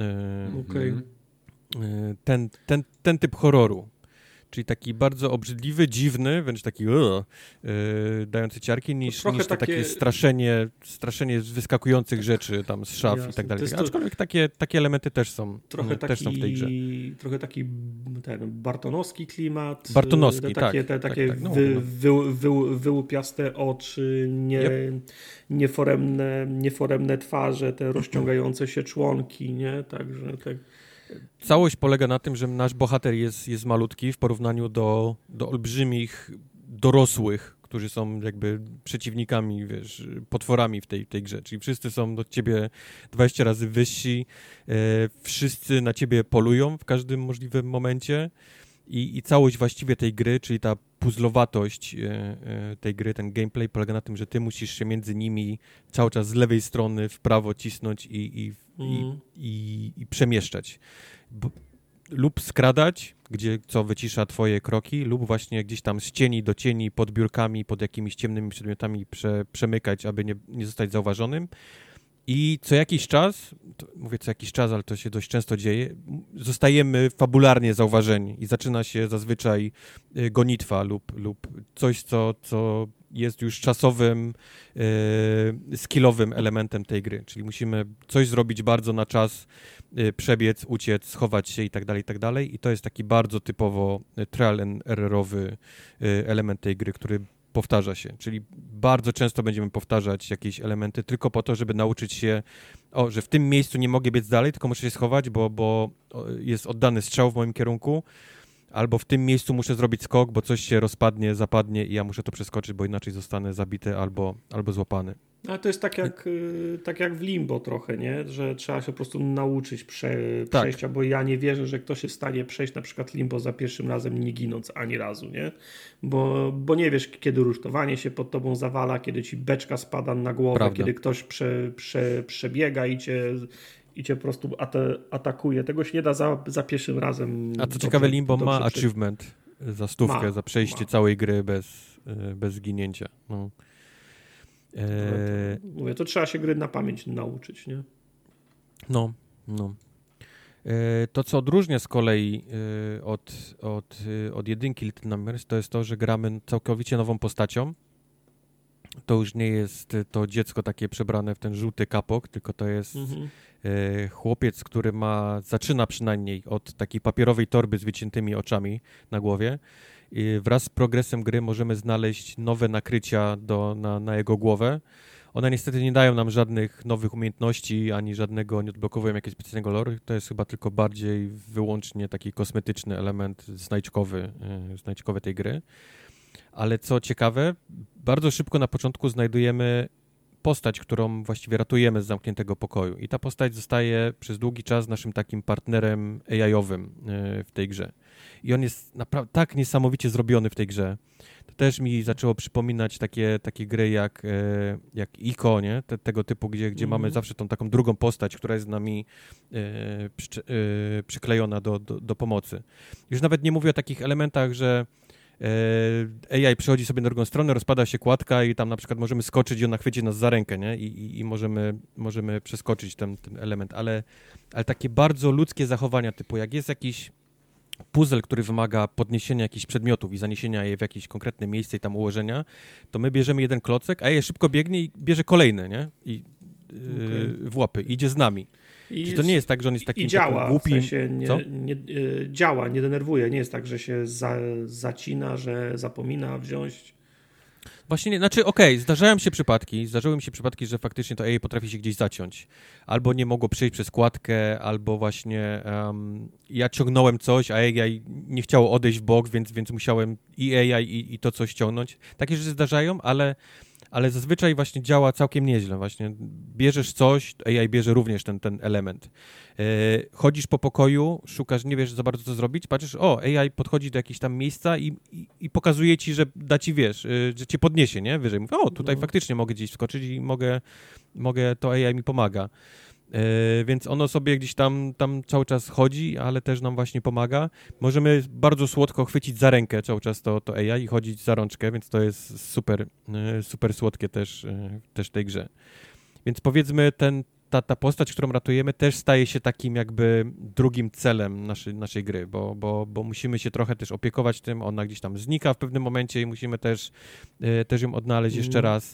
Ten typ horroru. Czyli taki bardzo obrzydliwy, dziwny, wręcz taki dający ciarki, niż to takie straszenie z wyskakujących rzeczy tam z szaf i tak dalej. Aczkolwiek takie elementy też są w tej grze. Trochę taki ten bartonowski klimat. Bartonowski, takie wyłupiaste oczy, nieforemne twarze, te rozciągające się członki, nie? Także tak. Całość polega na tym, że nasz bohater jest malutki w porównaniu do olbrzymich dorosłych, którzy są jakby przeciwnikami, wiesz, potworami w tej grze. Czyli wszyscy są od ciebie 20 razy wyżsi, wszyscy na ciebie polują w każdym możliwym momencie i całość właściwie tej gry, czyli ta puzzlowatość tej gry, ten gameplay polega na tym, że ty musisz się między nimi cały czas z lewej strony w prawo cisnąć i przemieszczać. Lub skradać, co wycisza twoje kroki, lub właśnie gdzieś tam z cieni do cieni, pod biurkami, pod jakimiś ciemnymi przedmiotami przemykać, aby nie zostać zauważonym. I co jakiś czas, mówię co jakiś czas, ale to się dość często dzieje, zostajemy fabularnie zauważeni i zaczyna się zazwyczaj gonitwa lub coś, co jest już czasowym, skillowym elementem tej gry. Czyli musimy coś zrobić bardzo na czas, przebiec, uciec, schować się i tak dalej. I to jest taki bardzo typowo trial and errorowy element tej gry, który powtarza się, czyli bardzo często będziemy powtarzać jakieś elementy tylko po to, żeby nauczyć się, że w tym miejscu nie mogę biec dalej, tylko muszę się schować, bo jest oddany strzał w moim kierunku, albo w tym miejscu muszę zrobić skok, bo coś się rozpadnie, zapadnie i ja muszę to przeskoczyć, bo inaczej zostanę zabity albo złapany. Ale to jest tak jak w Limbo trochę, nie? Że trzeba się po prostu nauczyć przejścia, bo ja nie wierzę, że ktoś jest w stanie przejść na przykład Limbo za pierwszym razem nie ginąc ani razu, nie? Bo nie wiesz, kiedy rusztowanie się pod tobą zawala, kiedy ci beczka spada na głowę, prawda. Kiedy ktoś przebiega i cię po prostu atakuje. Tego się nie da za pierwszym razem. A co ciekawe, Limbo ma achievement za 100 za przejście całej gry bez zginięcia. No. Mówię, to trzeba się gry na pamięć nauczyć, nie? No. To, co odróżnia z kolei od jedynki Little Nightmares, to jest to, że gramy całkowicie nową postacią. To już nie jest to dziecko takie przebrane w ten żółty kapok, tylko to jest chłopiec, który zaczyna przynajmniej od takiej papierowej torby z wyciętymi oczami na głowie. I wraz z progresem gry możemy znaleźć nowe nakrycia na jego głowę. One niestety nie dają nam żadnych nowych umiejętności, ani żadnego, nie odblokowują jakiegoś specjalnego lore. To jest chyba tylko bardziej wyłącznie taki kosmetyczny element znajdźkowy tej gry. Ale co ciekawe, bardzo szybko na początku znajdujemy postać, którą właściwie ratujemy z zamkniętego pokoju. I ta postać zostaje przez długi czas naszym takim partnerem AI-owym w tej grze. I on jest naprawdę tak niesamowicie zrobiony w tej grze. To też mi zaczęło przypominać takie gry jak Ico, nie? Tego typu, gdzie mamy zawsze tą taką drugą postać, która jest z nami przyklejona do pomocy. Już nawet nie mówię o takich elementach, że AI przychodzi sobie na drugą stronę, rozpada się kładka i tam na przykład możemy skoczyć i ona chwyci nas za rękę, nie? I możemy przeskoczyć ten element, ale takie bardzo ludzkie zachowania, typu jak jest jakiś puzzle, który wymaga podniesienia jakichś przedmiotów i zaniesienia je w jakieś konkretne miejsce i tam ułożenia, to my bierzemy jeden klocek, a AI szybko biegnie i bierze kolejny, nie? I w łapy, idzie z nami. Czy to nie jest tak, że on jest takim głupim... W sensie działa, nie denerwuje. Nie jest tak, że się zacina, że zapomina wziąć. Właśnie nie, znaczy zdarzały mi się przypadki, że faktycznie to AI potrafi się gdzieś zaciąć. Albo nie mogło przejść przez kładkę, albo właśnie ja ciągnąłem coś, a AI nie chciało odejść w bok, więc musiałem i AI i to coś ciągnąć. Takie rzeczy zdarzają, ale zazwyczaj właśnie działa całkiem nieźle. Właśnie bierzesz coś, AI bierze również ten element. Chodzisz po pokoju, szukasz, nie wiesz za bardzo co zrobić, patrzysz, AI podchodzi do jakiegoś tam miejsca i pokazuje ci, że da ci, że cię podniesie, nie? Wyżej. Mówi, tutaj faktycznie mogę gdzieś wskoczyć i mogę, to AI mi pomaga. Więc ono sobie gdzieś tam cały czas chodzi, ale też nam właśnie pomaga. Możemy bardzo słodko chwycić za rękę cały czas to AI i chodzić za rączkę, więc to jest super słodkie też w tej grze. Więc powiedzmy, ta postać, którą ratujemy, też staje się takim jakby drugim celem naszej gry, bo musimy się trochę też opiekować tym, ona gdzieś tam znika w pewnym momencie i musimy też ją odnaleźć jeszcze raz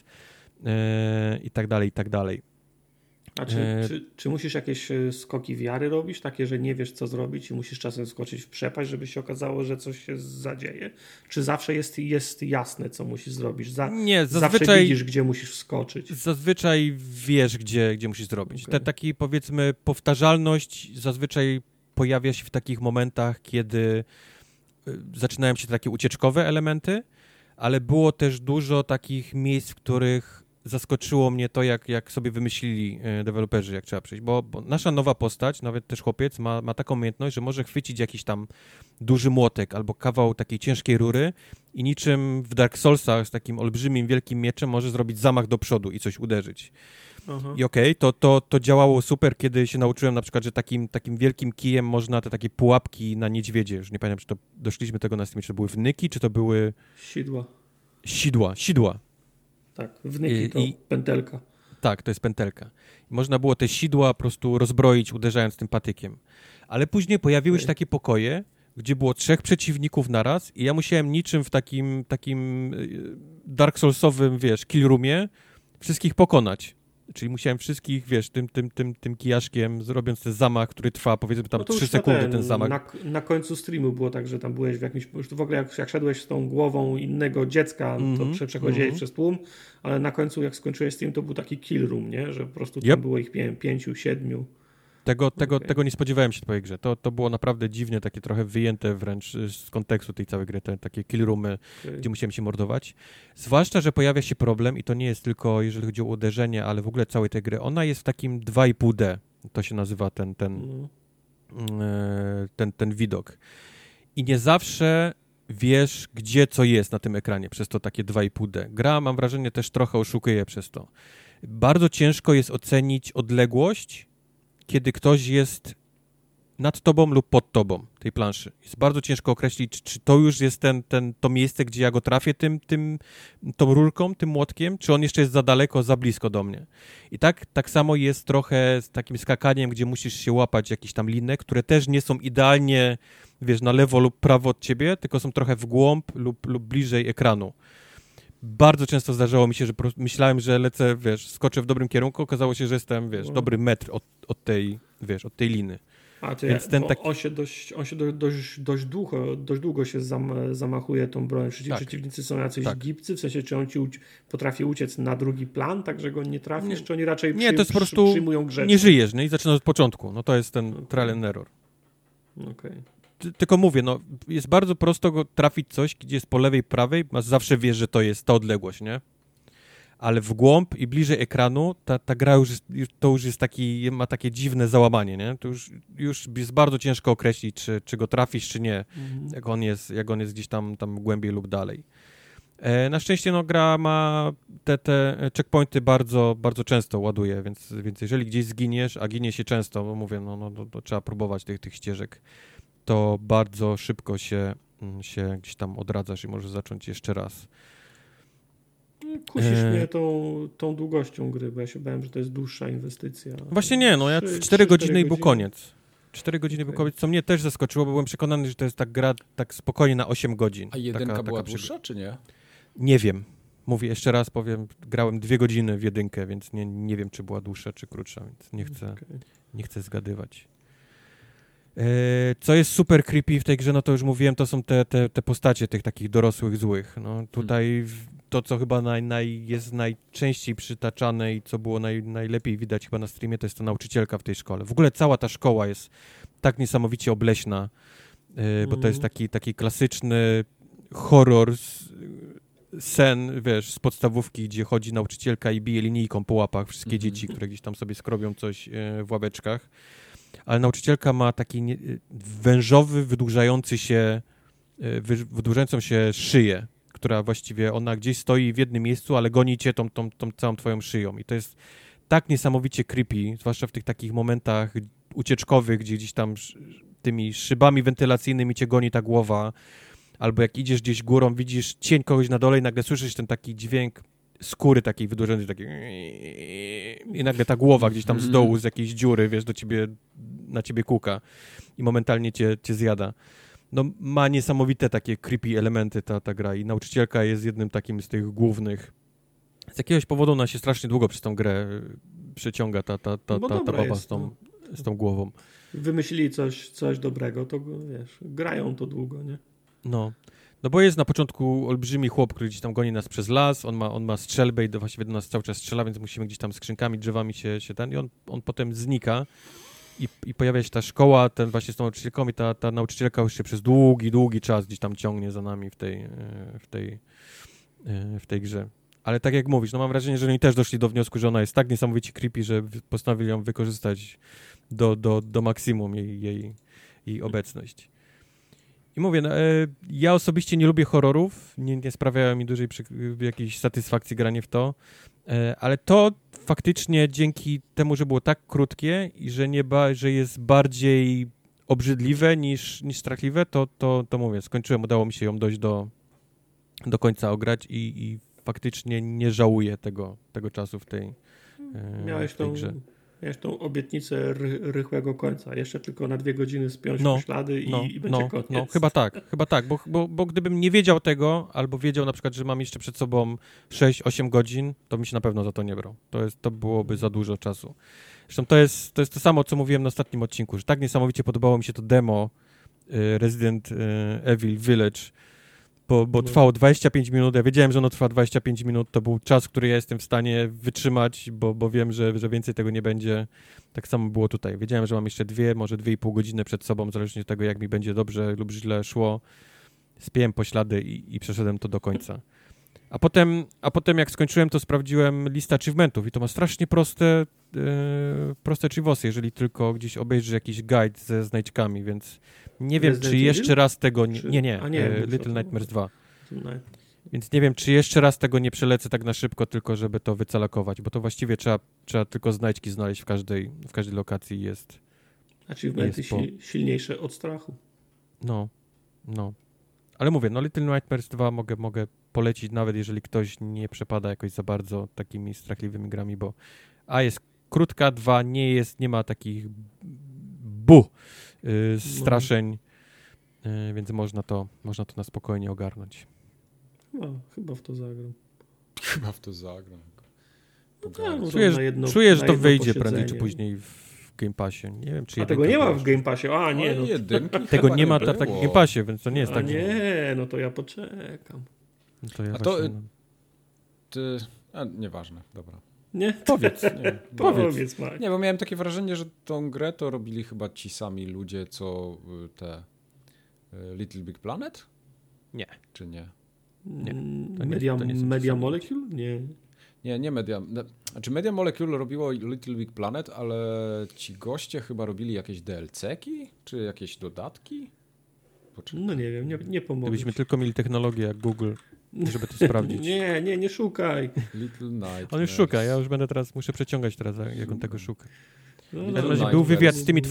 i tak dalej. A czy musisz jakieś skoki wiary robić, takie, że nie wiesz co zrobić i musisz czasem skoczyć w przepaść, żeby się okazało, że coś się zadzieje? Czy zawsze jest jasne, co musisz zrobić? Nie, zawsze widzisz, gdzie musisz wskoczyć? Zazwyczaj wiesz, gdzie musisz zrobić. Okay. Taki, powiedzmy, powtarzalność zazwyczaj pojawia się w takich momentach, kiedy zaczynają się takie ucieczkowe elementy, ale było też dużo takich miejsc, w których zaskoczyło mnie to, jak sobie wymyślili deweloperzy, jak trzeba przejść, bo nasza nowa postać, nawet też chłopiec, ma taką umiejętność, że może chwycić jakiś tam duży młotek albo kawał takiej ciężkiej rury i niczym w Dark Soulsach z takim olbrzymim, wielkim mieczem może zrobić zamach do przodu i coś uderzyć. Aha. I okej, to działało super, kiedy się nauczyłem na przykład, że takim wielkim kijem można te takie pułapki na niedźwiedzie, już nie pamiętam, czy to doszliśmy tego na streamie, czy to były wnyki, czy to były... Sidła. Tak, wnyki to pętelka. Tak, to jest pętelka. I można było te sidła po prostu rozbroić, uderzając tym patykiem. Ale później pojawiły się takie pokoje, gdzie było 3 przeciwników naraz i ja musiałem niczym w takim Dark Soulsowym, kill roomie wszystkich pokonać. Czyli musiałem wszystkich, tym kijaszkiem, robiąc ten zamach, który trwa, powiedzmy, tam 3 sekundy ten zamach. Na końcu streamu było tak, że tam byłeś w jakimś... Już w ogóle jak szedłeś z tą głową innego dziecka, to przechodziłeś przez tłum, ale na końcu jak skończyłeś stream, to był taki kill room, nie? Że po prostu tam było ich 5, 7. Tego nie spodziewałem się w twojej grze. To było naprawdę dziwnie, takie trochę wyjęte wręcz z kontekstu tej całej gry, takie kill roomy, gdzie musiałem się mordować. Zwłaszcza, że pojawia się problem i to nie jest tylko, jeżeli chodzi o uderzenie, ale w ogóle całej tej gry. Ona jest w takim 2,5D. To się nazywa ten widok. I nie zawsze wiesz, gdzie co jest na tym ekranie, przez to takie 2,5D. Gra, mam wrażenie, też trochę oszukuje przez to. Bardzo ciężko jest ocenić odległość, kiedy ktoś jest nad tobą lub pod tobą tej planszy. Jest bardzo ciężko określić, czy to już jest to miejsce, gdzie ja go trafię tą rurką, tym młotkiem, czy on jeszcze jest za daleko, za blisko do mnie. I tak samo jest trochę z takim skakaniem, gdzie musisz się łapać jakieś tam liny, które też nie są idealnie, na lewo lub prawo od ciebie, tylko są trochę w głąb lub bliżej ekranu. Bardzo często zdarzało mi się, że myślałem, że lecę, skoczę w dobrym kierunku, okazało się, że jestem, dobry metr od tej liny. Więc on się dość długo się zamachuje tą broń. Przeciwnicy są jacyś gibcy, w sensie, czy on ci potrafi uciec na drugi plan, tak że go nie trafisz, czy oni raczej to jest po prostu przyjmują grzecznie? Nie żyjesz, i zaczynasz od początku. No to jest ten trial and error. Okej. Tylko mówię, jest bardzo prosto go trafić coś, gdzie jest po lewej, prawej, zawsze wiesz, że to jest ta odległość, nie? Ale w głąb i bliżej ekranu ta gra już jest ma takie dziwne załamanie, nie? To już jest bardzo ciężko określić, czy go trafisz, czy nie, jak on jest gdzieś tam głębiej lub dalej. Na szczęście gra ma te checkpointy bardzo, bardzo często ładuje, więc jeżeli gdzieś zginiesz, a ginie się często, bo mówię, to trzeba próbować tych ścieżek, to bardzo szybko się gdzieś tam odradzasz i możesz zacząć jeszcze raz. Kusisz mnie tą długością gry, bo ja się bałem, że to jest dłuższa inwestycja. Właśnie nie, ja 4 godziny i był koniec. 4 godziny był koniec, co mnie też zaskoczyło, bo byłem przekonany, że to jest gra tak spokojnie na 8 godzin. A jedynka była dłuższa, czy nie? Nie wiem. Mówię, jeszcze raz powiem, grałem 2 godziny w jedynkę, więc nie wiem, czy była dłuższa, czy krótsza, więc nie chcę zgadywać. Co jest super creepy w tej grze, to już mówiłem, to są te postacie tych takich dorosłych złych. Tutaj to, co chyba jest najczęściej przytaczane i co było najlepiej widać chyba na streamie, to jest ta nauczycielka w tej szkole. W ogóle cała ta szkoła jest tak niesamowicie obleśna, bo to jest taki klasyczny horror, sen, z podstawówki, gdzie chodzi nauczycielka i bije linijką po łapach wszystkie dzieci, które gdzieś tam sobie skrobią coś w ławeczkach. Ale nauczycielka ma taki wężowy, wydłużającą się szyję, która właściwie ona gdzieś stoi w jednym miejscu, ale goni cię tą całą twoją szyją. I to jest tak niesamowicie creepy, zwłaszcza w tych takich momentach ucieczkowych, gdzie gdzieś tam tymi szybami wentylacyjnymi cię goni ta głowa, albo jak idziesz gdzieś górą, widzisz cień kogoś na dole i nagle słyszysz ten taki dźwięk skóry takiej wydłużonej, takiej i nagle ta głowa gdzieś tam z dołu, z jakiejś dziury, na ciebie kuka i momentalnie cię zjada. Ma niesamowite takie creepy elementy ta gra i nauczycielka jest jednym takim z tych głównych. Z jakiegoś powodu ona się strasznie długo przez tą grę przeciąga, ta baba z tą głową. Wymyślili coś dobrego, to grają to długo, nie? No bo jest na początku olbrzymi chłop, który gdzieś tam goni nas przez las, on ma strzelbę i właściwie do nas cały czas strzela, więc musimy gdzieś tam skrzynkami, drzewami się i on potem znika i pojawia się ta szkoła, właśnie z tą nauczycielką i ta nauczycielka już się przez długi czas gdzieś tam ciągnie za nami w tej w tej grze. Ale tak jak mówisz, no mam wrażenie, że oni też doszli do wniosku, że ona jest tak niesamowicie creepy, że postanowili ją wykorzystać do maksimum jej obecność. I mówię, no, ja osobiście nie lubię horrorów, nie sprawiają mi dużej jakiejś satysfakcji granie w to, ale to faktycznie dzięki temu, że było tak krótkie i że jest bardziej obrzydliwe niż strachliwe, to mówię, skończyłem, udało mi się ją dojść do końca ograć i faktycznie nie żałuję tego czasu w tej grze. Miałeś tą obietnicę rychłego końca. Jeszcze tylko na 2 godziny spiąć ślady i będzie koniec. No, chyba tak, bo gdybym nie wiedział tego, albo wiedział na przykład, że mam jeszcze przed sobą 6-8 godzin, to bym się na pewno za to nie brał. To byłoby za dużo czasu. Zresztą to jest to samo, co mówiłem na ostatnim odcinku, że tak niesamowicie podobało mi się to demo Resident Evil Village, bo trwało 25 minut, ja wiedziałem, że ono trwa 25 minut, to był czas, który ja jestem w stanie wytrzymać, bo wiem, że więcej tego nie będzie. Tak samo było tutaj. Wiedziałem, że mam jeszcze 2, może 2,5 godziny przed sobą, zależnie od tego, jak mi będzie dobrze lub źle szło. Spiąłem poślady i przeszedłem to do końca. A potem jak skończyłem, to sprawdziłem listę achievementów i to ma strasznie proste achievosy, jeżeli tylko gdzieś obejrzysz jakiś guide ze znajdźkami, więc nie wiem, czy jeszcze raz tego... Nie, Little Nightmares 2. Więc nie wiem, czy jeszcze raz tego nie przelecę tak na szybko, tylko żeby to wycalakować, bo to właściwie trzeba tylko znajdźki znaleźć w każdej lokacji jest. Achievementy silniejsze od strachu. No. Ale mówię, Little Nightmares 2 mogę polecić, nawet jeżeli ktoś nie przepada jakoś za bardzo takimi strachliwymi grami, bo jest krótka, 2 nie ma takich straszeń, więc można to na spokojnie ogarnąć. Chyba w to zagram. Czuję, że to wyjdzie prędzej czy później w Game Passie. Nie wiem, czy tego nie ma w Game Passie. Tego nie ma w Game Passie, więc to nie jest tak. Nie, no to ja poczekam. Nieważne, dobra. Nie? Powiedz. Powiedz, Marek. Nie, bo miałem takie wrażenie, że tą grę to robili chyba ci sami ludzie, co te Little Big Planet? Nie. Czy nie? Nie. Media Molecule? Nie Media. Znaczy Media Molecule robiło Little Big Planet, ale ci goście chyba robili jakieś DLC-ki? Czy jakieś dodatki? No nie wiem, nie pomogę. Gdybyśmy tylko mieli technologię jak Google, żeby to sprawdzić. Nie szukaj. Little Nightmares. On już szuka, ja już będę teraz, muszę przeciągać teraz, jak on tego szuka. No, był wywiad z tymi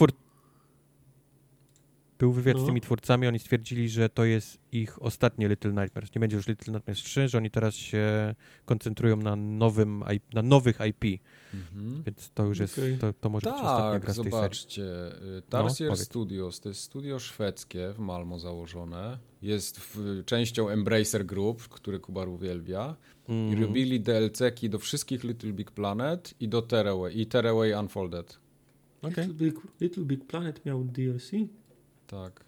z tymi twórcami, oni stwierdzili, że to jest ich ostatnie Little Nightmares. Nie będzie już Little Nightmares 3, że oni teraz się koncentrują na nowych IP. Więc to już jest, to może być ostatnia gra z tej serii. Zobaczcie, Tarsier Studios, to jest studio szwedzkie, w Malmo założone. Jest częścią Embracer Group, który Kubar uwielbia. I robili DLC-ki do wszystkich Little Big Planet i do Tearaway Unfolded. Okay. Little Big Planet miał DLC? Tak.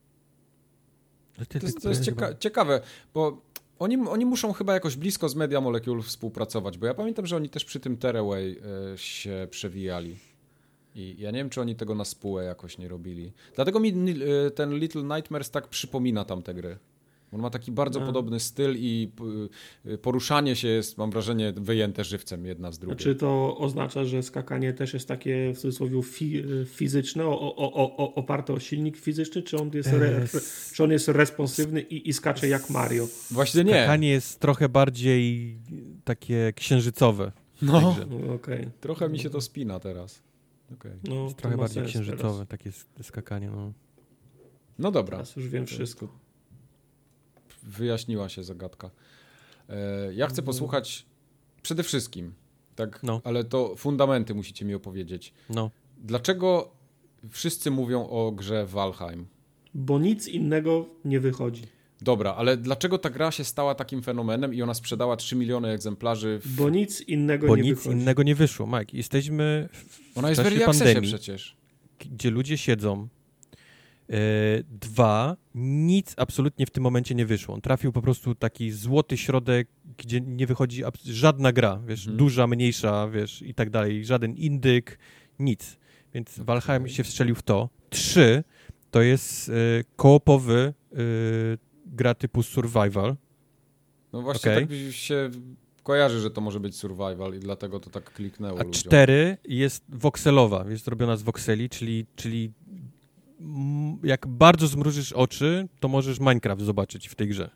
To jest ciekawe, bo oni muszą chyba jakoś blisko z Media Molecule współpracować, bo ja pamiętam, że oni też przy tym Tearaway się przewijali. I ja nie wiem, czy oni tego na spółę jakoś nie robili. Dlatego mi ten Little Nightmares tak przypomina tamte gry. On ma taki bardzo podobny styl i poruszanie się jest, mam wrażenie, wyjęte żywcem jedna z drugiej. Czy to oznacza, że skakanie też jest takie w cudzysłowie fizyczne, oparte o silnik fizyczny, czy on jest responsywny i skacze jak Mario? Właśnie nie. Skakanie jest trochę bardziej takie księżycowe. No, okay. Trochę mi się to spina teraz. Okay. No, jest trochę bardziej księżycowe, takie skakanie. No dobra. Teraz już wiem wszystko. Wyjaśniła się zagadka. Ja chcę posłuchać przede wszystkim, tak? Ale to fundamenty musicie mi opowiedzieć. Dlaczego wszyscy mówią o grze Valheim? Bo nic innego nie wychodzi. Dobra, ale dlaczego ta gra się stała takim fenomenem i ona sprzedała 3 miliony egzemplarzy? Bo nic innego nie wyszło, Mike. Jesteśmy ona jest w early pandemii, przecież. Gdzie ludzie siedzą. 2, nic absolutnie w tym momencie nie wyszło. On trafił po prostu taki złoty środek, gdzie nie wychodzi żadna gra, wiesz, duża, mniejsza, wiesz, i tak dalej, żaden indyk, nic. Więc Valheim się wstrzelił w to. 3, to jest koopowy gra typu survival. No właśnie tak się kojarzy, że to może być survival i dlatego to tak kliknęło ludziom. 4 jest wokselowa, jest robiona z wokseli, czyli jak bardzo zmrużysz oczy, to możesz Minecraft zobaczyć w tej grze.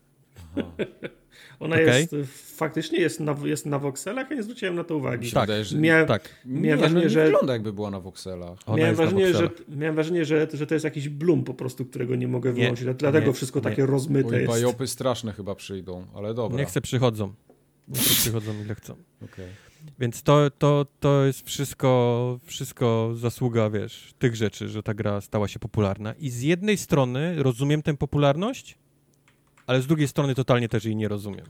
Ona jest, faktycznie jest na wokselach, ja nie zwróciłem na to uwagi. Tak, miałem wrażenie, że wygląda jakby była na wokselach. Miałem wrażenie, że to jest jakiś bloom po prostu, którego nie mogę wyłączyć, dlatego wszystko takie rozmyte jest. Bajopy straszne chyba przyjdą, ale dobra. Niech se przychodzą. Ile chcą. Okay. Więc to jest wszystko zasługa, wiesz, tych rzeczy, że ta gra stała się popularna. I z jednej strony rozumiem tę popularność, ale z drugiej strony totalnie też jej nie rozumiem.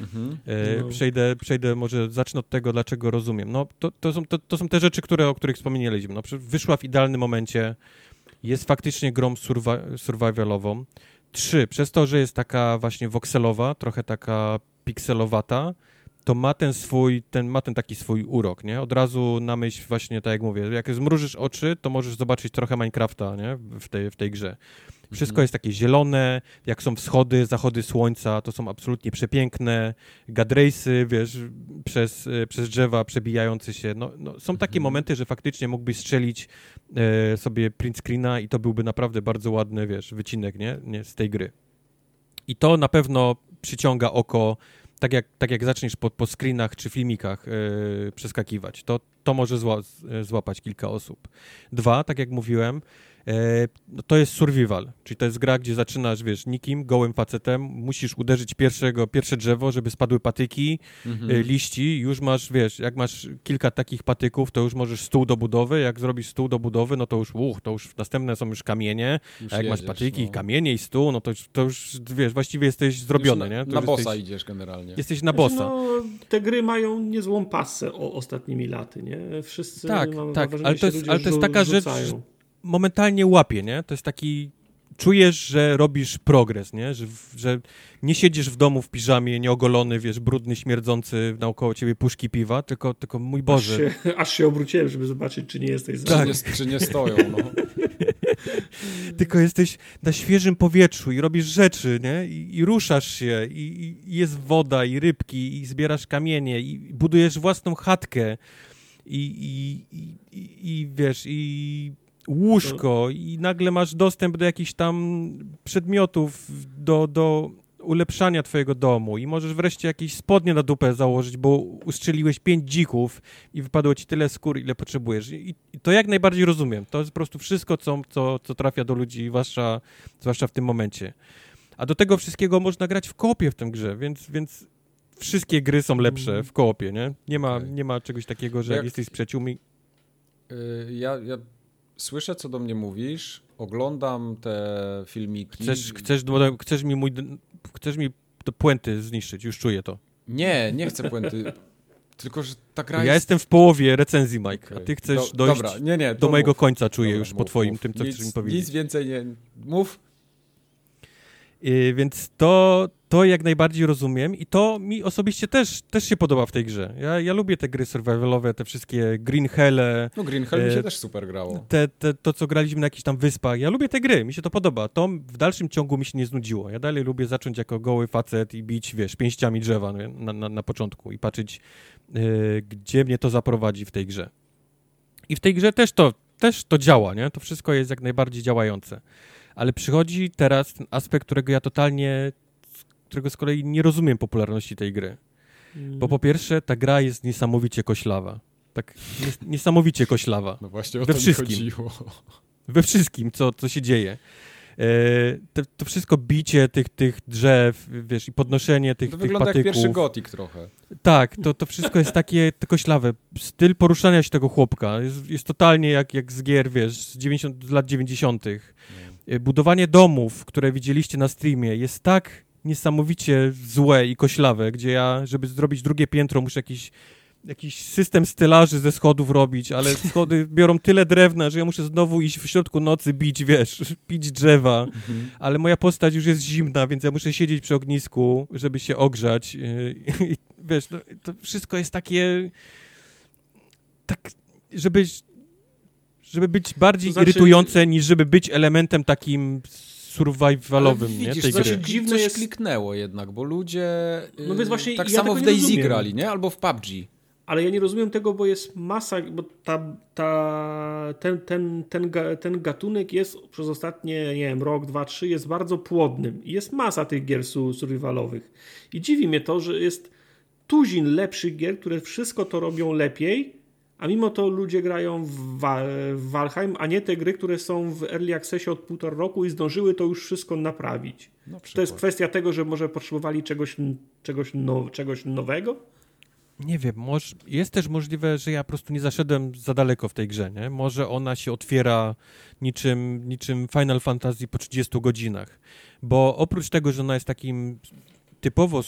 Przejdę, może zacznę od tego, dlaczego rozumiem. No, to są te rzeczy, o których wspomnieliśmy. No, wyszła w idealnym momencie, jest faktycznie grą survivalową. 3, przez to, że jest taka właśnie wokselowa, trochę taka pikselowata, to ma ten taki swój urok, nie? Od razu na myśl właśnie, tak jak mówię, jak zmrużysz oczy, to możesz zobaczyć trochę Minecrafta, nie? W tej grze. Wszystko jest takie zielone, jak są wschody, zachody słońca, to są absolutnie przepiękne gadrace'y, wiesz, przez drzewa przebijające się. No, są takie momenty, że faktycznie mógłbyś strzelić sobie print screena i to byłby naprawdę bardzo ładny, wiesz, wycinek, nie? Z tej gry. I to na pewno przyciąga oko, tak jak zaczniesz po screenach czy filmikach przeskakiwać, to może złapać kilka osób. 2, tak jak mówiłem, to jest survival, czyli to jest gra, gdzie zaczynasz, wiesz, nikim, gołym facetem, musisz uderzyć pierwsze drzewo, żeby spadły patyki, liści, już masz, wiesz, jak masz kilka takich patyków, to już możesz stół do budowy, jak zrobisz stół do budowy, no to już następne są już kamienie, a jak masz patyki, kamienie i stół, no to już, wiesz, właściwie jesteś zrobiony, nie? Na bossa idziesz generalnie. Jesteś na bossa. No, te gry mają niezłą pasę ostatnimi laty, nie? Wszyscy tak, ale to jest taka rzecz, momentalnie łapie, nie? To jest taki... Czujesz, że robisz progres, nie? Że nie siedzisz w domu w piżamie, nieogolony, wiesz, brudny, śmierdzący naokoło ciebie puszki piwa, tylko mój Boże. Aż się obróciłem, żeby zobaczyć, czy nie jesteś czy nie stoją, no. Tylko jesteś na świeżym powietrzu i robisz rzeczy, nie? I ruszasz się, i jest woda, i rybki, i zbierasz kamienie, i budujesz własną chatkę, i wiesz, i łóżko i nagle masz dostęp do jakichś tam przedmiotów do ulepszania twojego domu i możesz wreszcie jakieś spodnie na dupę założyć, bo ustrzeliłeś 5 dzików i wypadło ci tyle skór, ile potrzebujesz. I to jak najbardziej rozumiem. To jest po prostu wszystko, co trafia do ludzi, zwłaszcza w tym momencie. A do tego wszystkiego można grać w koopie w tę grze, więc wszystkie gry są lepsze w koopie, nie? Nie ma czegoś takiego, że jak jesteś z przyjaciółmi... Ja słyszę, co do mnie mówisz, oglądam te filmiki. Chcesz mi te puenty zniszczyć, już czuję to. Nie chcę puenty. Tylko, że ta gra Ja jestem w połowie recenzji, Mike, a ty chcesz dojść do mojego końca, czuję już po twoim, tym, co chcesz mi powiedzieć. Nic więcej nie... Mów. Więc to jak najbardziej rozumiem i to mi osobiście też się podoba w tej grze. Ja lubię te gry survivalowe, te wszystkie Green Hell'e. No Green Hell mi się też super grało. To, co graliśmy na jakichś tam wyspach. Ja lubię te gry, mi się to podoba. To w dalszym ciągu mi się nie znudziło. Ja dalej lubię zacząć jako goły facet i bić, wiesz, pięściami drzewa na początku i patrzeć, gdzie mnie to zaprowadzi w tej grze. I w tej grze też to działa, nie? To wszystko jest jak najbardziej działające. Ale przychodzi teraz ten aspekt, którego z kolei nie rozumiem popularności tej gry. Bo po pierwsze, ta gra jest niesamowicie koślawa. Tak, niesamowicie koślawa. No właśnie o to mi chodziło. We wszystkim, co się dzieje. To wszystko bicie tych drzew, wiesz, i podnoszenie tych patyków. To wygląda jak pierwszy Gothic trochę. Tak, to wszystko jest takie koślawe. Styl poruszania się tego chłopka jest totalnie jak z gier, wiesz, z lat 90. Budowanie domów, które widzieliście na streamie, jest tak niesamowicie złe i koślawe, gdzie ja, żeby zrobić drugie piętro, muszę jakiś system stelaży ze schodów robić, ale schody biorą tyle drewna, że ja muszę znowu iść w środku nocy pić drzewa, ale moja postać już jest zimna, więc ja muszę siedzieć przy ognisku, żeby się ogrzać. I wiesz, to wszystko jest takie tak, żeby być bardziej irytujące, niż żeby być elementem takim survivalowym, nie, widzisz, tej gry. Coś Dziwne jest... kliknęło jednak, bo ludzie No więc właśnie tak ja samo w tego nie DayZ rozumiem. grali, nie? Albo w PUBG. Ale ja nie rozumiem tego, bo jest masa, bo ten gatunek jest przez ostatnie, nie wiem, rok, 2, 3 jest bardzo płodnym i jest masa tych gier survivalowych. I dziwi mnie to, że jest tuzin lepszych gier, które wszystko to robią lepiej, a mimo to ludzie grają w Valheim, a nie te gry, które są w Early Accessie od 1,5 roku i zdążyły to już wszystko naprawić. To jest kwestia tego, że może potrzebowali czegoś nowego? Nie wiem, jest też możliwe, że ja po prostu nie zaszedłem za daleko w tej grze, nie? Może ona się otwiera niczym Final Fantasy po 30 godzinach, bo oprócz tego, że ona jest takim typowo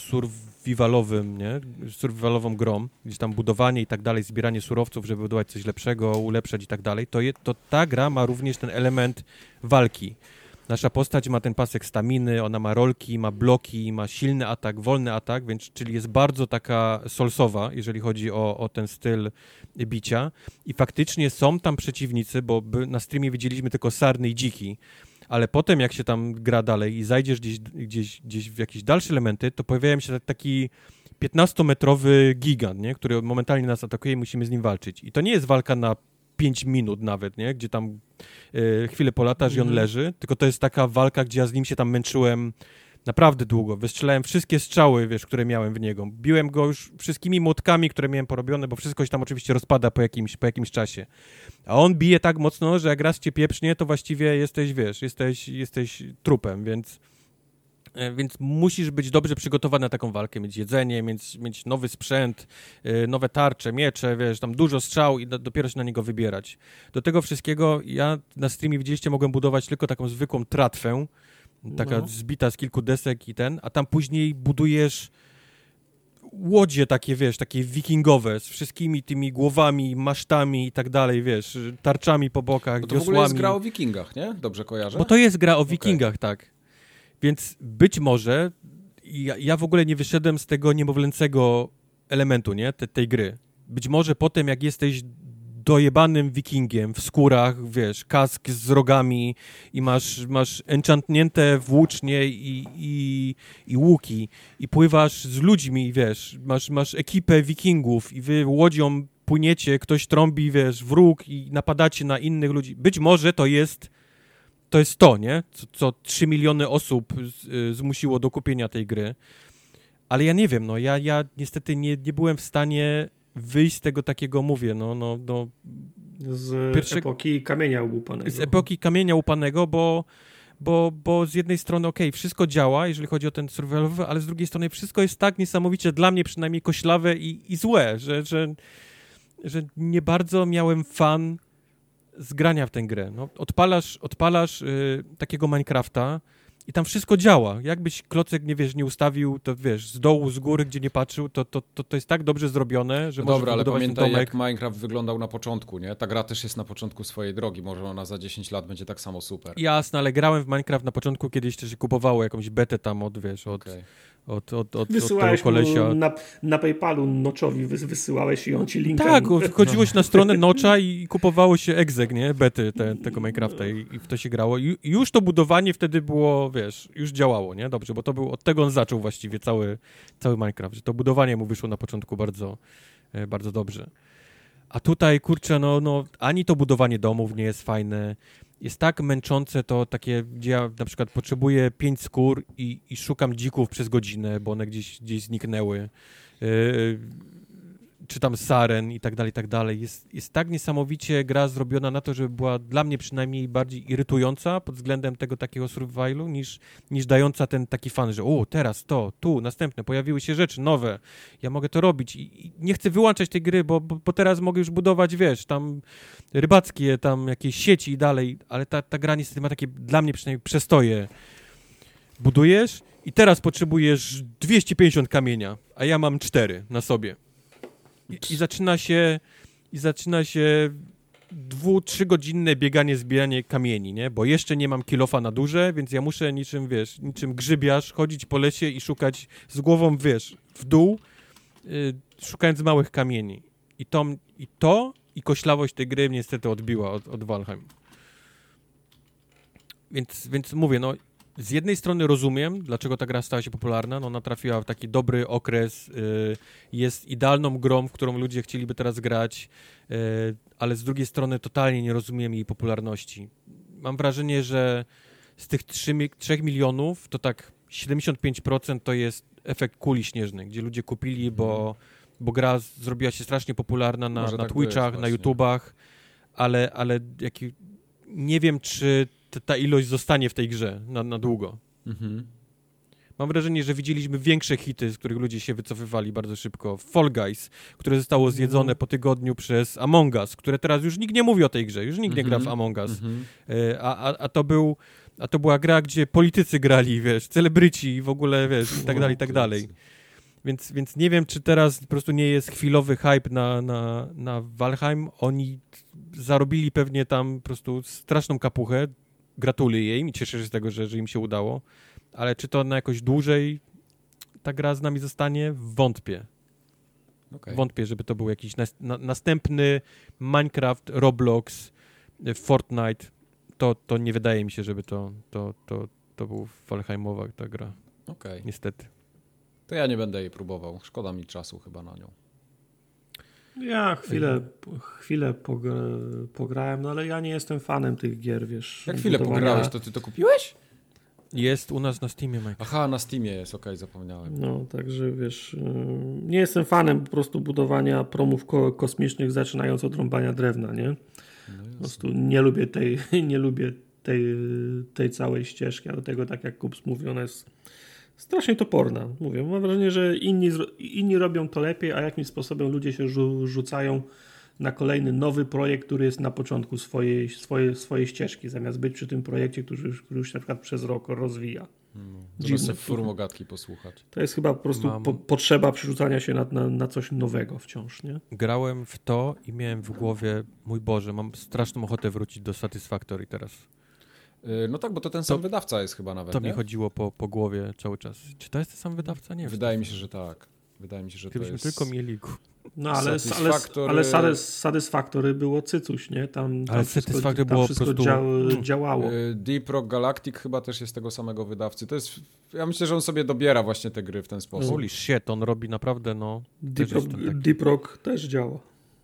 survivalową grą, gdzieś tam budowanie i tak dalej, zbieranie surowców, żeby budować coś lepszego, ulepszać i tak dalej, to ta gra ma również ten element walki. Nasza postać ma ten pasek staminy, ona ma rolki, ma bloki, ma silny atak, wolny atak, więc czyli jest bardzo taka soulsowa, jeżeli chodzi o ten styl bicia. I faktycznie są tam przeciwnicy, bo na streamie widzieliśmy tylko sarny i dziki, ale potem jak się tam gra dalej i zajdziesz gdzieś w jakieś dalsze elementy, to pojawiają się taki 15-metrowy gigant, nie? Który momentalnie nas atakuje i musimy z nim walczyć. I to nie jest walka na 5 minut nawet, nie? Gdzie tam chwilę polatasz i on leży, tylko to jest taka walka, gdzie ja z nim się tam męczyłem naprawdę długo. Wystrzelałem wszystkie strzały, które miałem w niego. Biłem go już wszystkimi młotkami, które miałem porobione, bo wszystko się tam oczywiście rozpada po jakimś czasie. A on bije tak mocno, że jak raz cię pieprznie, to właściwie jesteś trupem, więc musisz być dobrze przygotowany na taką walkę, mieć jedzenie, mieć nowy sprzęt, nowe tarcze, miecze, tam dużo strzał i dopiero się na niego wybierać. Do tego wszystkiego ja na streamie, widzieliście, mogłem budować tylko taką zwykłą tratwę, taka zbita z kilku desek a tam później budujesz łodzie takie, takie wikingowe, z wszystkimi tymi głowami, masztami i tak dalej, tarczami po bokach, bo to wiosłami. w ogóle jest gra o wikingach, nie? Dobrze kojarzę? Bo to jest gra o wikingach, tak. Więc być może ja w ogóle nie wyszedłem z tego niemowlęcego elementu, nie? Tej gry. Być może potem, jak jesteś dojebanym wikingiem w skórach, kask z rogami i masz enchantnięte włócznie i łuki i pływasz z ludźmi, masz ekipę wikingów i wy łodzią płyniecie, ktoś trąbi, wróg i napadacie na innych ludzi. Być może to jest to, nie? Co 3 miliony osób zmusiło do kupienia tej gry. Ale ja nie wiem, ja niestety nie byłem w stanie wyjść z tego takiego, z epoki kamienia łupanego. Z epoki kamienia łupanego, bo z jednej strony wszystko działa, jeżeli chodzi o ten survivalowy, ale z drugiej strony wszystko jest tak niesamowicie, dla mnie przynajmniej, koślawe i złe, że nie bardzo miałem fan z grania w tę grę. Odpalasz takiego Minecrafta i tam wszystko działa. Jakbyś klocek nie ustawił, to z dołu, z góry, gdzie nie patrzył, to jest tak dobrze zrobione, że możesz ale budować pamiętaj, ten domek. jak Minecraft wyglądał na początku, nie? Ta gra też jest na początku swojej drogi. Może ona za 10 lat będzie tak samo super. Jasne, ale grałem w Minecraft na początku, kiedyś też się kupowało jakąś betę tam od wysyłałeś tego kolesia. Na PayPalu Notchowi wysyłałeś i on ci linka. Tak, chodziłeś na stronę Notcha i kupowało się exec, nie? Bety tego Minecrafta i w to się grało. I już to budowanie wtedy było, już działało, nie? Dobrze, bo to był, od tego on zaczął właściwie cały Minecraft, że to budowanie mu wyszło na początku bardzo, bardzo dobrze. A tutaj, kurczę, ani to budowanie domów nie jest fajne. Jest tak męczące to takie, gdzie ja na przykład potrzebuję 5 skór i szukam dzików przez godzinę, bo one gdzieś zniknęły. Czy tam saren i tak dalej. Jest tak niesamowicie gra zrobiona na to, żeby była dla mnie przynajmniej bardziej irytująca pod względem tego takiego survivalu, niż dająca ten taki fan, że teraz to, tu, następne, pojawiły się rzeczy nowe, ja mogę to robić i nie chcę wyłączać tej gry, bo teraz mogę już budować, tam rybackie, tam jakieś sieci i dalej, ale ta gra niestety ma takie, dla mnie przynajmniej, przestoje. Budujesz i teraz potrzebujesz 250 kamienia, a ja mam 4 na sobie. I zaczyna się 2-3 godzinne bieganie, zbieranie kamieni, nie? Bo jeszcze nie mam kilofa na duże, więc ja muszę niczym grzybiarz chodzić po lesie i szukać z głową, w dół, szukając małych kamieni. I koślawość tej gry mnie niestety odbiła od Valheim. Więc mówię, z jednej strony rozumiem, dlaczego ta gra stała się popularna. No ona trafiła w taki dobry okres, jest idealną grą, w którą ludzie chcieliby teraz grać, ale z drugiej strony totalnie nie rozumiem jej popularności. Mam wrażenie, że z tych 3 milionów to tak 75% to jest efekt kuli śnieżnej, gdzie ludzie kupili, bo gra zrobiła się strasznie popularna na tak Twitchach, na YouTubach, ale nie wiem, czy ta ilość zostanie w tej grze na długo. Mam wrażenie, że widzieliśmy większe hity, z których ludzie się wycofywali bardzo szybko. Fall Guys, które zostało zjedzone po tygodniu przez Among Us, które teraz już nikt nie mówi o tej grze, już nikt nie gra w Among Us. A to była gra, gdzie politycy grali, wiesz, celebryci i w ogóle, wiesz, i tak dalej. Więc nie wiem, czy teraz po prostu nie jest chwilowy hype na Valheim. Oni zarobili pewnie tam po prostu straszną kapuchę. Gratuluję im i cieszę się z tego, że im się udało. Ale czy to na jakoś dłużej ta gra z nami zostanie? Wątpię. Okay. Wątpię, żeby to był jakiś następny Minecraft, Roblox, Fortnite. To nie wydaje mi się, żeby to był Valheimowa ta gra. Okay. Niestety. To ja nie będę jej próbował. Szkoda mi czasu chyba na nią. Ja chwilę pograłem, no ale ja nie jestem fanem tych gier, wiesz. Jak chwilę pograłeś, to ty to kupiłeś? Jest u nas na Steamie, Mike. Aha, na Steamie jest, okej, zapomniałem. No, także wiesz, nie jestem fanem po prostu budowania promów kosmicznych, zaczynając od rąbania drewna, nie? Po prostu nie lubię tej całej ścieżki, a do tego, tak jak Kups mówi, ona jest strasznie toporna. Mówię, mam wrażenie, że inni robią to lepiej, a jakimś sposobem ludzie się rzucają na kolejny nowy projekt, który jest na początku swojej ścieżki, zamiast być przy tym projekcie, który już na przykład przez rok rozwija. Zamiast sobie formogatki posłuchać. To jest chyba po prostu potrzeba przerzucania się na coś nowego wciąż, nie? Grałem w to i miałem w głowie, mój Boże, mam straszną ochotę wrócić do Satisfactory teraz. No tak, bo to ten sam wydawca jest chyba nawet, To nie? mi chodziło po głowie cały czas. Czy to jest ten sam wydawca? Nie wiem. Wydaje mi się, że tak. Wydaje mi się, że gdybyśmy to jest... tylko mieli... No ale Satisfactory było cycuś, nie? Tam Satisfactory było po prostu... działało. Deep Rock Galactic chyba też jest tego samego wydawcy. To jest... Ja myślę, że on sobie dobiera właśnie te gry w ten sposób. Holy shit, on robi naprawdę, no... Deep Rock też działa.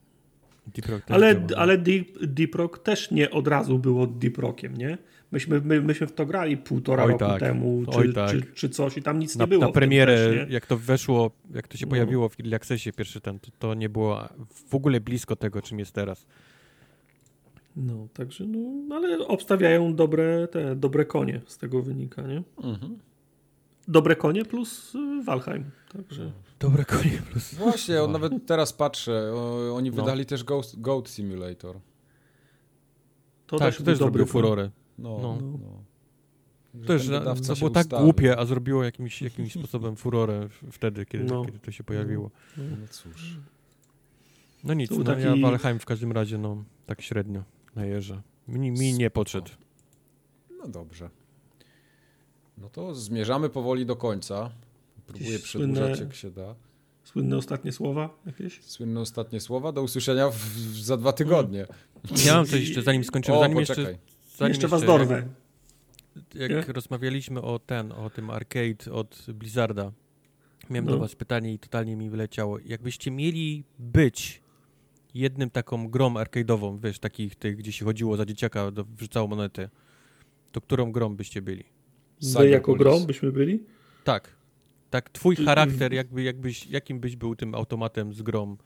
Ale Deep Rock też nie od razu było Deep Rockiem, nie? Myśmy w to grali półtora roku temu, czy coś i tam nic nie było. Na premierę, też, jak to weszło, jak to się pojawiło w Early Accessie pierwszy to nie było w ogóle blisko tego, czym jest teraz. No, także, ale obstawiają dobre konie z tego wynika, nie? Dobre konie plus Valheim, także... Dobre konie plus... Właśnie, nawet teraz patrzę, oni wydali też Goat Simulator. To też zrobił furorę. No. Też to było tak głupie, a zrobiło jakimś sposobem furorę wtedy, kiedy to się pojawiło. No cóż. No nic, ja Valheim w każdym razie tak średnio najeżdżę. Mi nie podszedł. No dobrze. No to zmierzamy powoli do końca. Próbuję przedłużać jak się da. Słynne ostatnie słowa jakieś? Słynne ostatnie słowa. Do usłyszenia za 2 tygodnie. Ja mam coś jeszcze, zanim skończymy. Jeszcze was dorwę. Jak rozmawialiśmy o tym arcade od Blizzarda, miałem do was pytanie i totalnie mi wyleciało. Jakbyście mieli być jednym taką grą arcade'ową, wiesz, tych, gdzie się chodziło za dzieciaka, wrzucało monety, to którą grą byście byli? My jako grą byśmy byli? Tak. Tak, twój charakter, jakim byś był tym automatem z grą?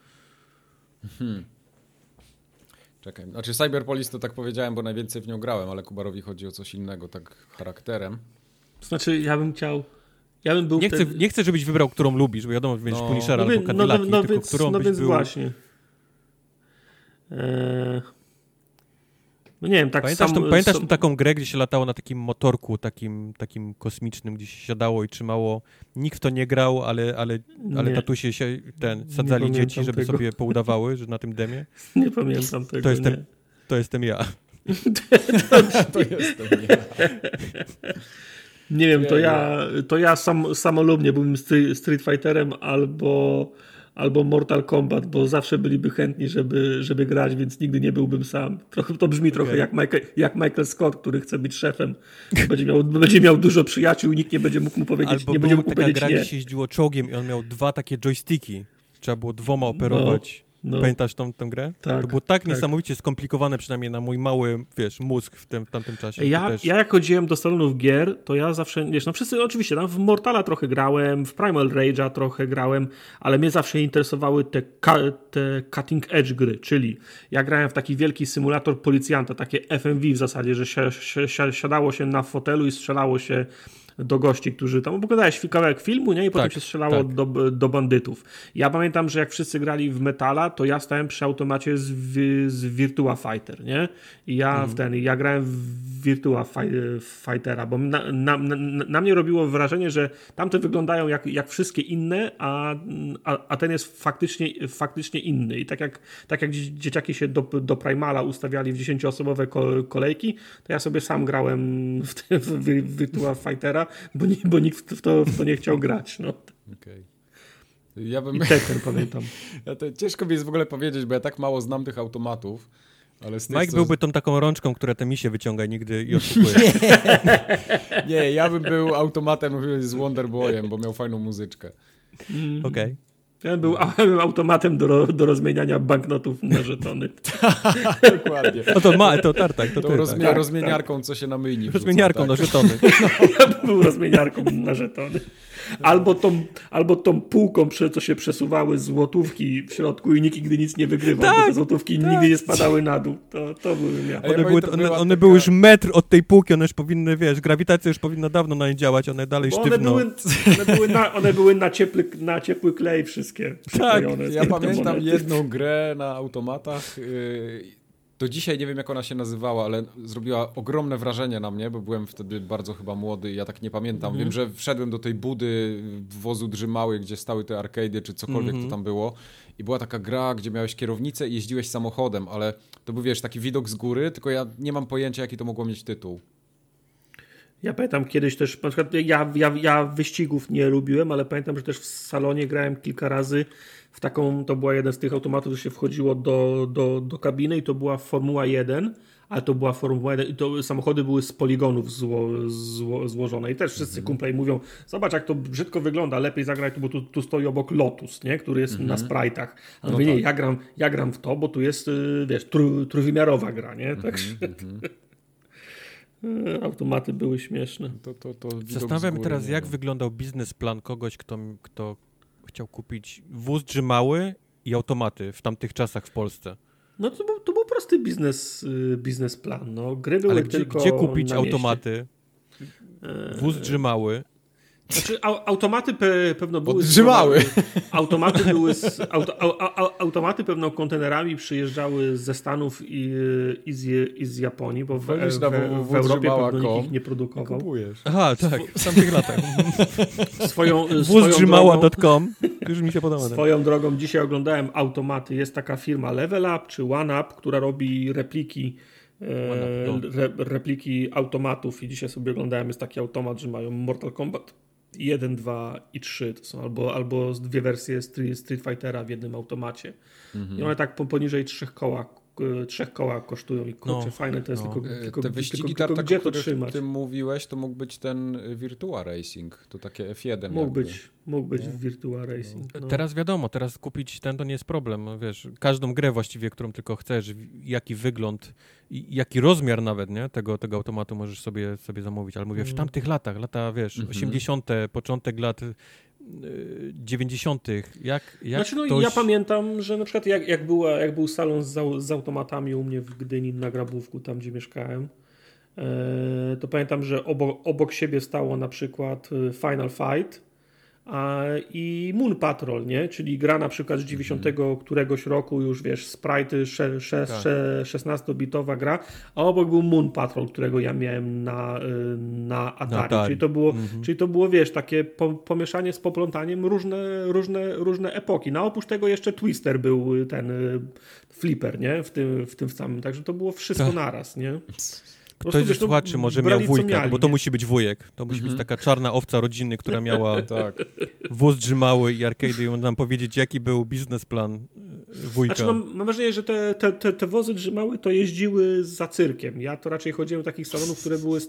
Czekaj, znaczy Cyberpolis to tak powiedziałem, bo najwięcej w nią grałem, ale Kubarowi chodzi o coś innego, tak charakterem. Znaczy, ja bym był nie chcę, żebyś wybrał, którą lubisz, bo wiadomo, że będziesz Punishera albo Cadillaki, tylko którą byś był... właśnie. No nie wiem, tak Pamiętasz tą taką grę, gdzie się latało na takim motorku, takim kosmicznym, gdzie się siadało i trzymało? Nikt w to nie grał, ale tatusie się sadzali dzieci, żeby sobie poudawały, że na tym demie? Nie pamiętam tego, To jestem ja. To jestem ja. Nie wiem, to ja samolubnie byłbym Street Fighterem albo Mortal Kombat, bo zawsze byliby chętni, żeby grać, więc nigdy nie byłbym sam. To brzmi trochę jak Michael Scott, który chce być szefem. Będzie miał dużo przyjaciół i nikt nie będzie mógł mu powiedzieć, albo nie będzie mógł taka powiedzieć gra, nie. gdzie się jeździło czołgiem i on miał 2 takie joysticki. Trzeba było 2 operować. No. Pamiętasz tą grę? Tak, to było tak niesamowicie skomplikowane, przynajmniej na mój mały, mózg w tamtym czasie. Ja jak chodziłem do salonów gier, to ja zawsze, wszyscy oczywiście, tam w Mortala trochę grałem, w Primal Rage'a trochę grałem, ale mnie zawsze interesowały te cutting edge gry, czyli ja grałem w taki wielki symulator policjanta, takie FMV w zasadzie, że siadało się na fotelu i strzelało się do gości, którzy tam oglądałeś kawałek filmu, nie? I potem się strzelało do bandytów. Ja pamiętam, że jak wszyscy grali w Metala, to ja stałem przy automacie z Virtua Fighter, nie? I ja grałem w Virtua Fightera, bo na mnie robiło wrażenie, że tamte wyglądają jak wszystkie inne, a ten jest faktycznie inny. I tak jak dzieciaki się do Primala ustawiali w 10-osobowe kolejki, to ja sobie sam grałem w Virtua Fightera, bo nikt w to nie chciał grać. No. Okay. I Tekken pamiętam. Ciężko mi jest w ogóle powiedzieć, bo ja tak mało znam tych automatów. Ale Mike byłby tą taką rączką, która te misie wyciąga nigdy i oszukuje. Nie, ja bym był automatem z Wonderboyem, bo miał fajną muzyczkę. Okej. Ja był automatem do rozmieniania banknotów na żetony. Dokładnie. No to tartak. To rozmieniarką, co się na myjni wrzuca. Rozmieniarką na żetony. Ja był rozmieniarką na żetony. Albo tą półką, co się przesuwały złotówki w środku i nikt nigdy nic nie wygrywał, bo te złotówki nigdy nie spadały na dół. To były ja. One były już metr od tej półki, one już powinny, grawitacja już powinna dawno na nie działać, one dalej sztywno. One były na ciepły klej wszystkie. Tak, ja pamiętam jedną grę na automatach. Do dzisiaj nie wiem, jak ona się nazywała, ale zrobiła ogromne wrażenie na mnie, bo byłem wtedy bardzo chyba młody i ja tak nie pamiętam. Wiem, że wszedłem do tej budy wozu Drzymały, gdzie stały te arcade'y, czy cokolwiek to tam było. I była taka gra, gdzie miałeś kierownicę i jeździłeś samochodem, ale to był, taki widok z góry, tylko ja nie mam pojęcia, jaki to mogło mieć tytuł. Ja pamiętam kiedyś też, na przykład ja wyścigów nie lubiłem, ale pamiętam, że też w salonie grałem kilka razy w taką, to była jeden z tych automatów, że się wchodziło do kabiny i to była Formuła 1, ale to była Formuła 1 i to samochody były z poligonów złożone i też wszyscy kumple mówią, zobacz jak to brzydko wygląda, lepiej zagrać, bo tu stoi obok Lotus, nie? Który jest na sprite'ach. A mówię, nie, ja gram w to, bo tu jest, trójwymiarowa gra, nie? Także... Automaty były śmieszne. Zastanawiam się teraz, jak wyglądał biznesplan kogoś, kto chciał kupić wóz Drzymały i automaty w tamtych czasach w Polsce. No to był prosty biznesplan. No. Gry były tylko gdzie kupić automaty? Wóz Drzymały. Znaczy, automaty pewno były... Odrzymały. Automaty pewno kontenerami przyjeżdżały ze Stanów i z Japonii, bo w Europie pewno nikt ich nie produkował. Kupujesz. Aha, tak, w tamtych latach. Wózdrzymała.com. Już mi się podoba. Swoją drogą dzisiaj oglądałem automaty. Jest taka firma Level Up czy One Up, która robi repliki automatów i dzisiaj sobie oglądałem, jest taki automat, że mają Mortal Kombat 1, 2 i 3, to są albo dwie wersje Street Fightera w jednym automacie. I one tak poniżej 3 koła kosztują i kurczę, fajne to jest, tylko te wyścigi tylko gdzie to trzymać? O tym mówiłeś, to mógł być ten Virtua Racing, to takie F1 Mógł być w Virtua Racing. No. Teraz wiadomo, teraz kupić ten to nie jest problem, każdą grę właściwie, którą tylko chcesz, jaki wygląd, jaki rozmiar nawet, nie, tego automatu możesz sobie zamówić, ale mówię, w tamtych latach, 80., początek lat 90. Jak znaczy, ktoś... Ja pamiętam, że na przykład jak był salon z automatami u mnie w Gdyni na Grabówku, tam gdzie mieszkałem, to pamiętam, że obok siebie stało na przykład Final Fight i Moon Patrol, nie? Czyli gra na przykład z 90 któregoś roku, już sprite'y 16-bitowa gra, a obok był Moon Patrol, którego ja miałem na Atari. Czyli to było, takie pomieszanie z poplątaniem różne epoki. No oprócz tego jeszcze Twister był ten Flipper, nie? W tym samym, także to było wszystko naraz, nie? Ktoś ze słuchaczy może miał wujka, bo to musi być wujek. To musi być taka czarna owca rodziny, która miała wóz drzymały i arcade'y i on nam powiedzieć, jaki był biznesplan wujka. Znaczy, mam wrażenie, że te wozy drzymały to jeździły za cyrkiem. Ja to raczej chodziłem do takich salonów, które były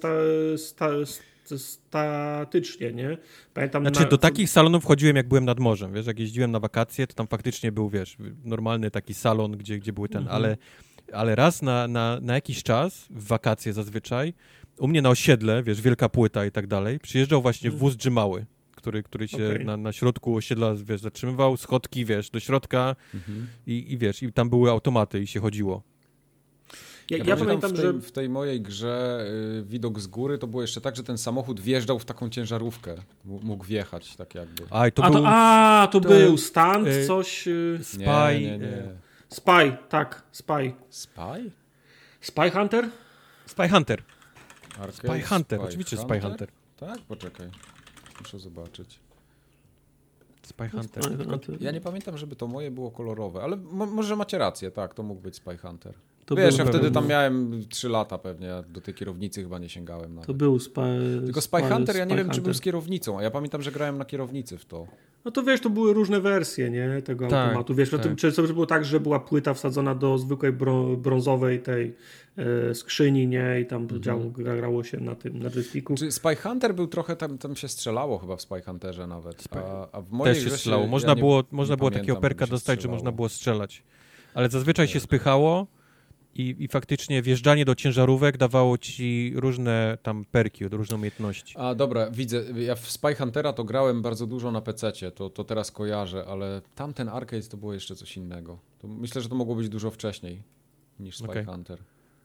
statycznie, nie? Pamiętam do takich salonów chodziłem, jak byłem nad morzem, wiesz, jak jeździłem na wakacje, to tam faktycznie był, wiesz, normalny taki salon, gdzie były ale raz na jakiś czas, w wakacje zazwyczaj, u mnie na osiedle, wiesz, wielka płyta i tak dalej, przyjeżdżał właśnie wóz drzymały, który się na środku osiedla, wiesz, zatrzymywał, schodki, wiesz, do środka i wiesz, i tam były automaty i się chodziło. Ja pamiętam, że w tej mojej grze widok z góry to było jeszcze tak, że ten samochód wjeżdżał w taką ciężarówkę. Mógł wjechać tak jakby. To był stand, coś... Spy. Nie. Spy, tak, Spy. Spy? Spy Hunter? Spy Hunter. Arcade, Spy Hunter, oczywiście Spy Hunter. Tak? Poczekaj. Muszę zobaczyć. Spy Hunter. Ja nie pamiętam, żeby to moje było kolorowe, ale może macie rację, tak, to mógł być Spy Hunter. To wiesz, ja wtedy tam miałem 3 lata pewnie, ja do tej kierownicy chyba nie sięgałem nawet. To był Tylko Spy Hunter, ja nie wiem, czy był z kierownicą, a ja pamiętam, że grałem na kierownicy w to. No to wiesz, to były różne wersje, nie, tego automatu. Wiesz, często było tak, że była płyta wsadzona do zwykłej brązowej tej skrzyni, nie, i tam grało się na tym, na joysticku. Czy Spy Hunter był trochę, tam się strzelało chyba w Spy Hunterze nawet. A w mojej też się strzelało. Można było takiego perka dostać, że można było strzelać. Ale zazwyczaj się spychało i faktycznie wjeżdżanie do ciężarówek dawało ci różne tam perki, różne umiejętności. A dobra, widzę. Ja w Spy Huntera to grałem bardzo dużo na PC-cie, to teraz kojarzę, ale tamten arcade to było jeszcze coś innego. To myślę, że to mogło być dużo wcześniej niż Spy Hunter.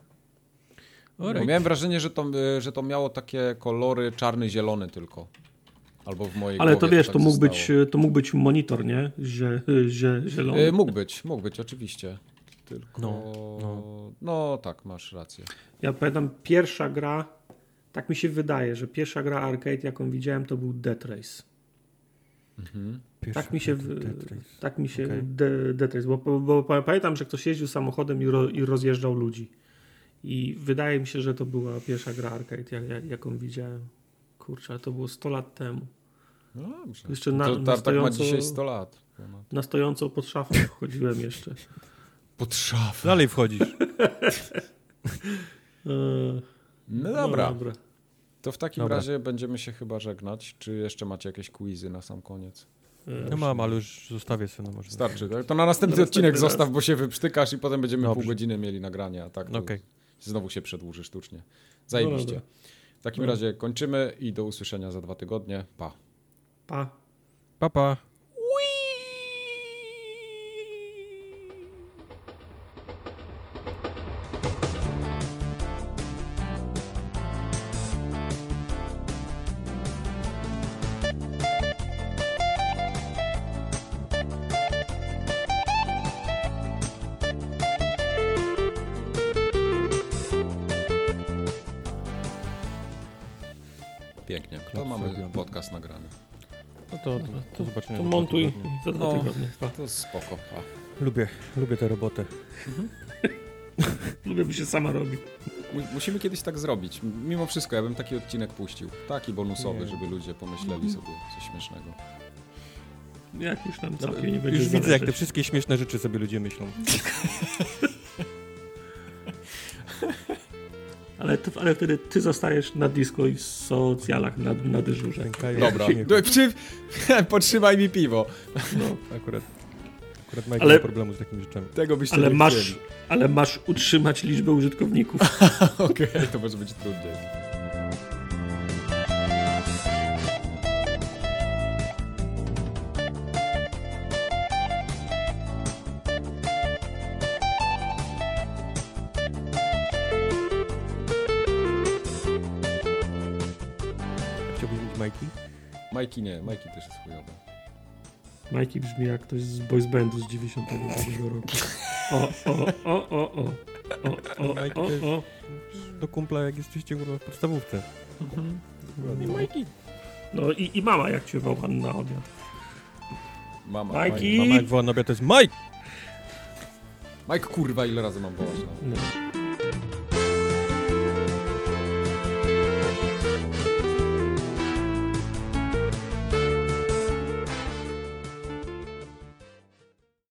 Bo miałem wrażenie, że to miało takie kolory czarny-zielony tylko. Albo w mojej ale głowie to wiesz, tak to mógł być monitor, nie? Zielony. Mógł być, oczywiście. Tylko... No tak, masz rację. Ja pamiętam pierwsza gra, tak mi się wydaje, że pierwsza gra arcade, jaką widziałem, to był Death Race. Tak mi się Death Race, bo pamiętam, że ktoś jeździł samochodem i rozjeżdżał ludzi. I wydaje mi się, że to była pierwsza gra arcade, jaką widziałem. Kurczę, to było 100 lat temu. No dobrze. Jeszcze Tartak ma dzisiaj 100 lat. Na stojąco pod szafą chodziłem jeszcze. Pod szafę. Dalej wchodzisz. No dobra. To w takim razie będziemy się chyba żegnać. Czy jeszcze macie jakieś quizy na sam koniec? No mam, ale już zostawię sobie. Może. Starczy, tak? To na następny odcinek zostaw, bo się wyprztykasz i potem będziemy pół godziny mieli nagrania. Tak, znowu się przedłuży sztucznie. Zajebiście. W takim razie kończymy i do usłyszenia za 2 tygodnie. Pa. Pa. Pa, pa. Pięknie. To mamy podcast nagrany. No to zobaczymy. To montuj za 2 tygodnie. To spoko. Lubię tę robotę. Lubię, by się sama robi. Musimy kiedyś tak zrobić. Mimo wszystko, ja bym taki odcinek puścił. Taki bonusowy, żeby ludzie pomyśleli sobie coś śmiesznego. Jak już tam całkiem nie będzie już zależeć. widzę, jak te wszystkie śmieszne rzeczy sobie ludzie myślą. Ale wtedy ty zostajesz na disco i w socjalach na dyżurze. Dobra. Potrzymaj mi piwo. No, akurat Mike ma problemu z takimi rzeczami. Tego byście nie chcieli. Ale masz utrzymać liczbę użytkowników. Okej, to może być trudniej. Chciałbyś mieć Majki? Majki nie, Majki też jest chujowe. Majki brzmi jak ktoś z boys bandu z 92 roku. O. Do kumpla, jak jesteście w podstawówce. Majki. No i mama jak cię woła na obiad. Mama. Majki. Mama jak woła na obiad, to jest Mike! Mike, kurwa, ile razy mam wołać? No.